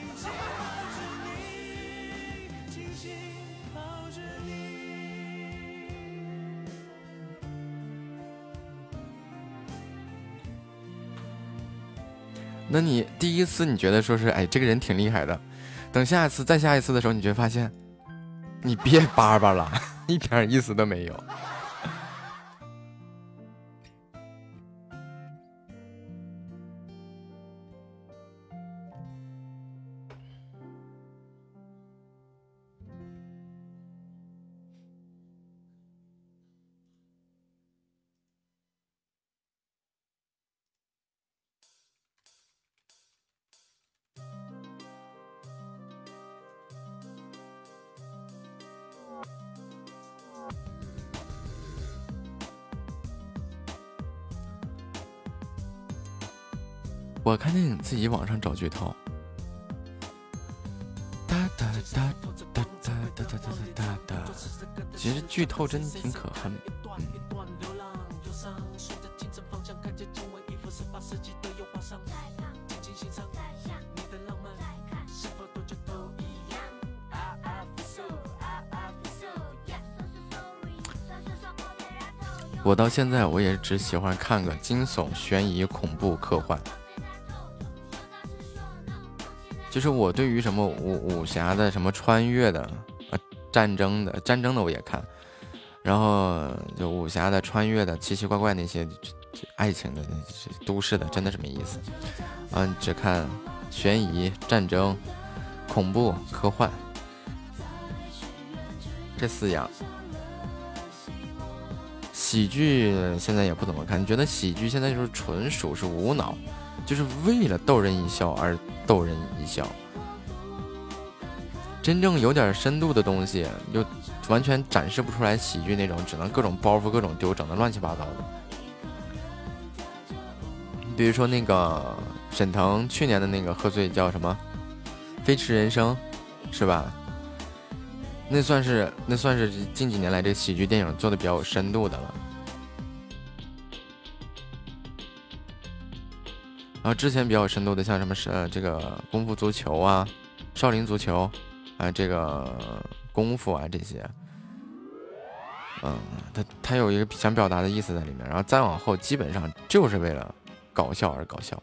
那你第一次你觉得说是这个人挺厉害的，等下一次再下一次的时候，你就会发现你别叭叭了，一点意思都没有。我看电影自己网上找剧透，其实剧透真挺可恨。我到现在我也只喜欢看个惊悚、悬疑、恐怖、科幻。就是我对于什么武侠的、什么穿越的、战争的我也看，然后就武侠的、穿越的、奇奇怪怪那些爱情的、都市的，真的是没意思。只看悬疑、战争、恐怖、科幻这4样。喜剧现在也不怎么看，你觉得喜剧现在就是纯属是无脑，就是为了逗人一笑而逗人一笑，真正有点深度的东西就完全展示不出来。喜剧那种只能各种包袱各种丢，整的乱七八糟的。比如说那个沈腾去年的那个贺岁叫什么飞驰人生是吧，那算是近几年来这个喜剧电影做的比较有深度的了。然后之前比较有深度的像什么这个功夫足球啊、少林足球啊、这个功夫啊这些，它有一个想表达的意思在里面。然后再往后基本上就是为了搞笑而搞笑。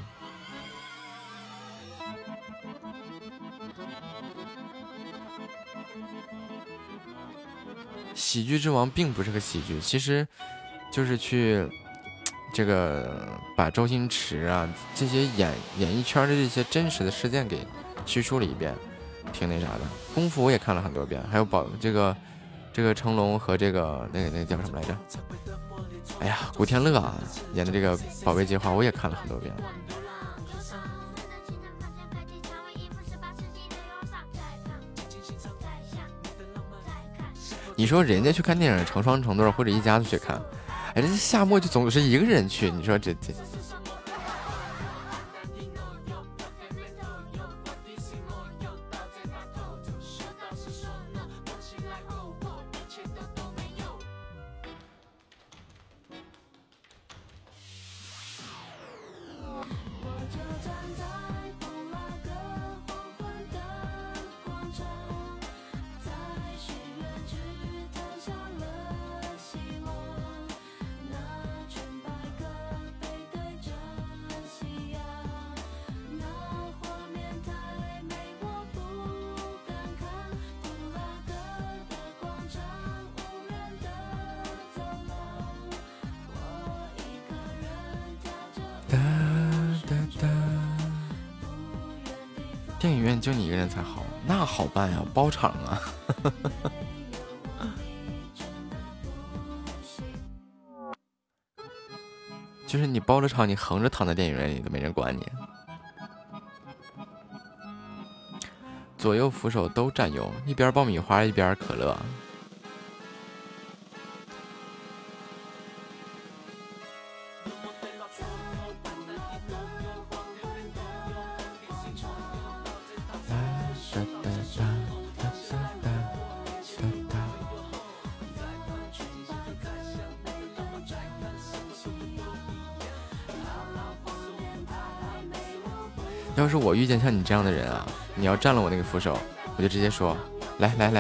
喜剧之王并不是个喜剧，其实就是去这个把周星驰啊这些演艺圈的这些真实的事件给叙述了一遍，挺那啥的。功夫我也看了很多遍，还有这个成龙和这个那个叫什么来着？哎呀，古天乐啊演的这个《保卫计划》我也看了很多遍。 你说人家去看电影成双成对或者一家子去看，哎，这夏末就总是一个人去，你说这。电影院就你一个人才好，那好办呀，包场啊。就是你包了场，你横着躺在电影院里都没人管你。左右扶手都占用，一边爆米花一边可乐。要是我遇见像你这样的人啊，你要占了我那个扶手，我就直接说，来来来，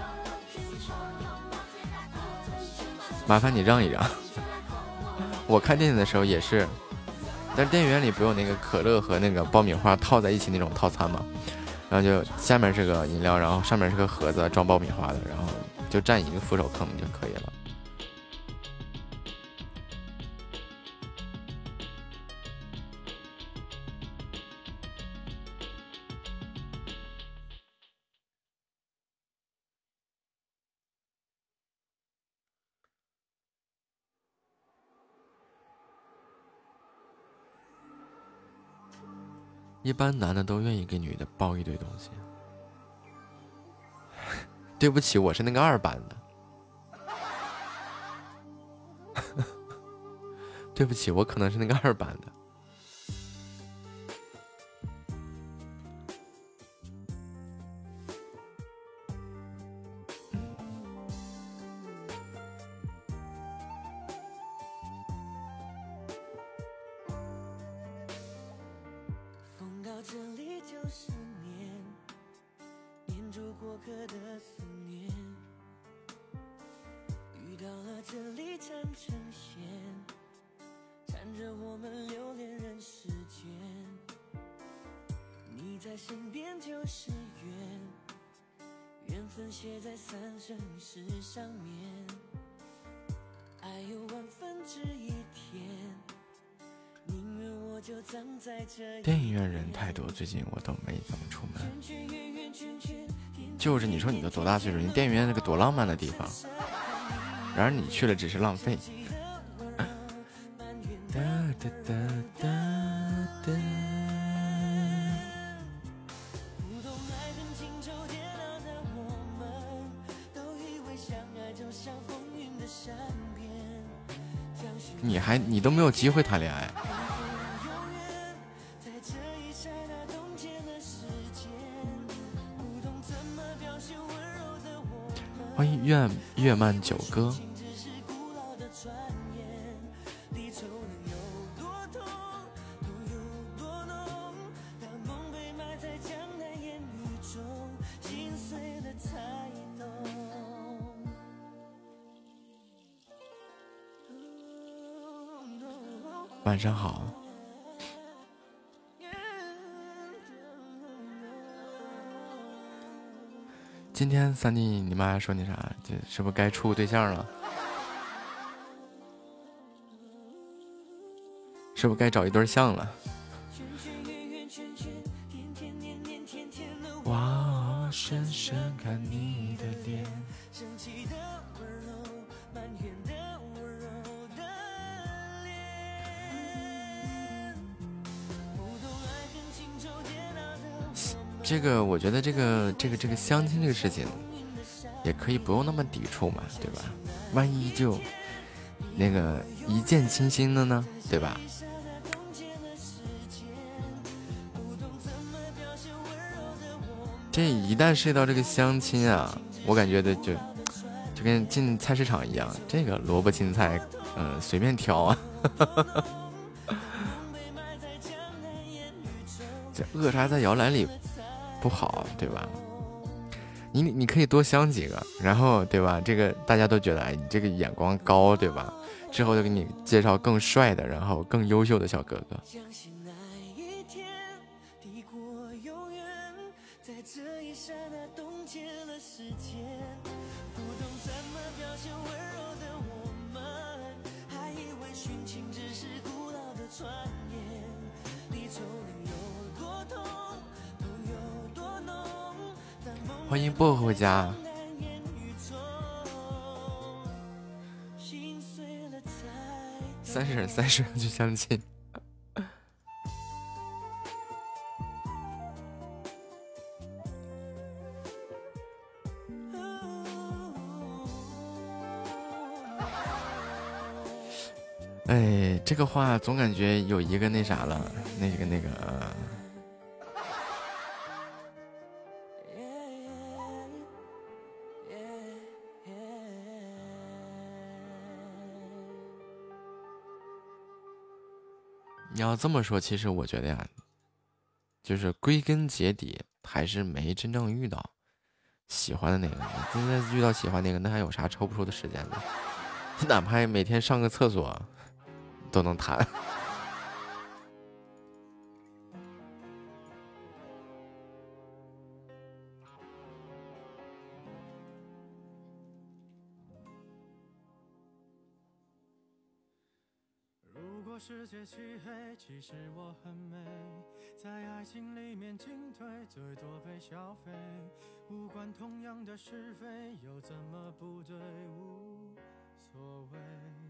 麻烦你让一让。我看电影的时候也是，但是电影院里不有那个可乐和那个爆米花套在一起那种套餐嘛，然后就下面是个饮料，然后上面是个盒子装爆米花的，然后就占一个扶手坑就可以了。一般男的都愿意给女的包一堆东西。对不起，我是那个2班的。对不起，我可能是那个2班的。电影院人太多，最近我都没怎么出门。就是你说你都多大岁数，你电影院那个多浪漫的地方，然而你去了只是浪费。你都没有机会谈恋爱。欢迎月漫九哥。晚上好。今天3弟你妈说你啥？这是不是该处个对象了？是不是该找一对象了？我深深看你的脸。这个我觉得这个相亲这个事情， 也可以不用那么抵触嘛，对吧？万一就那个一见倾心的呢，对吧？这一旦涉及到这个相亲啊，我感觉的就跟进菜市场一样，这个萝卜青菜，随便挑啊。这扼杀在摇篮里不好，对吧？你可以多相几个，然后对吧？这个大家都觉得，哎，你这个眼光高，对吧？之后就给你介绍更帅的，然后更优秀的小哥哥。欢迎薄荷回家。30人30人去相亲。哎，这个话总感觉有一个那啥了，那个。你要这么说，其实我觉得呀，就是归根结底还是没真正遇到喜欢的那个。你现在遇到喜欢那个，那还有啥抽不出的时间呢？哪怕每天上个厕所都能谈。 世界漆黑，其实我很美，在爱情里面进退，最多被消费，无关同样的是非，又怎么不对，无所谓。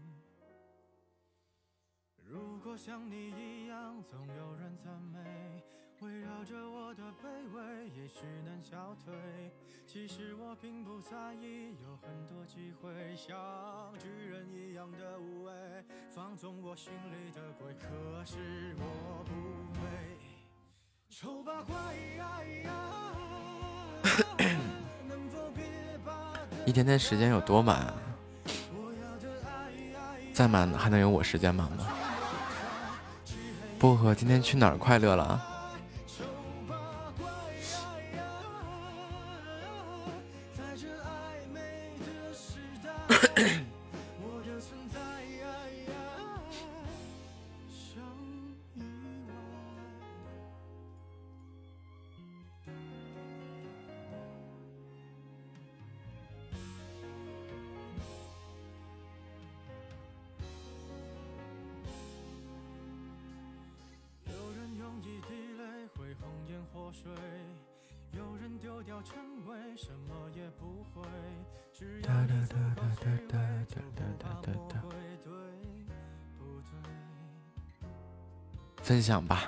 如果像你一样，总有人赞美，围绕着我的卑微，也许能消退。其实我并不在意，有很多机会，像巨人一样的无畏，放纵我心里的鬼，可是我不配。丑八怪能否别把一天天时间有多满啊？再满还能有我时间满吗？薄荷今天去哪儿快乐了？分享吧。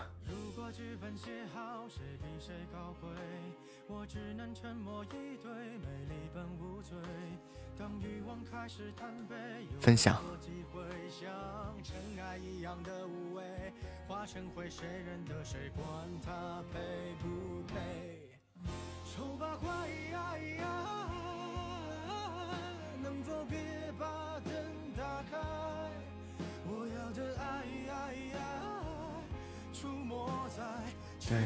分享。 能否别把灯打开？我要的爱出没在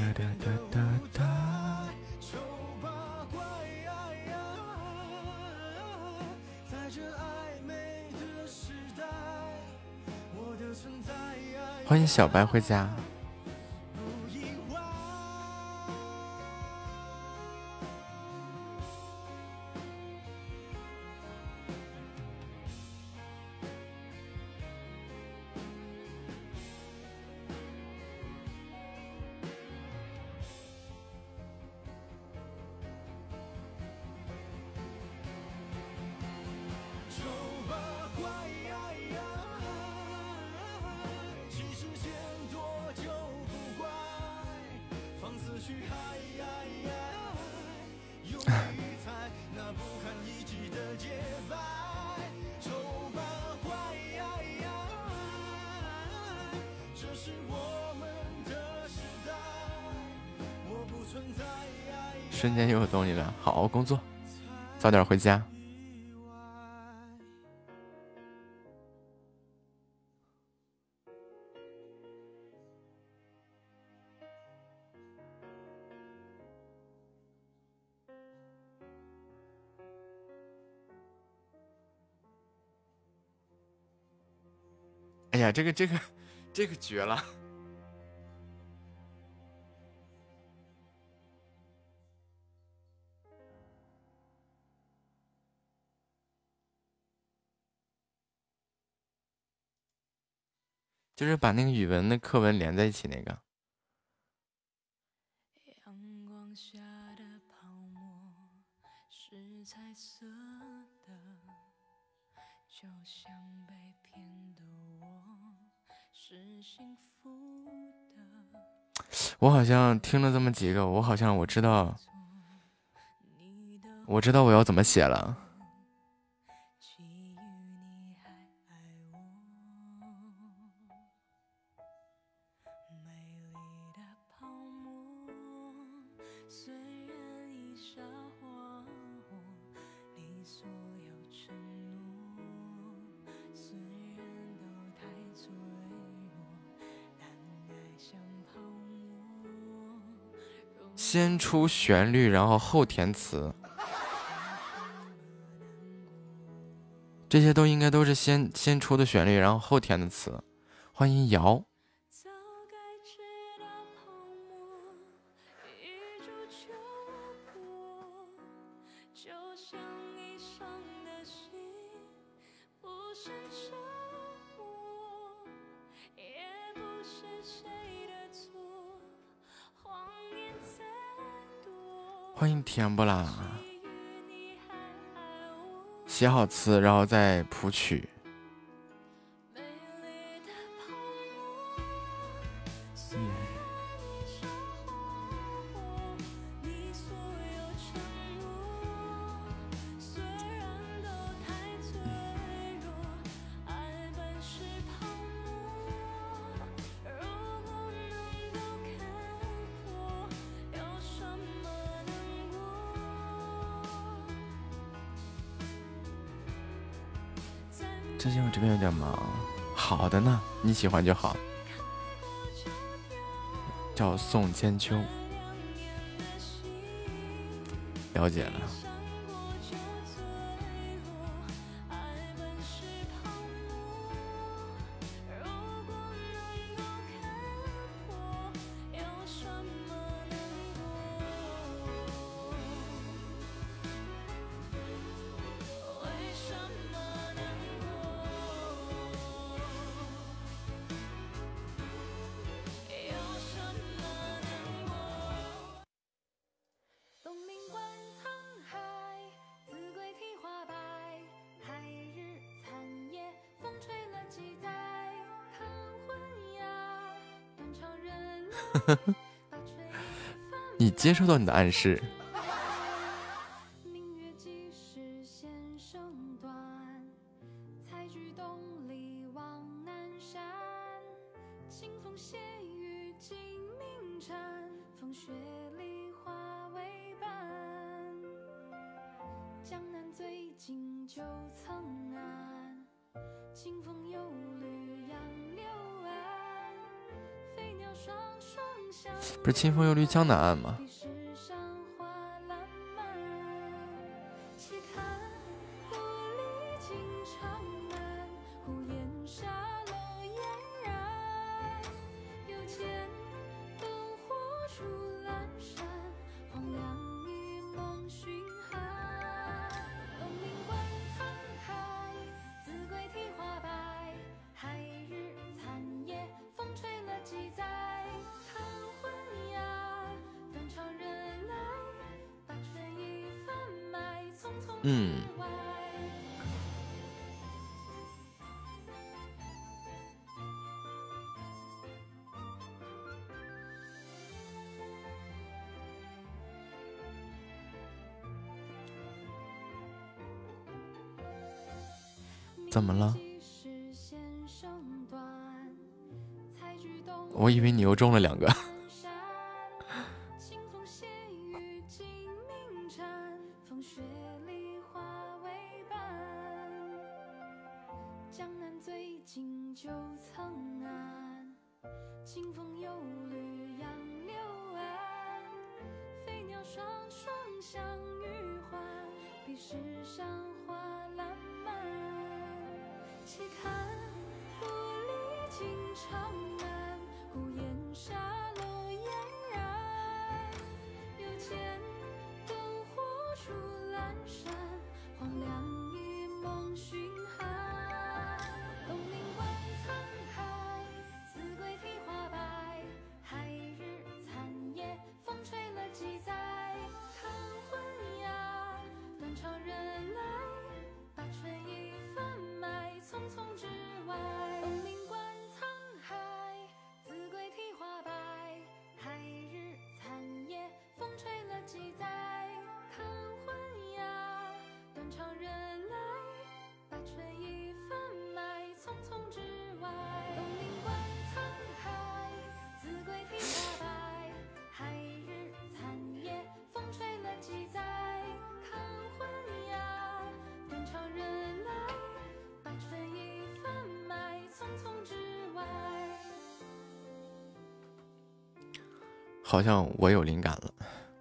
丑八怪在这暧昧的时代，我的存在欢迎小白回家。 其实先多久瞬间又有动力了。好好工作，早点回家。哎呀，这个绝了！就是把那个语文的课文连在一起那个。我好像听了这么几个，我好像我知道我要怎么写了。先出旋律，然后后填词，这些都应该都是先出的旋律，然后后填的词。欢迎瑶。欢迎甜不啦，写好词，然后再谱曲。最近我这边有点忙，好的呢，你喜欢就好。叫宋千秋，了解了。你接收到你的暗示。不是清风又绿江南岸吗？怎么了？我以为你又中了2个。 好像我有灵感了，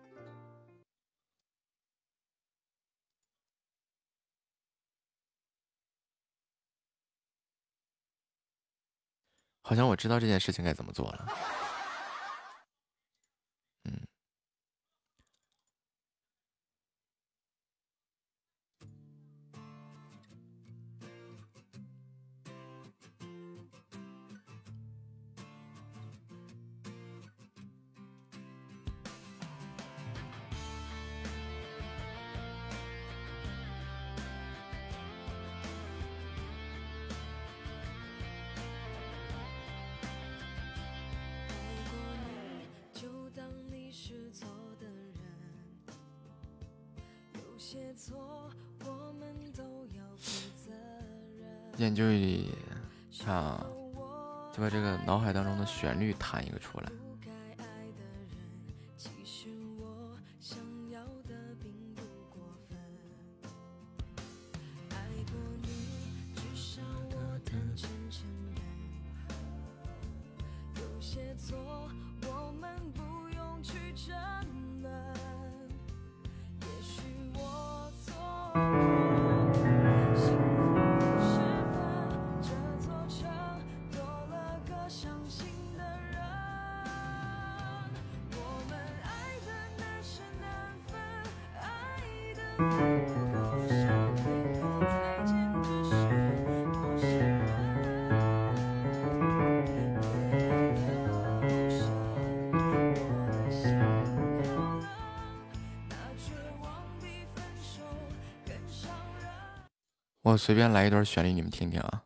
好像我知道这件事情该怎么做了。研究一下，就把这个脑海当中的旋律弹一个出来。我随便来一段旋律，你们听听啊。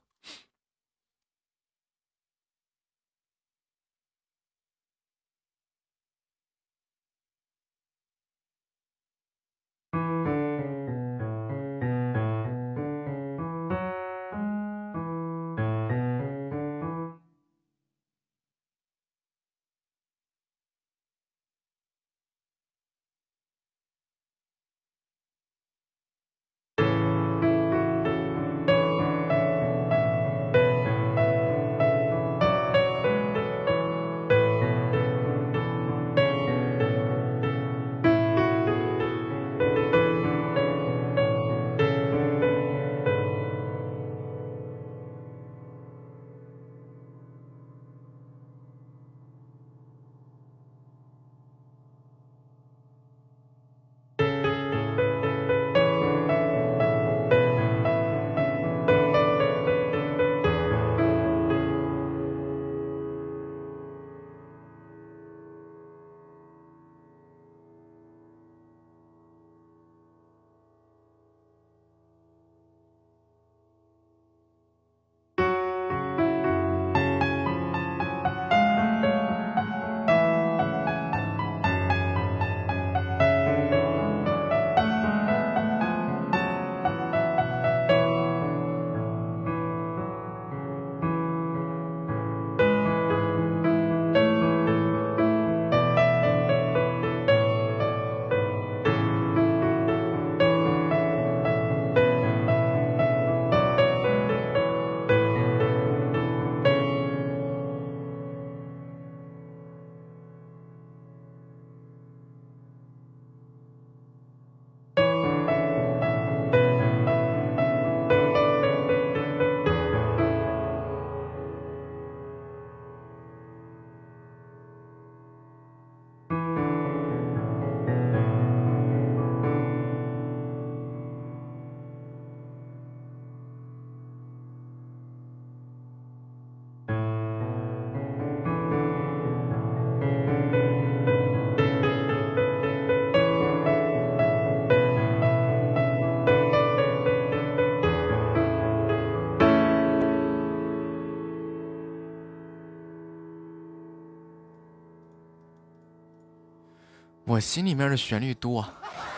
我心里面的旋律多，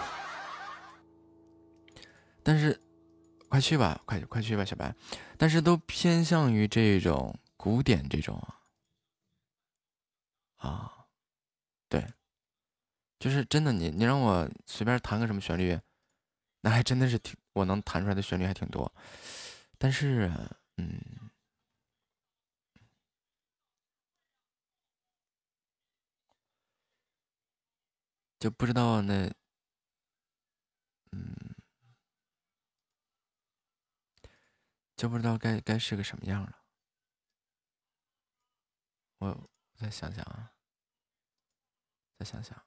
但是快去吧，快去吧，小白。但是都偏向于这种古典这种啊，对，就是真的，你让我随便弹个什么旋律，那还真的是我能弹出来的旋律还挺多，但是就不知道那就不知道该是个什么样了。我再想想啊，再想想。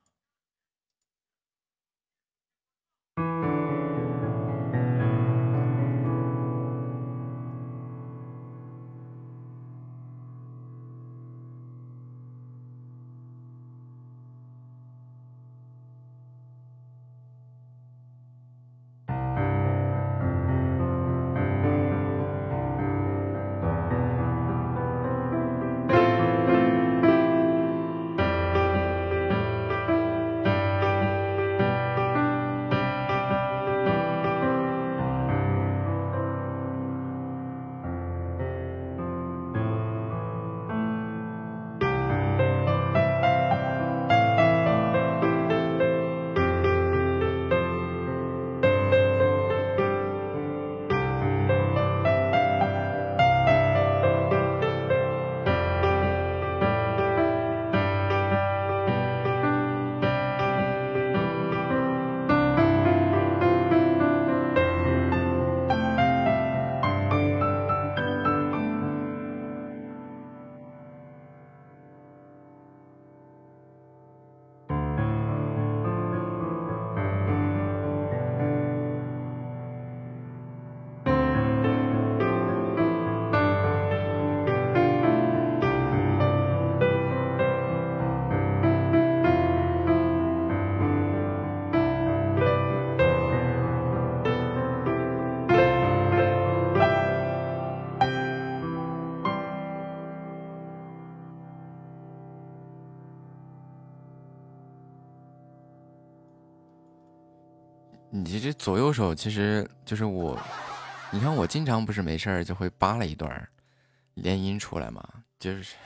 你这左右手其实就是我，你看我经常不是没事儿就会扒拉一段连音出来嘛，就是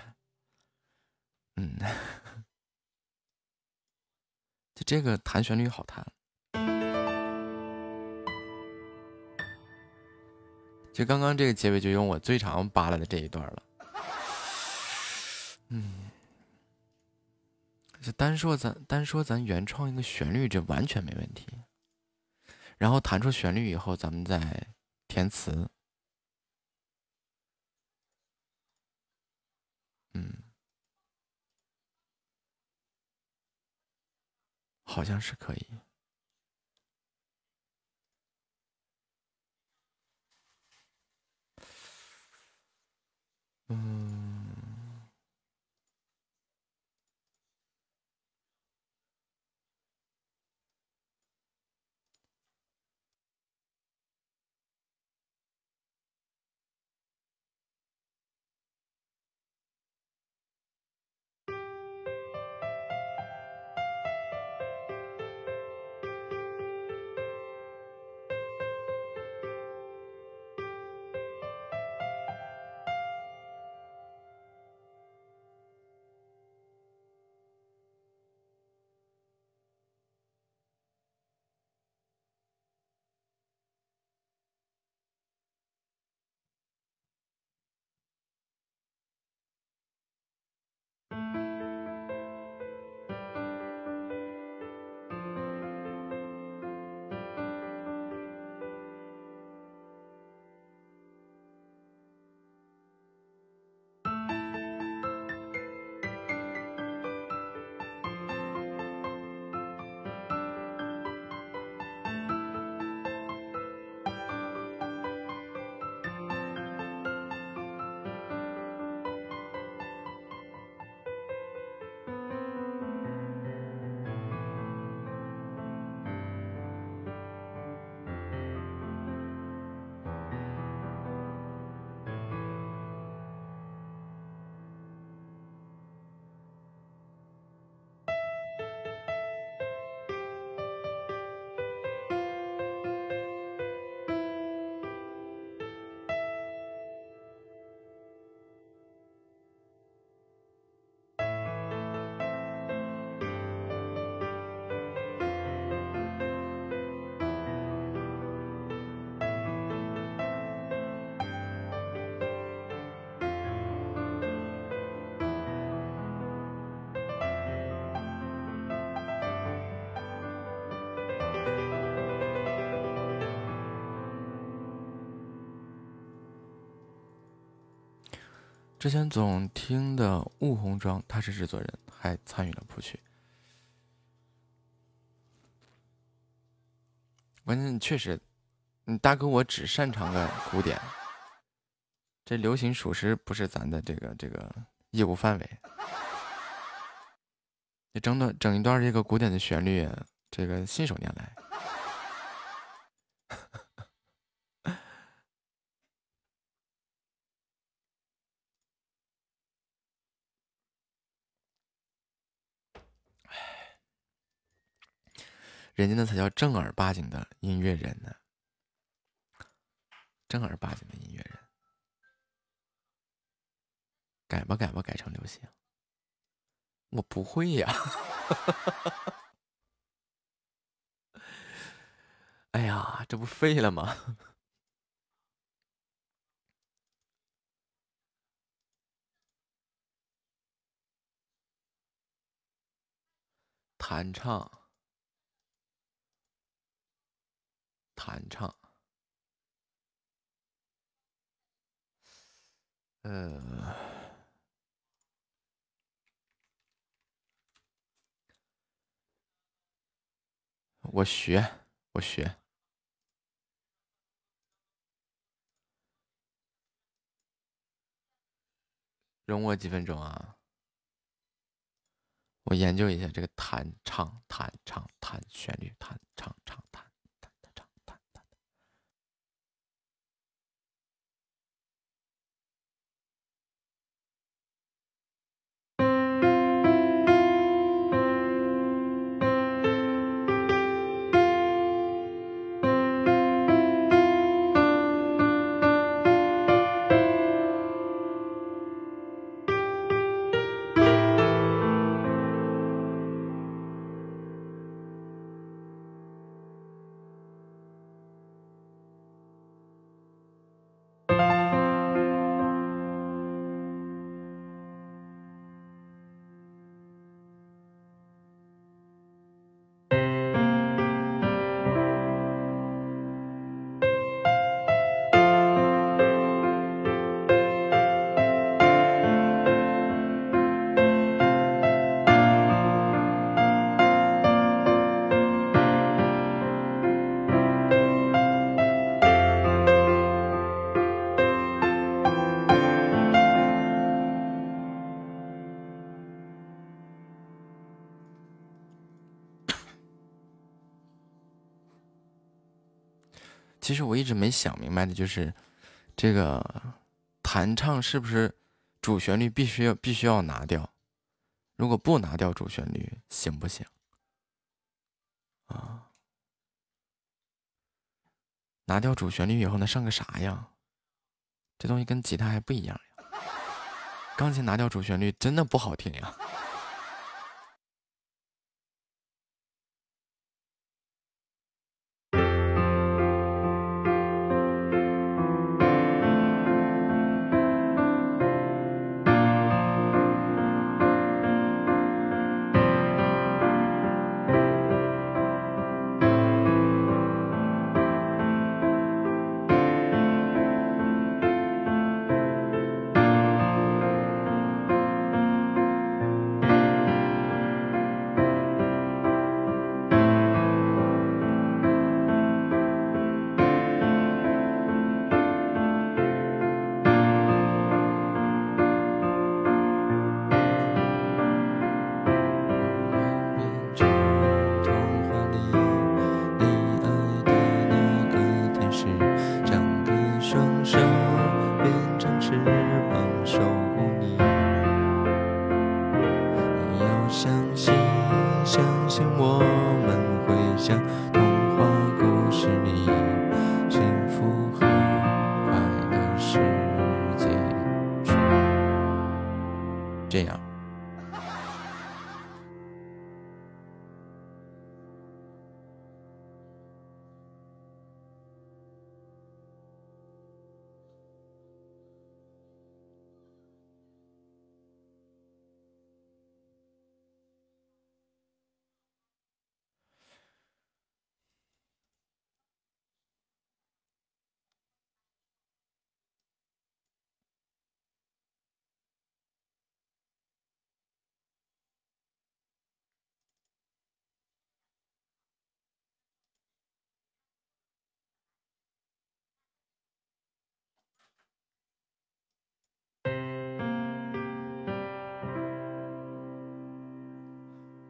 就这个弹旋律好弹，就刚刚这个结尾就用我最常扒拉的这一段了。就单说咱原创一个旋律，这完全没问题。然后弹出旋律以后，咱们再填词。好像是可以。 之前总听的雾红妆，他是制作人，还参与了谱曲。关键确实，大哥我只擅长个古典，这流行属实不是咱的这个业务范围。你整一段这个古典的旋律，这个信手拈来。人家那才叫正儿八经的音乐人呢，正儿八经的音乐人。改吧，改成流行。我不会呀。哎呀，这不废了吗？弹唱。我学。容我几分钟啊，我研究一下这个弹旋律，弹。其实我一直没想明白的就是，这个弹唱是不是主旋律必须要拿掉？如果不拿掉主旋律，行不行？啊，拿掉主旋律以后，那上个啥呀？这东西跟吉他还不一样呀。钢琴拿掉主旋律，真的不好听呀。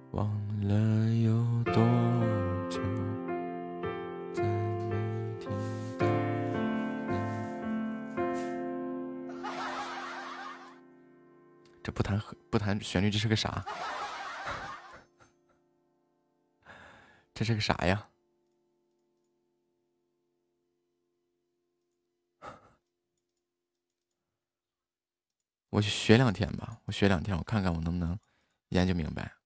忘了有多久再没听到你。这不弹旋律，这是个啥？这是个啥呀？我去学2天吧，我学2天，我看看我能不能研究明白。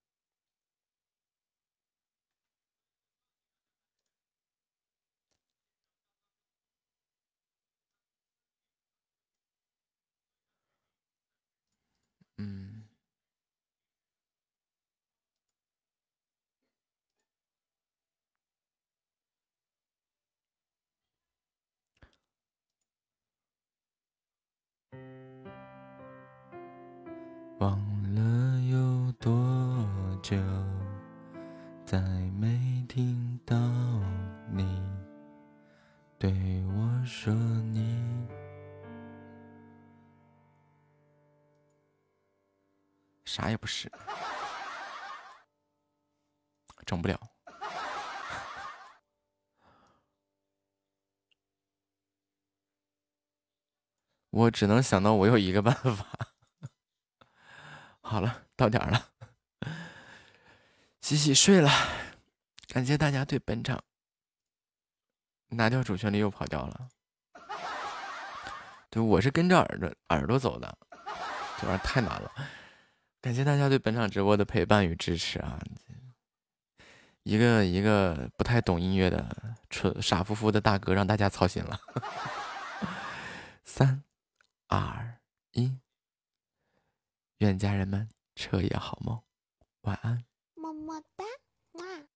忘了有多久再没听到你对我说你啥也不是，整不了。我只能想到我有一个办法。好了，到点了，洗洗睡了。感谢大家对本场。拿掉主旋律又跑掉了。对，我是跟着耳朵走的，这玩意儿太难了。感谢大家对本场直播的陪伴与支持啊！一个不太懂音乐的傻乎乎的大哥让大家操心了。3、2、1，愿家人们彻夜好梦，晚安， 么么哒，哇。